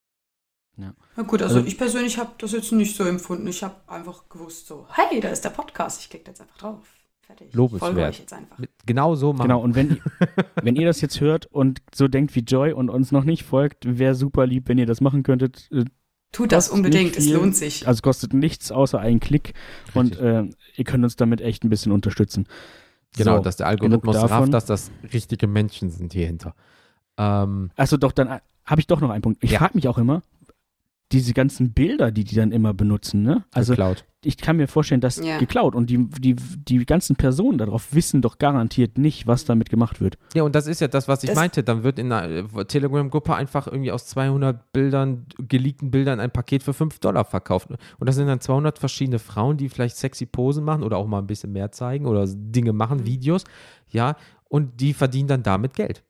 Ja. Na gut, also, also ich persönlich habe das jetzt nicht so empfunden. Ich habe einfach gewusst so, hey, da ist der Podcast, ich klicke jetzt einfach drauf. Fertig. Lobenswert. Ich jetzt einfach. Genau so machen. Genau, und wenn, wenn ihr das jetzt hört und so denkt wie Joy und uns noch nicht folgt, wäre super lieb, wenn ihr das machen könntet. Tut das unbedingt, es lohnt sich. Also kostet nichts außer einen Klick. Richtig. Und äh, ihr könnt uns damit echt ein bisschen unterstützen. Genau, so, dass der Algorithmus rafft, dass das richtige Menschen sind hier hinter. Ähm, Achso, doch, dann habe ich doch noch einen Punkt. Ich ja. frage mich auch immer, diese ganzen Bilder, die die dann immer benutzen, ne? Also geklaut. Ich kann mir vorstellen, dass ja. geklaut und die, die, die ganzen Personen darauf wissen doch garantiert nicht, was damit gemacht wird. Ja, und das ist ja das, was ich das meinte. Dann wird in einer Telegram-Gruppe einfach irgendwie aus zweihundert Bildern, geleakten Bildern ein Paket für fünf Dollar verkauft. Und das sind dann zweihundert verschiedene Frauen, die vielleicht sexy Posen machen oder auch mal ein bisschen mehr zeigen oder Dinge machen, Videos. Ja, und die verdienen dann damit Geld.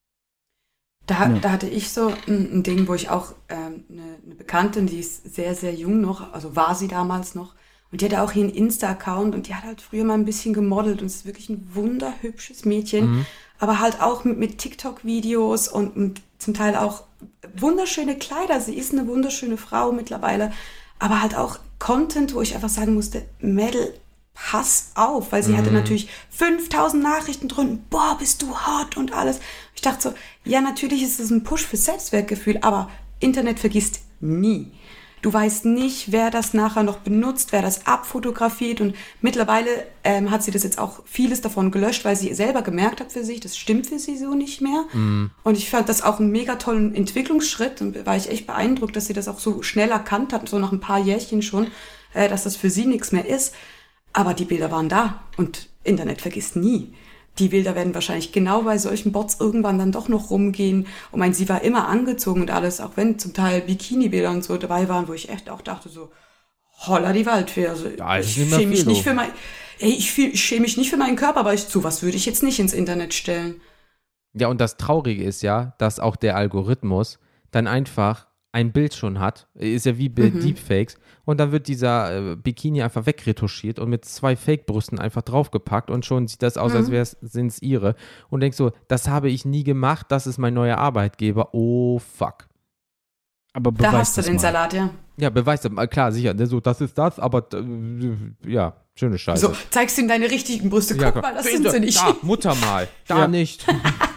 Da, ja. da hatte ich so ein, ein Ding, wo ich auch ähm, eine, eine Bekanntin, die ist sehr, sehr jung noch, also war sie damals noch, und die hatte auch hier einen Insta-Account und die hat halt früher mal ein bisschen gemodelt und ist wirklich ein wunderhübsches Mädchen, mhm. aber halt auch mit, mit TikTok-Videos und, und zum Teil auch wunderschöne Kleider. Sie ist eine wunderschöne Frau mittlerweile, aber halt auch Content, wo ich einfach sagen musste, Mädel, pass auf, weil sie mhm. hatte natürlich fünftausend Nachrichten drunten, boah, bist du hot und alles. Ich dachte so, ja, natürlich ist es ein Push für Selbstwertgefühl, aber Internet vergisst nie. Du weißt nicht, wer das nachher noch benutzt, wer das abfotografiert und mittlerweile ähm, hat sie das jetzt auch vieles davon gelöscht, weil sie selber gemerkt hat für sich, das stimmt für sie so nicht mehr. Mhm. Und ich fand das auch einen mega tollen Entwicklungsschritt und war ich echt beeindruckt, dass sie das auch so schnell erkannt hat, so nach ein paar Jährchen schon, äh, dass das für sie nichts mehr ist. Aber die Bilder waren da und Internet vergisst nie. Die Bilder werden wahrscheinlich genau bei solchen Bots irgendwann dann doch noch rumgehen. Und mein, sie war immer angezogen und alles, auch wenn zum Teil Bikini-Bilder und so dabei waren, wo ich echt auch dachte so, Holla die Waldfee. Also Ja, ist ich nicht mehr schäme mich viel, nicht du. für mein, ey, ich, fühl- ich schäme mich nicht für meinen Körper, aber ich, zu was würde ich jetzt nicht ins Internet stellen? Ja, und das Traurige ist ja, dass auch der Algorithmus dann einfach ein Bild schon hat, ist ja wie bei Mhm. Deepfakes, und dann wird dieser äh, Bikini einfach wegretuschiert und mit zwei Fake-Brüsten einfach draufgepackt und schon sieht das aus, Mhm. als sind es ihre. Und denkst so, das habe ich nie gemacht, das ist mein neuer Arbeitgeber, oh fuck. Aber Da beweis hast du das den mal. Salat, ja. Ja, beweist das mal, klar, sicher, ne, so, das ist das, aber äh, ja, schöne Scheiße. So, zeigst ihm deine richtigen Brüste. Ja, Guck klar. mal, das Bitte, sind sie nicht. Da, Mutter mal, da Ja. nicht.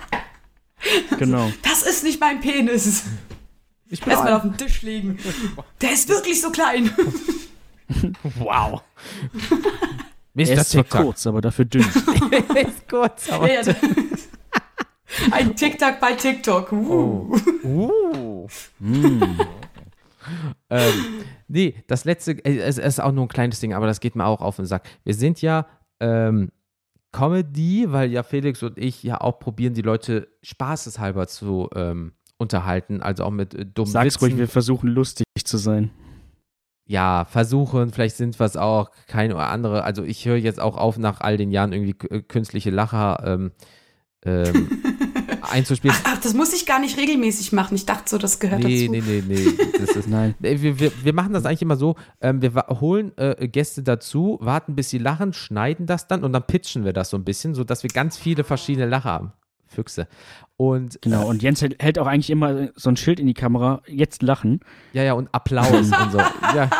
Genau. Das ist nicht mein Penis. Ich bin Erstmal auf ein- dem Tisch liegen. Der ist wirklich so klein. Wow. Er Mister ist zwar TikTok. kurz, aber dafür dünn. ist kurz, aber Ja, ja. Ein TikTok bei TikTok. Uh. Uh. Mm. ähm, nee, das letzte, äh, es ist auch nur ein kleines Ding, aber das geht mir auch auf den Sack. Wir sind ja ähm, Comedy, weil ja Felix und ich ja auch probieren, die Leute spaßeshalber zu ähm, unterhalten, also auch mit äh, dummen Sag's Witzen. ruhig, wir versuchen lustig zu sein. Ja, versuchen, vielleicht sind wir es auch, keine oder andere. Also ich höre jetzt auch auf, nach all den Jahren irgendwie k- künstliche Lacher ähm, ähm, einzuspielen. Ach, ach, das muss ich gar nicht regelmäßig machen. Ich dachte so, das gehört Nee, dazu. nee, nee, nee. Das ist, Nein. Nee, Wir, wir, wir machen das eigentlich immer so, ähm, wir wa- holen äh, Gäste dazu, warten bis sie lachen, schneiden das dann und dann pitchen wir das so ein bisschen, sodass wir ganz viele verschiedene Lacher haben. Füchse. Und Genau, und Jens hält hält auch eigentlich immer so ein Schild in die Kamera, jetzt lachen. ja, ja, und Applaus und so. Ja,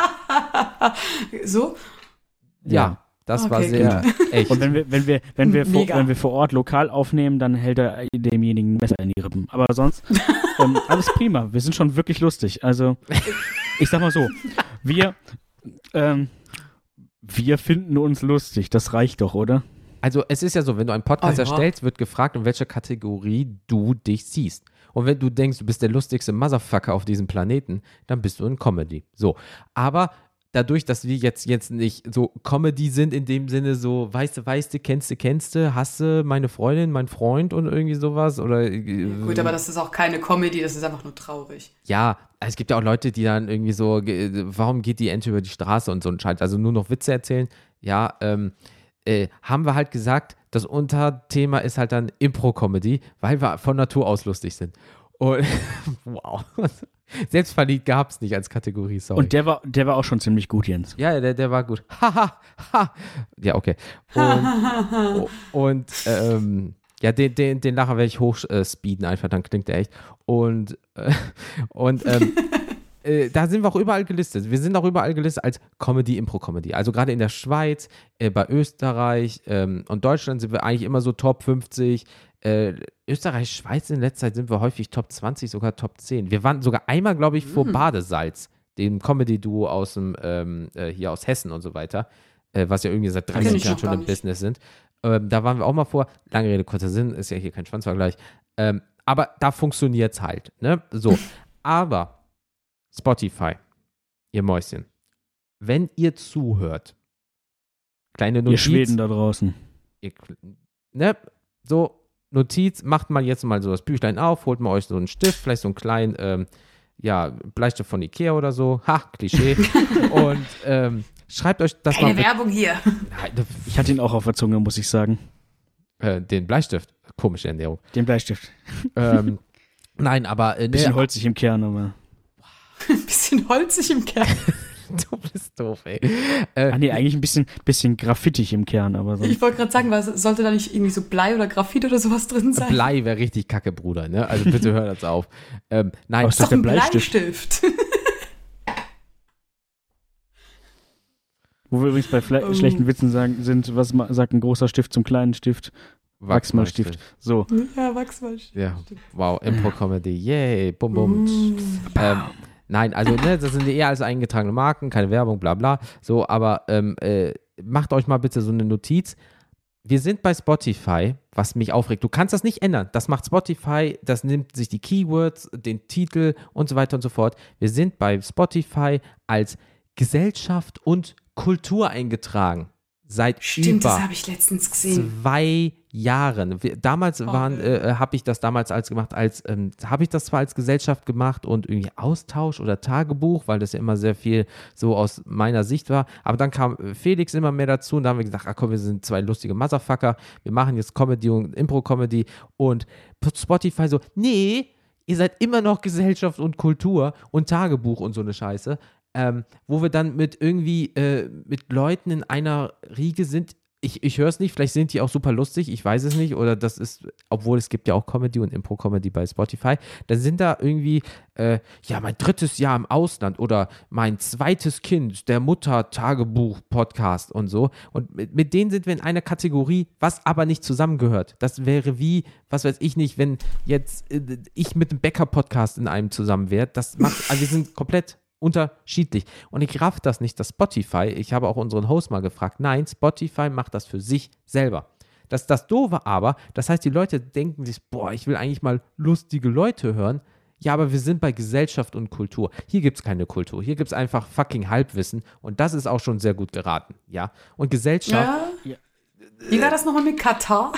So? ja, das war Okay, sehr echt. Und wenn wir, wenn wir, wenn wir, vor, Mega. wenn wir vor Ort lokal aufnehmen, dann hält er demjenigen ein Messer in die Rippen. Aber sonst, ähm, alles prima. Wir sind schon wirklich lustig. Also, ich sag mal so, wir, ähm, wir finden uns lustig. Das reicht doch, oder? Also es ist ja so, wenn du einen Podcast Oh ja. erstellst, wird gefragt, in welcher Kategorie du dich siehst. Und wenn du denkst, du bist der lustigste Motherfucker auf diesem Planeten, dann bist du in Comedy. So, aber dadurch, dass wir jetzt, jetzt nicht so Comedy sind, in dem Sinne so, weißt du, weißt du, kennst du, kennst du, hasse meine Freundin, mein Freund und irgendwie sowas oder äh, Gut, aber das ist auch keine Comedy, das ist einfach nur traurig. ja, es gibt ja auch Leute, die dann irgendwie so, ge- warum geht die Ente über die Straße und so ein Scheiß, also nur noch Witze erzählen. Ja, ähm, äh, haben wir halt gesagt, das Unterthema ist halt dann Impro-Comedy, weil wir von Natur aus lustig sind. Und wow. Selbstverliebt gab es nicht als Kategorie, sorry. Und der war, der war auch schon ziemlich gut, Jens. ja, der, der war gut. Haha, ha. Ja, okay. Und, und ähm, ja, den, den, den Lacher werde ich hochspeeden einfach, dann klingt der echt. Und, äh, und ähm, äh, da sind wir auch überall gelistet. Wir sind auch überall gelistet als Comedy, Impro-Comedy. Also gerade in der Schweiz, äh, bei Österreich ähm, und Deutschland sind wir eigentlich immer so Top fünfzig. Äh, Österreich, Schweiz in letzter Zeit sind wir häufig Top zwanzig, sogar Top zehn. Wir waren sogar einmal, glaube ich, vor Badesalz, dem Comedy-Duo aus dem, ähm, äh, hier aus Hessen und so weiter, äh, was ja irgendwie seit Kenn dreißig ich Jahren noch schon gar im nicht. Business sind. Ähm, da waren wir auch mal vor. Lange Rede, kurzer Sinn, ist ja hier kein Schwanzvergleich. Ähm, aber da funktioniert es halt. Ne? So, aber Spotify, ihr Mäuschen, wenn ihr zuhört, kleine Ihr Notiz, Schweden da draußen. ihr, ne, so Notiz, macht mal jetzt mal so das Büchlein auf, holt mal euch so einen Stift, vielleicht so einen kleinen, ähm, ja, Bleistift von Ikea oder so, ha, Klischee, und ähm, schreibt euch das Keine mal, Werbung hier. Nein, Ich hatte ihn auch auf der Zunge, muss ich sagen. äh, den Bleistift, komische Ernährung, Den Bleistift. ähm, nein, aber äh, Bisschen ne, holzig im Kern, aber. Ein bisschen holzig im Kern. du bist doof, ey. Äh, Ach nee, eigentlich ein bisschen, bisschen graffitig im Kern, aber sonst. Ich wollte gerade sagen, was, sollte da nicht irgendwie so Blei oder Graphit oder sowas drin sein? Blei wäre richtig kacke, Bruder, ne? Also bitte hör das auf. Ähm, nein, Aber Das ist doch der ein Bleistift. Bleistift. Wo wir übrigens bei Fle Oh. schlechten Witzen sagen, sind, was ma- sagt ein großer Stift zum kleinen Stift? Wachsmalstift. So. Ja, Wachsmalstift. Ja, wow, Impro-Comedy, yay, bum bum. Mm. Ähm, nein, also ne, das sind eher als eingetragene Marken, keine Werbung, bla bla. So, aber ähm, äh, macht euch mal bitte so eine Notiz. Wir sind bei Spotify, was mich aufregt. Du kannst das nicht ändern. Das macht Spotify, das nimmt sich die Keywords, den Titel und so weiter und so fort. Wir sind bei Spotify als Gesellschaft und Kultur eingetragen. Seit Stimmt, über das habe ich letztens gesehen. zwei Jahren. Wir, damals Oh, waren, äh, habe ich das damals als gemacht, als ähm, habe ich das zwar als Gesellschaft gemacht und irgendwie Austausch oder Tagebuch, weil das ja immer sehr viel so aus meiner Sicht war. Aber dann kam Felix immer mehr dazu und da haben wir gesagt, ach komm, wir sind zwei lustige Motherfucker, wir machen jetzt Comedy und Impro-Comedy und Spotify so, nee, ihr seid immer noch Gesellschaft und Kultur und Tagebuch und so eine Scheiße. Ähm, wo wir dann mit irgendwie äh, mit Leuten in einer Riege sind. Ich, ich höre es nicht, vielleicht sind die auch super lustig, ich weiß es nicht. Oder das ist, obwohl es gibt ja auch Comedy und Impro-Comedy bei Spotify. Dann sind da irgendwie, äh, ja, mein drittes Jahr im Ausland oder mein zweites Kind, der Mutter-Tagebuch-Podcast und so. Und mit, mit denen sind wir in einer Kategorie, was aber nicht zusammengehört. Das wäre wie, was weiß ich nicht, wenn jetzt äh, ich mit dem Bäcker-Podcast in einem zusammen wäre. Das macht, also wir sind komplett unterschiedlich. Und ich raff das nicht, dass Spotify, ich habe auch unseren Host mal gefragt, nein, Spotify macht das für sich selber. Das ist das Doofe aber, das heißt, die Leute denken sich, boah, ich will eigentlich mal lustige Leute hören. Ja, aber wir sind bei Gesellschaft und Kultur. Hier gibt es keine Kultur. Hier gibt es einfach fucking Halbwissen. Und das ist auch schon sehr gut geraten. Ja. Und Gesellschaft. Ja. Wie war das nochmal mit Katar?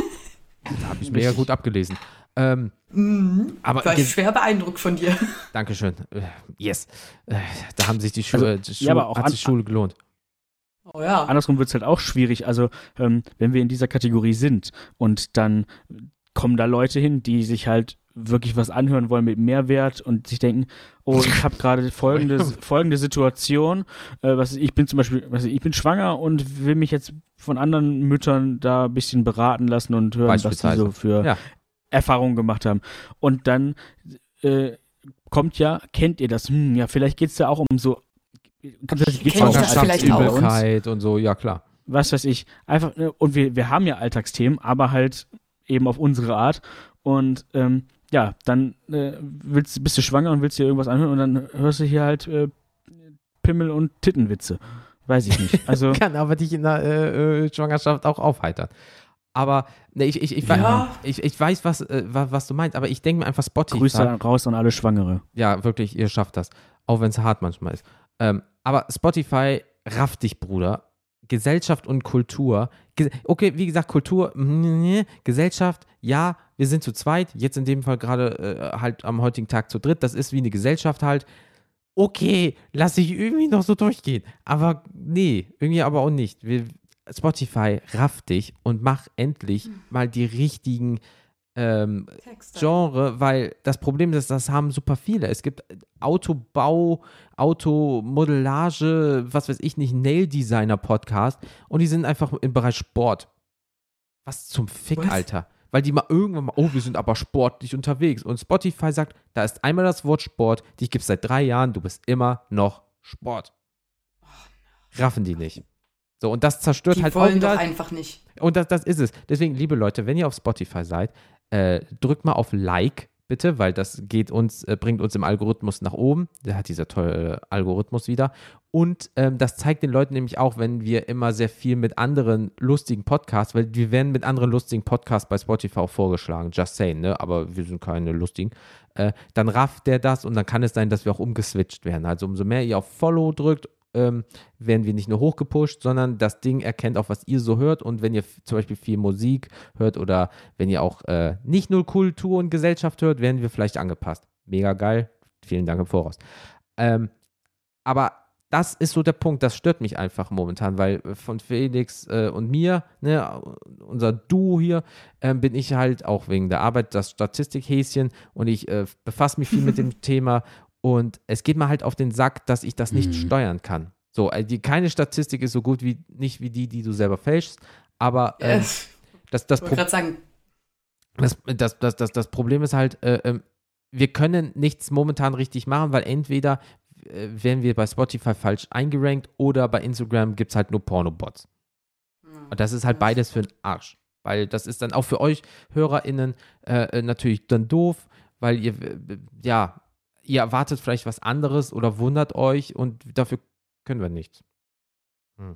Da habe ich mega gut abgelesen. Ähm, mhm. aber war ich schwer beeindruckt von dir. Dankeschön. Äh, yes. Äh, da haben sich die, Schu- Also, äh, die Schule, ja, aber auch hat an- sich Schule gelohnt. Oh ja. Andersrum wird es halt auch schwierig. Also, ähm, wenn wir in dieser Kategorie sind und dann kommen da Leute hin, die sich halt wirklich was anhören wollen mit Mehrwert und sich denken, oh, ich habe gerade folgende, folgende Situation, äh, was ich bin zum Beispiel, was ich bin schwanger und will mich jetzt von anderen Müttern da ein bisschen beraten lassen und hören, was die Beispielsweise. so für Ja. Erfahrungen gemacht haben. Und dann äh, kommt ja, kennt ihr das? Hm, ja, vielleicht geht es da auch um so, ganz ehrlich, geht's Kenn auch ich um das vielleicht Alltagsthemen auch? bei uns? Übelkeit und so, ja klar. Was weiß ich, einfach, ne, und wir, wir haben ja Alltagsthemen, aber halt eben auf unsere Art. Und ähm, ja, dann äh, willst, bist du schwanger und willst dir irgendwas anhören und dann hörst du hier halt äh, Pimmel- und Tittenwitze. Weiß ich nicht. Also, Kann aber dich in der äh, äh, Schwangerschaft auch aufheitern. Aber ne, ich, ich, ich, Ja. ich, ich weiß, was, äh, wa- was du meinst, aber ich denke mir einfach Spotify. Grüße dann raus an alle Schwangere. Ja, wirklich, ihr schafft das. Auch wenn es hart manchmal ist. Ähm, aber Spotify rafft dich, Bruder. Gesellschaft und Kultur. Ge- okay, wie gesagt, Kultur, mm, Gesellschaft, ja, wir sind zu zweit. Jetzt in dem Fall gerade äh, halt am heutigen Tag zu dritt. Das ist wie eine Gesellschaft halt. Okay, lass ich irgendwie noch so durchgehen. Aber nee, irgendwie aber auch nicht. Wir, Spotify rafft dich und mach endlich mal die richtigen ähm, Texte. Genre, weil das Problem ist, das haben super viele. Es gibt Autobau, Automodellage, was weiß ich nicht, Nail-Designer-Podcast und die sind einfach im Bereich Sport. Was zum Fick, Was? Alter. Weil die mal irgendwann mal, oh, wir sind aber sportlich unterwegs. Und Spotify sagt, da ist einmal das Wort Sport, dich gibt es seit drei Jahren, du bist immer noch Sport. Raffen die nicht. So, und das zerstört Die halt auch wollen wieder. doch einfach nicht. Und das, das ist es. Deswegen, liebe Leute, wenn ihr auf Spotify seid, äh, drückt mal auf Like, bitte, weil das geht uns, äh, bringt uns im Algorithmus nach oben. Der hat dieser tolle Algorithmus wieder. Und ähm, das zeigt den Leuten nämlich auch, wenn wir immer sehr viel mit anderen lustigen Podcasts, weil wir werden mit anderen lustigen Podcasts bei Spotify auch vorgeschlagen, just saying, ne? Aber wir sind keine lustigen. Äh, dann rafft der das und dann kann es sein, dass wir auch umgeswitcht werden. Also umso mehr ihr auf Follow drückt, ähm, werden wir nicht nur hochgepusht, sondern das Ding erkennt auch, was ihr so hört. Und wenn ihr f- zum Beispiel viel Musik hört oder wenn ihr auch äh, nicht nur Kultur und Gesellschaft hört, werden wir vielleicht angepasst. Mega geil. Vielen Dank im Voraus. Ähm, aber das ist so der Punkt, das stört mich einfach momentan, weil von Felix äh, und mir, ne, unser Duo hier, ähm, bin ich halt auch wegen der Arbeit das Statistikhäschen und ich äh, befasse mich viel mit dem Thema. Und es geht mir halt auf den Sack, dass ich das nicht Mhm. steuern kann. So, äh, die, keine Statistik ist so gut wie, nicht wie die, die du selber fälschst, aber ähm, Äh, das, das, ich wollte Pro gerade sagen, das, das, das, das, das Problem ist halt, äh, ähm, wir können nichts momentan richtig machen, weil entweder äh, werden wir bei Spotify falsch eingerankt oder bei Instagram gibt es halt nur Pornobots. Und das ist halt beides für den Arsch. Weil das ist dann auch für euch HörerInnen äh, äh, natürlich dann doof, weil ihr, äh, ja, ihr erwartet vielleicht was anderes oder wundert euch und dafür können wir nichts. Hm.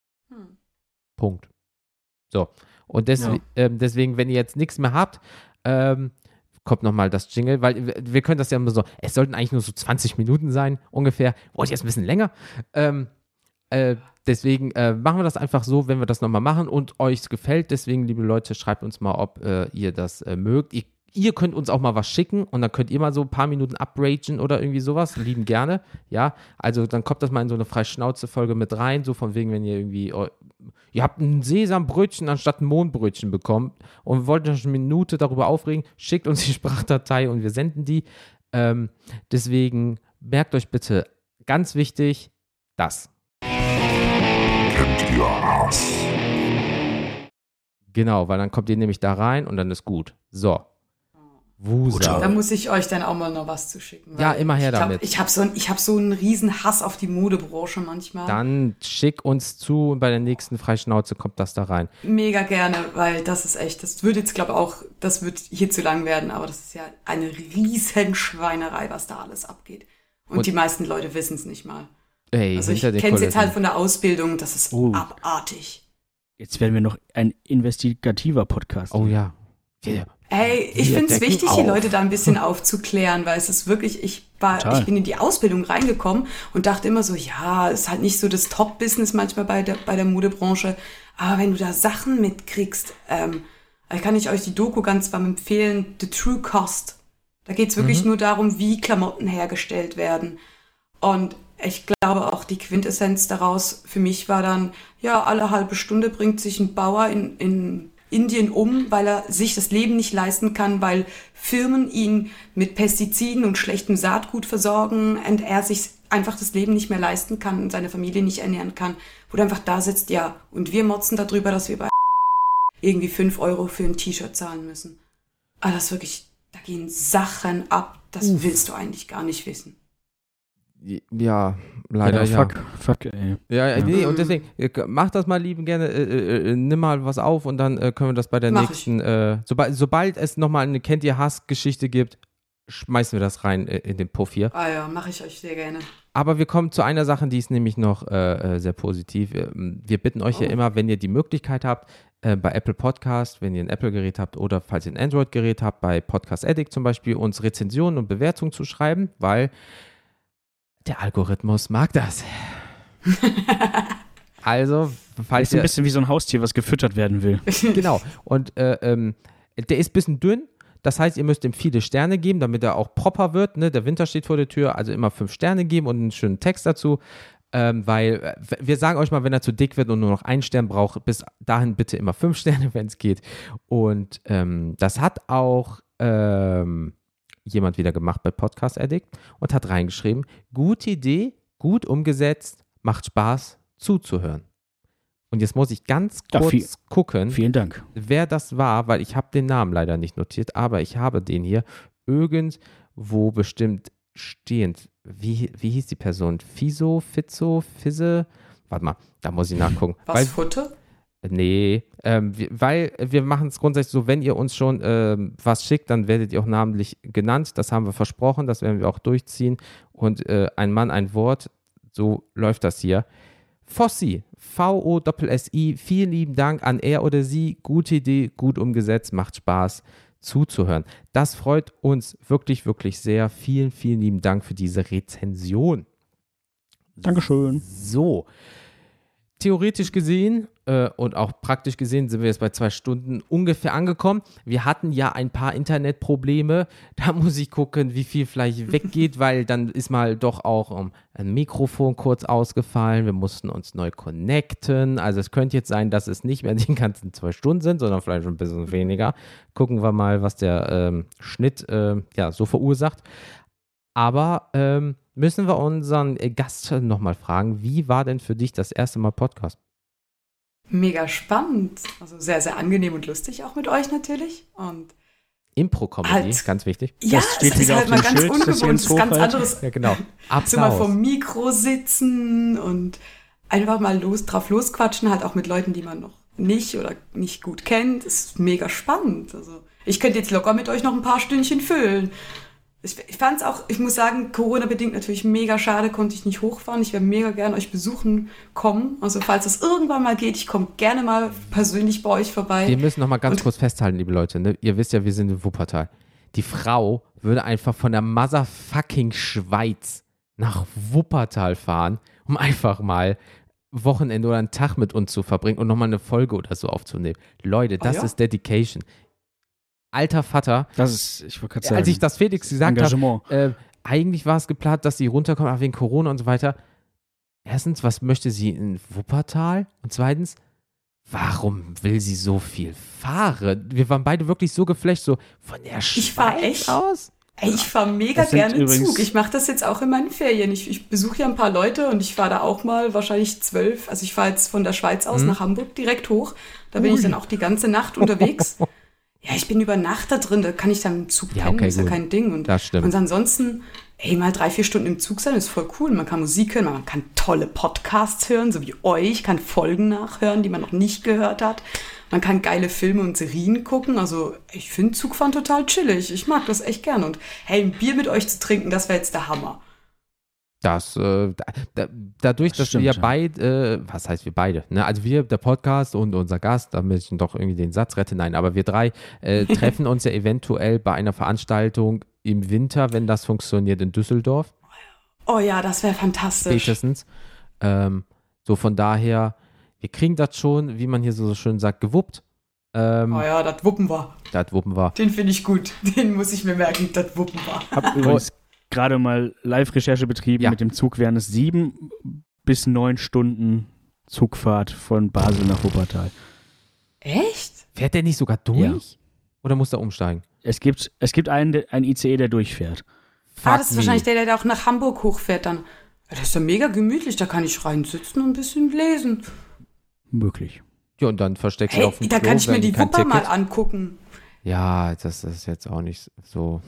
Punkt. So. Und deswegen, Ja. ähm, deswegen, wenn ihr jetzt nichts mehr habt, ähm, kommt nochmal das Jingle, weil wir, wir können das ja immer so, es sollten eigentlich nur so zwanzig Minuten sein, ungefähr. Oh, jetzt ein bisschen länger. Ähm, äh, deswegen äh, machen wir das einfach so, wenn wir das nochmal machen und euch gefällt. Deswegen, liebe Leute, schreibt uns mal, ob äh, ihr das äh, mögt. Ihr, ihr könnt uns auch mal was schicken und dann könnt ihr mal so ein paar Minuten upragen oder irgendwie sowas. Lieben gerne. Ja, also dann kommt das mal in so eine Freischnauze-Folge mit rein. So von wegen, wenn ihr irgendwie, oh, ihr habt ein Sesambrötchen anstatt ein Mohnbrötchen bekommen und wollt euch eine Minute darüber aufregen, schickt uns die Sprachdatei und wir senden die. Ähm, deswegen merkt euch bitte, ganz wichtig, das. Kennt ihr Hass? Genau, weil dann kommt ihr nämlich da rein und dann ist gut. So. Wusa. Da muss ich euch dann auch mal noch was zu schicken. Ja, immer her ich glaub, damit. Ich habe so, ich hab so einen riesen Hass auf die Modebranche manchmal. Dann schick uns zu und bei der nächsten Freischnauze kommt das da rein. Mega gerne, weil das ist echt, das wird jetzt, glaube ich, auch, das wird hier zu lang werden, aber das ist ja eine riesen Schweinerei, was da alles abgeht. Und, und die meisten Leute wissen es nicht mal. Ey, also ich kenne es jetzt halt von der Ausbildung, das ist oh. abartig. Jetzt werden wir noch ein investigativer Podcast. Oh ja. Yeah. Ey, ich finde es wichtig, auf. die Leute da ein bisschen aufzuklären, weil es ist wirklich, ich war, Total. ich bin in die Ausbildung reingekommen und dachte immer so, ja, ist halt nicht so das Top-Business manchmal bei der, bei der Modebranche, aber wenn du da Sachen mitkriegst, ähm, kann ich euch die Doku ganz warm empfehlen, The True Cost. Da geht es wirklich mhm. nur darum, wie Klamotten hergestellt werden. Und ich glaube auch, die Quintessenz daraus für mich war dann, ja, alle halbe Stunde bringt sich ein Bauer in, in Indien um, weil er sich das Leben nicht leisten kann, weil Firmen ihn mit Pestiziden und schlechtem Saatgut versorgen und er sich einfach das Leben nicht mehr leisten kann und seine Familie nicht ernähren kann. Wo du einfach da sitzt, ja, und wir motzen darüber, dass wir bei irgendwie fünf Euro für ein T-Shirt zahlen müssen. Aber das ist wirklich, da gehen Sachen ab, das Uff. willst du eigentlich gar nicht wissen. Ja, leider ja. Fuck, fuck, ey. Ja, ja, nee, und deswegen, mach das mal lieben gerne, äh, äh, nimm mal was auf und dann äh, können wir das bei der mach nächsten, äh, sobald, sobald es nochmal eine Kennt ihr Hass-Geschichte gibt, schmeißen wir das rein äh, in den Puff hier. Ah ja, mache ich euch sehr gerne. Aber wir kommen zu einer Sache, die ist nämlich noch äh, sehr positiv. Wir bitten euch oh. ja immer, wenn ihr die Möglichkeit habt, äh, bei Apple Podcast, wenn ihr ein Apple-Gerät habt oder falls ihr ein Android-Gerät habt, bei Podcast Addict zum Beispiel, uns Rezensionen und Bewertungen zu schreiben, weil der Algorithmus mag das. Also, falls ist ein bisschen wie so ein Haustier, was gefüttert werden will. Genau. Und äh, ähm, der ist ein bisschen dünn. Das heißt, ihr müsst ihm viele Sterne geben, damit er auch proper wird. Ne? Der Winter steht vor der Tür, also immer fünf Sterne geben und einen schönen Text dazu. Ähm, weil äh, wir sagen euch mal, wenn er zu dick wird und nur noch einen Stern braucht, bis dahin bitte immer fünf Sterne, wenn es geht. Und ähm, das hat auch ähm, jemand wieder gemacht bei Podcast Addict und hat reingeschrieben, gute Idee, gut umgesetzt, macht Spaß zuzuhören. Und jetzt muss ich ganz kurz ja, viel, gucken, vielen Dank. wer das war, weil ich habe den Namen leider nicht notiert, aber ich habe den hier irgendwo bestimmt stehend. Wie, wie hieß die Person? Fiso, Fizzo, Fisse? Warte mal, da muss ich nachgucken. Was, weil, Futte? Nee, ähm, wir, weil wir machen es grundsätzlich so, wenn ihr uns schon ähm, was schickt, dann werdet ihr auch namentlich genannt. Das haben wir versprochen, das werden wir auch durchziehen. Und äh, ein Mann, ein Wort, so läuft das hier. Fossi, V O S S I, vielen lieben Dank an er oder sie. Gute Idee, gut umgesetzt, macht Spaß zuzuhören. Das freut uns wirklich, wirklich sehr. Vielen, vielen lieben Dank für diese Rezension. Dankeschön. So, theoretisch gesehen äh, und auch praktisch gesehen sind wir jetzt bei zwei Stunden ungefähr angekommen. Wir hatten ja ein paar Internetprobleme. Da muss ich gucken, wie viel vielleicht weggeht, weil dann ist mal doch auch um, ein Mikrofon kurz ausgefallen. Wir mussten uns neu connecten. Also es könnte jetzt sein, dass es nicht mehr die ganzen zwei Stunden sind, sondern vielleicht schon ein bisschen weniger. Gucken wir mal, was der ähm, Schnitt äh, ja, so verursacht. Aber ähm, müssen wir unseren Gast nochmal fragen, wie war denn für dich das erste Mal Podcast? Mega spannend. Also sehr, sehr angenehm und lustig auch mit euch natürlich. Und Impro-Comedy, halt, ganz wichtig. Ja, das steht es ist halt mal ganz Schild, ungewohnt, das ist ganz anderes. Ja, genau. Applaus. So mal vom Mikro sitzen und einfach mal los, drauf losquatschen, halt auch mit Leuten, die man noch nicht oder nicht gut kennt. Das ist mega spannend. Also ich könnte jetzt locker mit euch noch ein paar Stündchen füllen. Ich, ich fand es auch, ich muss sagen, Corona-bedingt natürlich mega schade, konnte ich nicht hochfahren. Ich wäre mega gern euch besuchen kommen. Also falls das irgendwann mal geht, ich komme gerne mal persönlich bei euch vorbei. Wir müssen noch mal ganz Und, kurz festhalten, liebe Leute. Ne? Ihr wisst ja, wir sind in Wuppertal. Die Frau würde einfach von der motherfucking Schweiz nach Wuppertal fahren, um einfach mal Wochenende oder einen Tag mit uns zu verbringen und nochmal eine Folge oder so aufzunehmen. Leute, das Oh ja? ist Dedication. Alter Vater, Das ist, ich wollte gerade sagen, als ich das Felix gesagt habe, Engagement. äh, eigentlich war es geplant, dass sie runterkommen, aber wegen Corona und so weiter. Erstens, was möchte sie in Wuppertal? Und zweitens, warum will sie so viel fahren? Wir waren beide wirklich so geflasht, so von der Ich war Schweiz echt- aus. Ey, ich fahre mega Das sind gerne übrigens- Zug. Ich mache das jetzt auch in meinen Ferien. Ich, ich besuche ja ein paar Leute und ich fahre da auch mal wahrscheinlich zwölf. Also ich fahre jetzt von der Schweiz aus Mhm. nach Hamburg direkt hoch. Da bin ich dann auch die ganze Nacht unterwegs. Ja, ich bin über Nacht da drin. Da kann ich dann im Zug Ja, pennen. okay, ist ja gut. kein Ding. Und, Das stimmt. und ansonsten, ey, mal drei, vier Stunden im Zug sein, ist voll cool. Man kann Musik hören, man kann tolle Podcasts hören, so wie euch, kann Folgen nachhören, die man noch nicht gehört hat. Man kann geile Filme und Serien gucken. Also ich finde Zugfahren total chillig. Ich mag das echt gern. Und hey, ein Bier mit euch zu trinken, das wäre jetzt der Hammer. Das, äh, da, da, dadurch, Das dass stimmt, wir ja. beide, äh, was heißt wir beide, ne? Also wir, der Podcast und unser Gast, damit ich doch irgendwie den Satz rette, nein, aber wir drei äh, treffen uns ja eventuell bei einer Veranstaltung im Winter, wenn das funktioniert, in Düsseldorf, Oh ja, das wäre fantastisch. spätestens. Ähm, so von daher, wir kriegen das schon, wie man hier so schön sagt, gewuppt. Ähm, Oh ja, das wuppen wir. Das wuppen wir. Den finde ich gut. Den muss ich mir merken, das wuppen wir. Hab übrigens gerade mal Live-Recherche betrieben. Ja. Mit dem Zug wären es sieben bis neun Stunden Zugfahrt von Basel nach Wuppertal. Echt? Fährt der nicht sogar durch? Ja. Oder muss der umsteigen? Es gibt, es gibt einen, der- einen I C E, der durchfährt. Ah, das ist me. wahrscheinlich der, der da auch nach Hamburg hochfährt dann. Ja, das ist ja mega gemütlich, da kann ich reinsitzen und ein bisschen lesen. Möglich. Ja, und dann versteckst du Hey, auf dem da Klo, kann ich mir wenn die kein Wupper mal Ticket- angucken. Ja, das ist jetzt auch nicht so.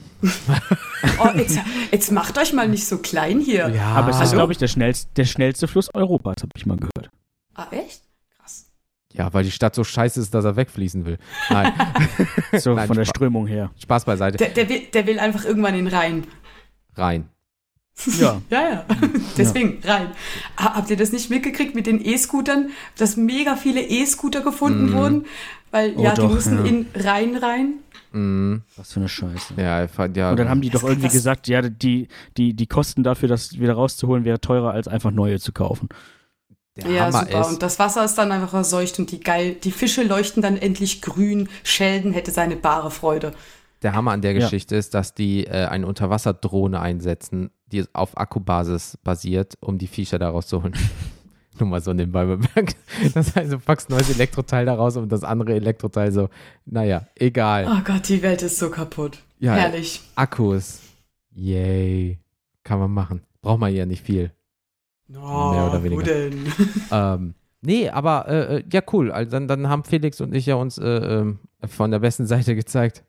Oh, jetzt, jetzt macht euch mal nicht so klein hier. Ja, Aber es ist, hallo? glaube ich, der schnellste, der schnellste Fluss Europas, habe ich mal gehört. Ah, echt? Krass. ja, weil die Stadt so scheiße ist, dass er wegfließen will. Nein, So Nein, von der Spa- Strömung her. Spaß beiseite. Der, der, will, der will einfach irgendwann in den Rhein. Rein. Ja. Ja, ja. Deswegen rein. Ha- Habt ihr das nicht mitgekriegt mit den E-Scootern, dass mega viele E-Scooter gefunden Mhm. wurden? Weil, Oh ja, die doch, mussten ja. in Rhein rein. Mhm. Was für eine Scheiße. Ja, ich fand ja. Und dann haben die Das- doch irgendwie das- gesagt, ja, die, die, die Kosten dafür, das wieder rauszuholen, wäre teurer, als einfach neue zu kaufen. der Ja, Hammer super. ist, Und das Wasser ist dann einfach verseucht und die geil, die Fische leuchten dann endlich grün. Sheldon hätte seine bare Freude. der Hammer an der Ja. Geschichte ist, dass die äh, eine Unterwasserdrohne einsetzen, die auf Akkubasis basiert, um die Viecher da rauszuholen. Nur mal so nebenbei bemerkt. Das heißt, du packst ein neues Elektroteil da raus und das andere Elektroteil so, naja, egal. Oh Gott, die Welt ist so kaputt. Ja, Herrlich. Akkus. Yay. Kann man machen. Braucht man ja nicht viel. Oh, Mehr oder wo weniger. denn? Ähm, nee, aber äh, äh, ja, cool. Also dann, dann haben Felix und ich ja uns äh, ähm, von der besten Seite gezeigt.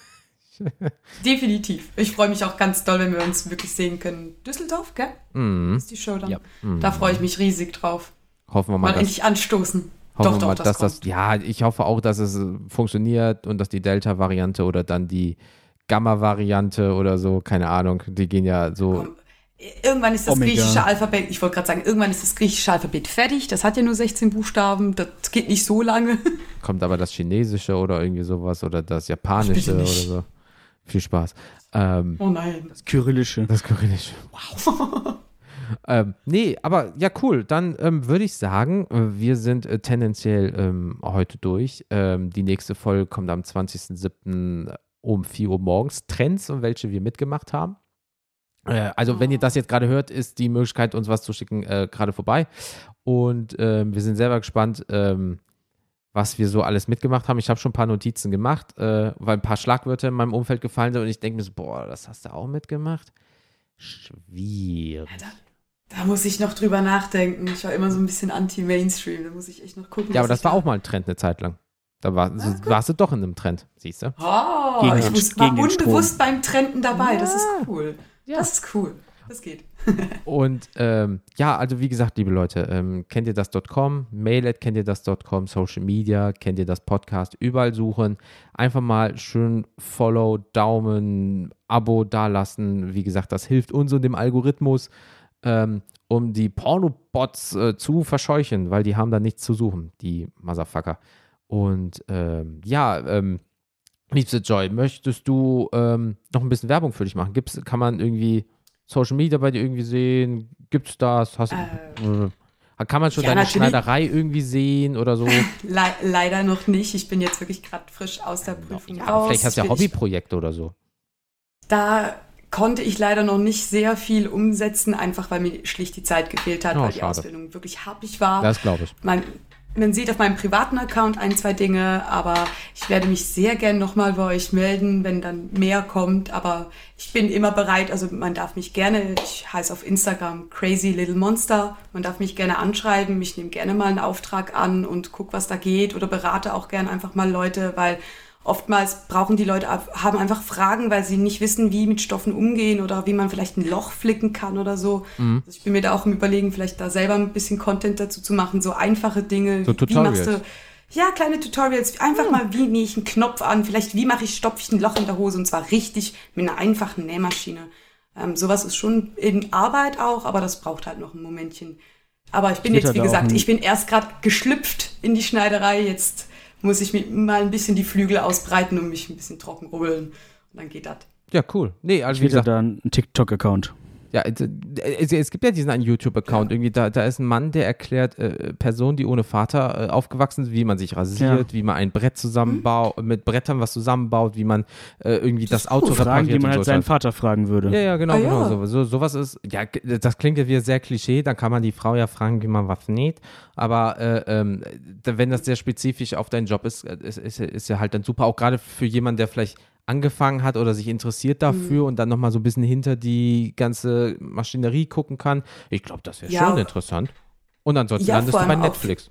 Definitiv. Ich freue mich auch ganz doll, wenn wir uns wirklich sehen können. Düsseldorf, gell? Mhm. Ist die Show dann? Ja. Mhm. Da freue ich mich riesig drauf. Hoffen wir mal, Mal dass, endlich anstoßen. hoffen doch, wir doch, mal, das dass das, kommt. ja, ich hoffe auch, dass es äh, funktioniert und dass die Delta-Variante oder dann die Gamma-Variante oder so, keine Ahnung, die gehen ja so, Komm, irgendwann ist das Omega. griechische Alphabet, ich wollte gerade sagen, irgendwann ist das griechische Alphabet fertig. Das hat ja nur sechzehn Buchstaben. Das geht nicht so lange. kommt aber das Chinesische oder irgendwie sowas oder das Japanische bitte oder nicht. so. Viel Spaß. Ähm, Oh nein. Das Kyrillische. Das Kyrillische. Wow. ähm, nee, aber ja, cool. Dann ähm, würde ich sagen, äh, wir sind äh, tendenziell ähm, heute durch. Ähm, die nächste Folge kommt am zwanzigsten siebten um vier Uhr morgens. Trends und welche wir mitgemacht haben. Äh, also, wenn ihr das jetzt gerade hört, ist die Möglichkeit, uns was zu schicken, äh, gerade vorbei. Und ähm, wir sind selber gespannt, ähm, was wir so alles mitgemacht haben. Ich habe schon ein paar Notizen gemacht, äh, weil ein paar Schlagwörter in meinem Umfeld gefallen sind und ich denke mir so, boah, das hast du auch mitgemacht? Schwierig. Da muss ich noch drüber nachdenken. Ich war immer so ein bisschen anti-Mainstream. Da muss ich echt noch gucken. Ja, aber was das ich war da- auch mal ein Trend eine Zeit lang. Da war, Ah, gut. warst du doch in einem Trend, siehst du? Oh, Gegen ich den- muss, war gegen den unbewusst beim Trenden dabei. Das ist Ja. cool. Ja. Das ist cool. Das geht. Und ähm, ja, also wie gesagt, liebe Leute, ähm, kennt ihr das .com, mail at kennt ihr das .com, Social Media, kennt ihr das Podcast, überall suchen. Einfach mal schön Follow, Daumen, Abo dalassen. Wie gesagt, das hilft uns und dem Algorithmus, ähm, um die Pornobots äh, zu verscheuchen, weil die haben da nichts zu suchen, die Motherfucker. Und ähm, ja, ähm, liebste Joy, möchtest du ähm, noch ein bisschen Werbung für dich machen? Gibt's, kann man irgendwie Social Media bei dir irgendwie sehen? Gibt's das? Hast, Äh. äh, Kann man schon Ja, deine natürlich. Schneiderei irgendwie sehen oder so? Le leider noch nicht. Ich bin jetzt wirklich gerade frisch aus der Prüfung Ja, raus. vielleicht hast du ja Ich bin- Hobbyprojekte oder so. Da konnte ich leider noch nicht sehr viel umsetzen, einfach weil mir schlicht die Zeit gefehlt hat, Oh, weil die schade. Ausbildung wirklich happig war. Das glaube ich. Man, man sieht auf meinem privaten Account ein, zwei Dinge, aber ich werde mich sehr gern nochmal bei euch melden, wenn dann mehr kommt. Aber ich bin immer bereit, also man darf mich gerne, ich heiße auf Instagram Crazy Little Monster, man darf mich gerne anschreiben, ich nehme gerne mal einen Auftrag an und guck, was da geht oder berate auch gern einfach mal Leute, weil oftmals brauchen die Leute, haben einfach Fragen, weil sie nicht wissen, wie mit Stoffen umgehen oder wie man vielleicht ein Loch flicken kann oder so. Mhm. Also ich bin mir da auch im Überlegen, vielleicht da selber ein bisschen Content dazu zu machen, so einfache Dinge. So wie Tutorials. machst du, ja, kleine Tutorials. Einfach mal, wie nähe ich einen Knopf an, vielleicht wie mache ich, stopfe ich ein Loch in der Hose und zwar richtig mit einer einfachen Nähmaschine. Ähm, sowas ist schon in Arbeit auch, aber das braucht halt noch ein Momentchen. Aber ich bin Wird jetzt, halt wie auch gesagt, ein- ich bin erst gerade geschlüpft in die Schneiderei, jetzt muss ich mir mal ein bisschen die Flügel ausbreiten und mich ein bisschen trocken rubbeln. Und dann geht das. Ja, cool. Nee, also Ich wie wieder gesagt, da einen TikTok-Account. ja, es, es, es gibt ja diesen einen YouTube-Account, irgendwie, da, da ist ein Mann, der erklärt äh, Personen, die ohne Vater äh, aufgewachsen sind, wie man sich rasiert, wie man ein Brett zusammenbaut, Mhm. mit Brettern was zusammenbaut, wie man äh, irgendwie das, ist Auto cool. repariert Fragen, die man und halt so. seinen Vater fragen würde. Ja, ja, genau, Ah, genau. ja. So, so, sowas ist, ja, g- das klingt ja wieder sehr Klischee, dann kann man die Frau ja fragen, wie man was näht, aber äh, ähm, da- wenn das sehr spezifisch auf deinen Job ist, äh, ist, ist, ist ja halt dann super, auch gerade für jemanden, der vielleicht angefangen hat oder sich interessiert dafür Mhm. und dann nochmal so ein bisschen hinter die ganze Maschinerie gucken kann. Ich glaube, das wäre Ja. schon interessant. Und ansonsten Ja, landest vor du bei allem auch- Netflix.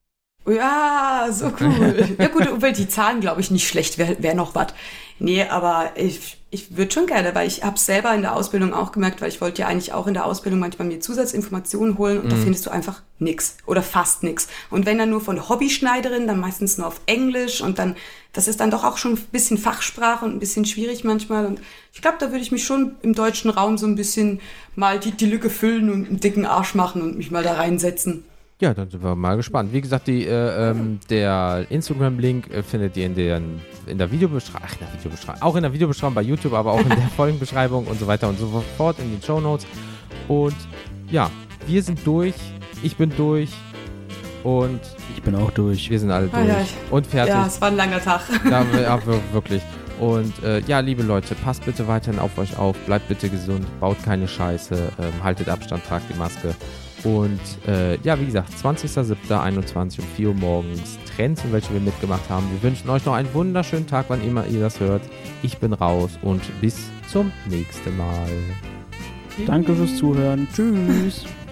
Ja, so cool. Ja gut, weil die Zahlen, glaube ich, nicht schlecht, wäre wär noch was. Nee, aber ich, ich würde schon gerne, weil ich habe selber in der Ausbildung auch gemerkt, weil ich wollte ja eigentlich auch in der Ausbildung manchmal mir Zusatzinformationen holen und da findest du einfach nix oder fast nix. Und wenn dann nur von Hobbyschneiderin, dann meistens nur auf Englisch und dann, das ist dann doch auch schon ein bisschen Fachsprache und ein bisschen schwierig manchmal. Und ich glaube, da würde ich mich schon im deutschen Raum so ein bisschen mal die, die Lücke füllen und einen dicken Arsch machen und mich mal da reinsetzen. Ja, dann sind wir mal gespannt. Wie gesagt, die, äh, ähm, der Instagram-Link äh, findet ihr in der, in der Videobeschreibung, ach, in der Videobeschreibung, auch in der Videobeschreibung bei YouTube, aber auch in der Folgenbeschreibung und so weiter und so fort in den Shownotes. Und ja, wir sind durch, ich bin durch und Ich bin auch durch. wir sind alle Ah, durch ja, ich- und fertig. Ja, es war ein langer Tag. Ja, ja, wir- wirklich. Und äh, ja, liebe Leute, passt bitte weiterhin auf euch auf, bleibt bitte gesund, baut keine Scheiße, ähm, haltet Abstand, tragt die Maske. Und äh, ja, wie gesagt, zwanzigster siebter einundzwanzig um vier Uhr morgens, Trends, in welche wir mitgemacht haben. Wir wünschen euch noch einen wunderschönen Tag, wann immer ihr das hört. Ich bin raus und bis zum nächsten Mal. Danke fürs Zuhören. Tschüss.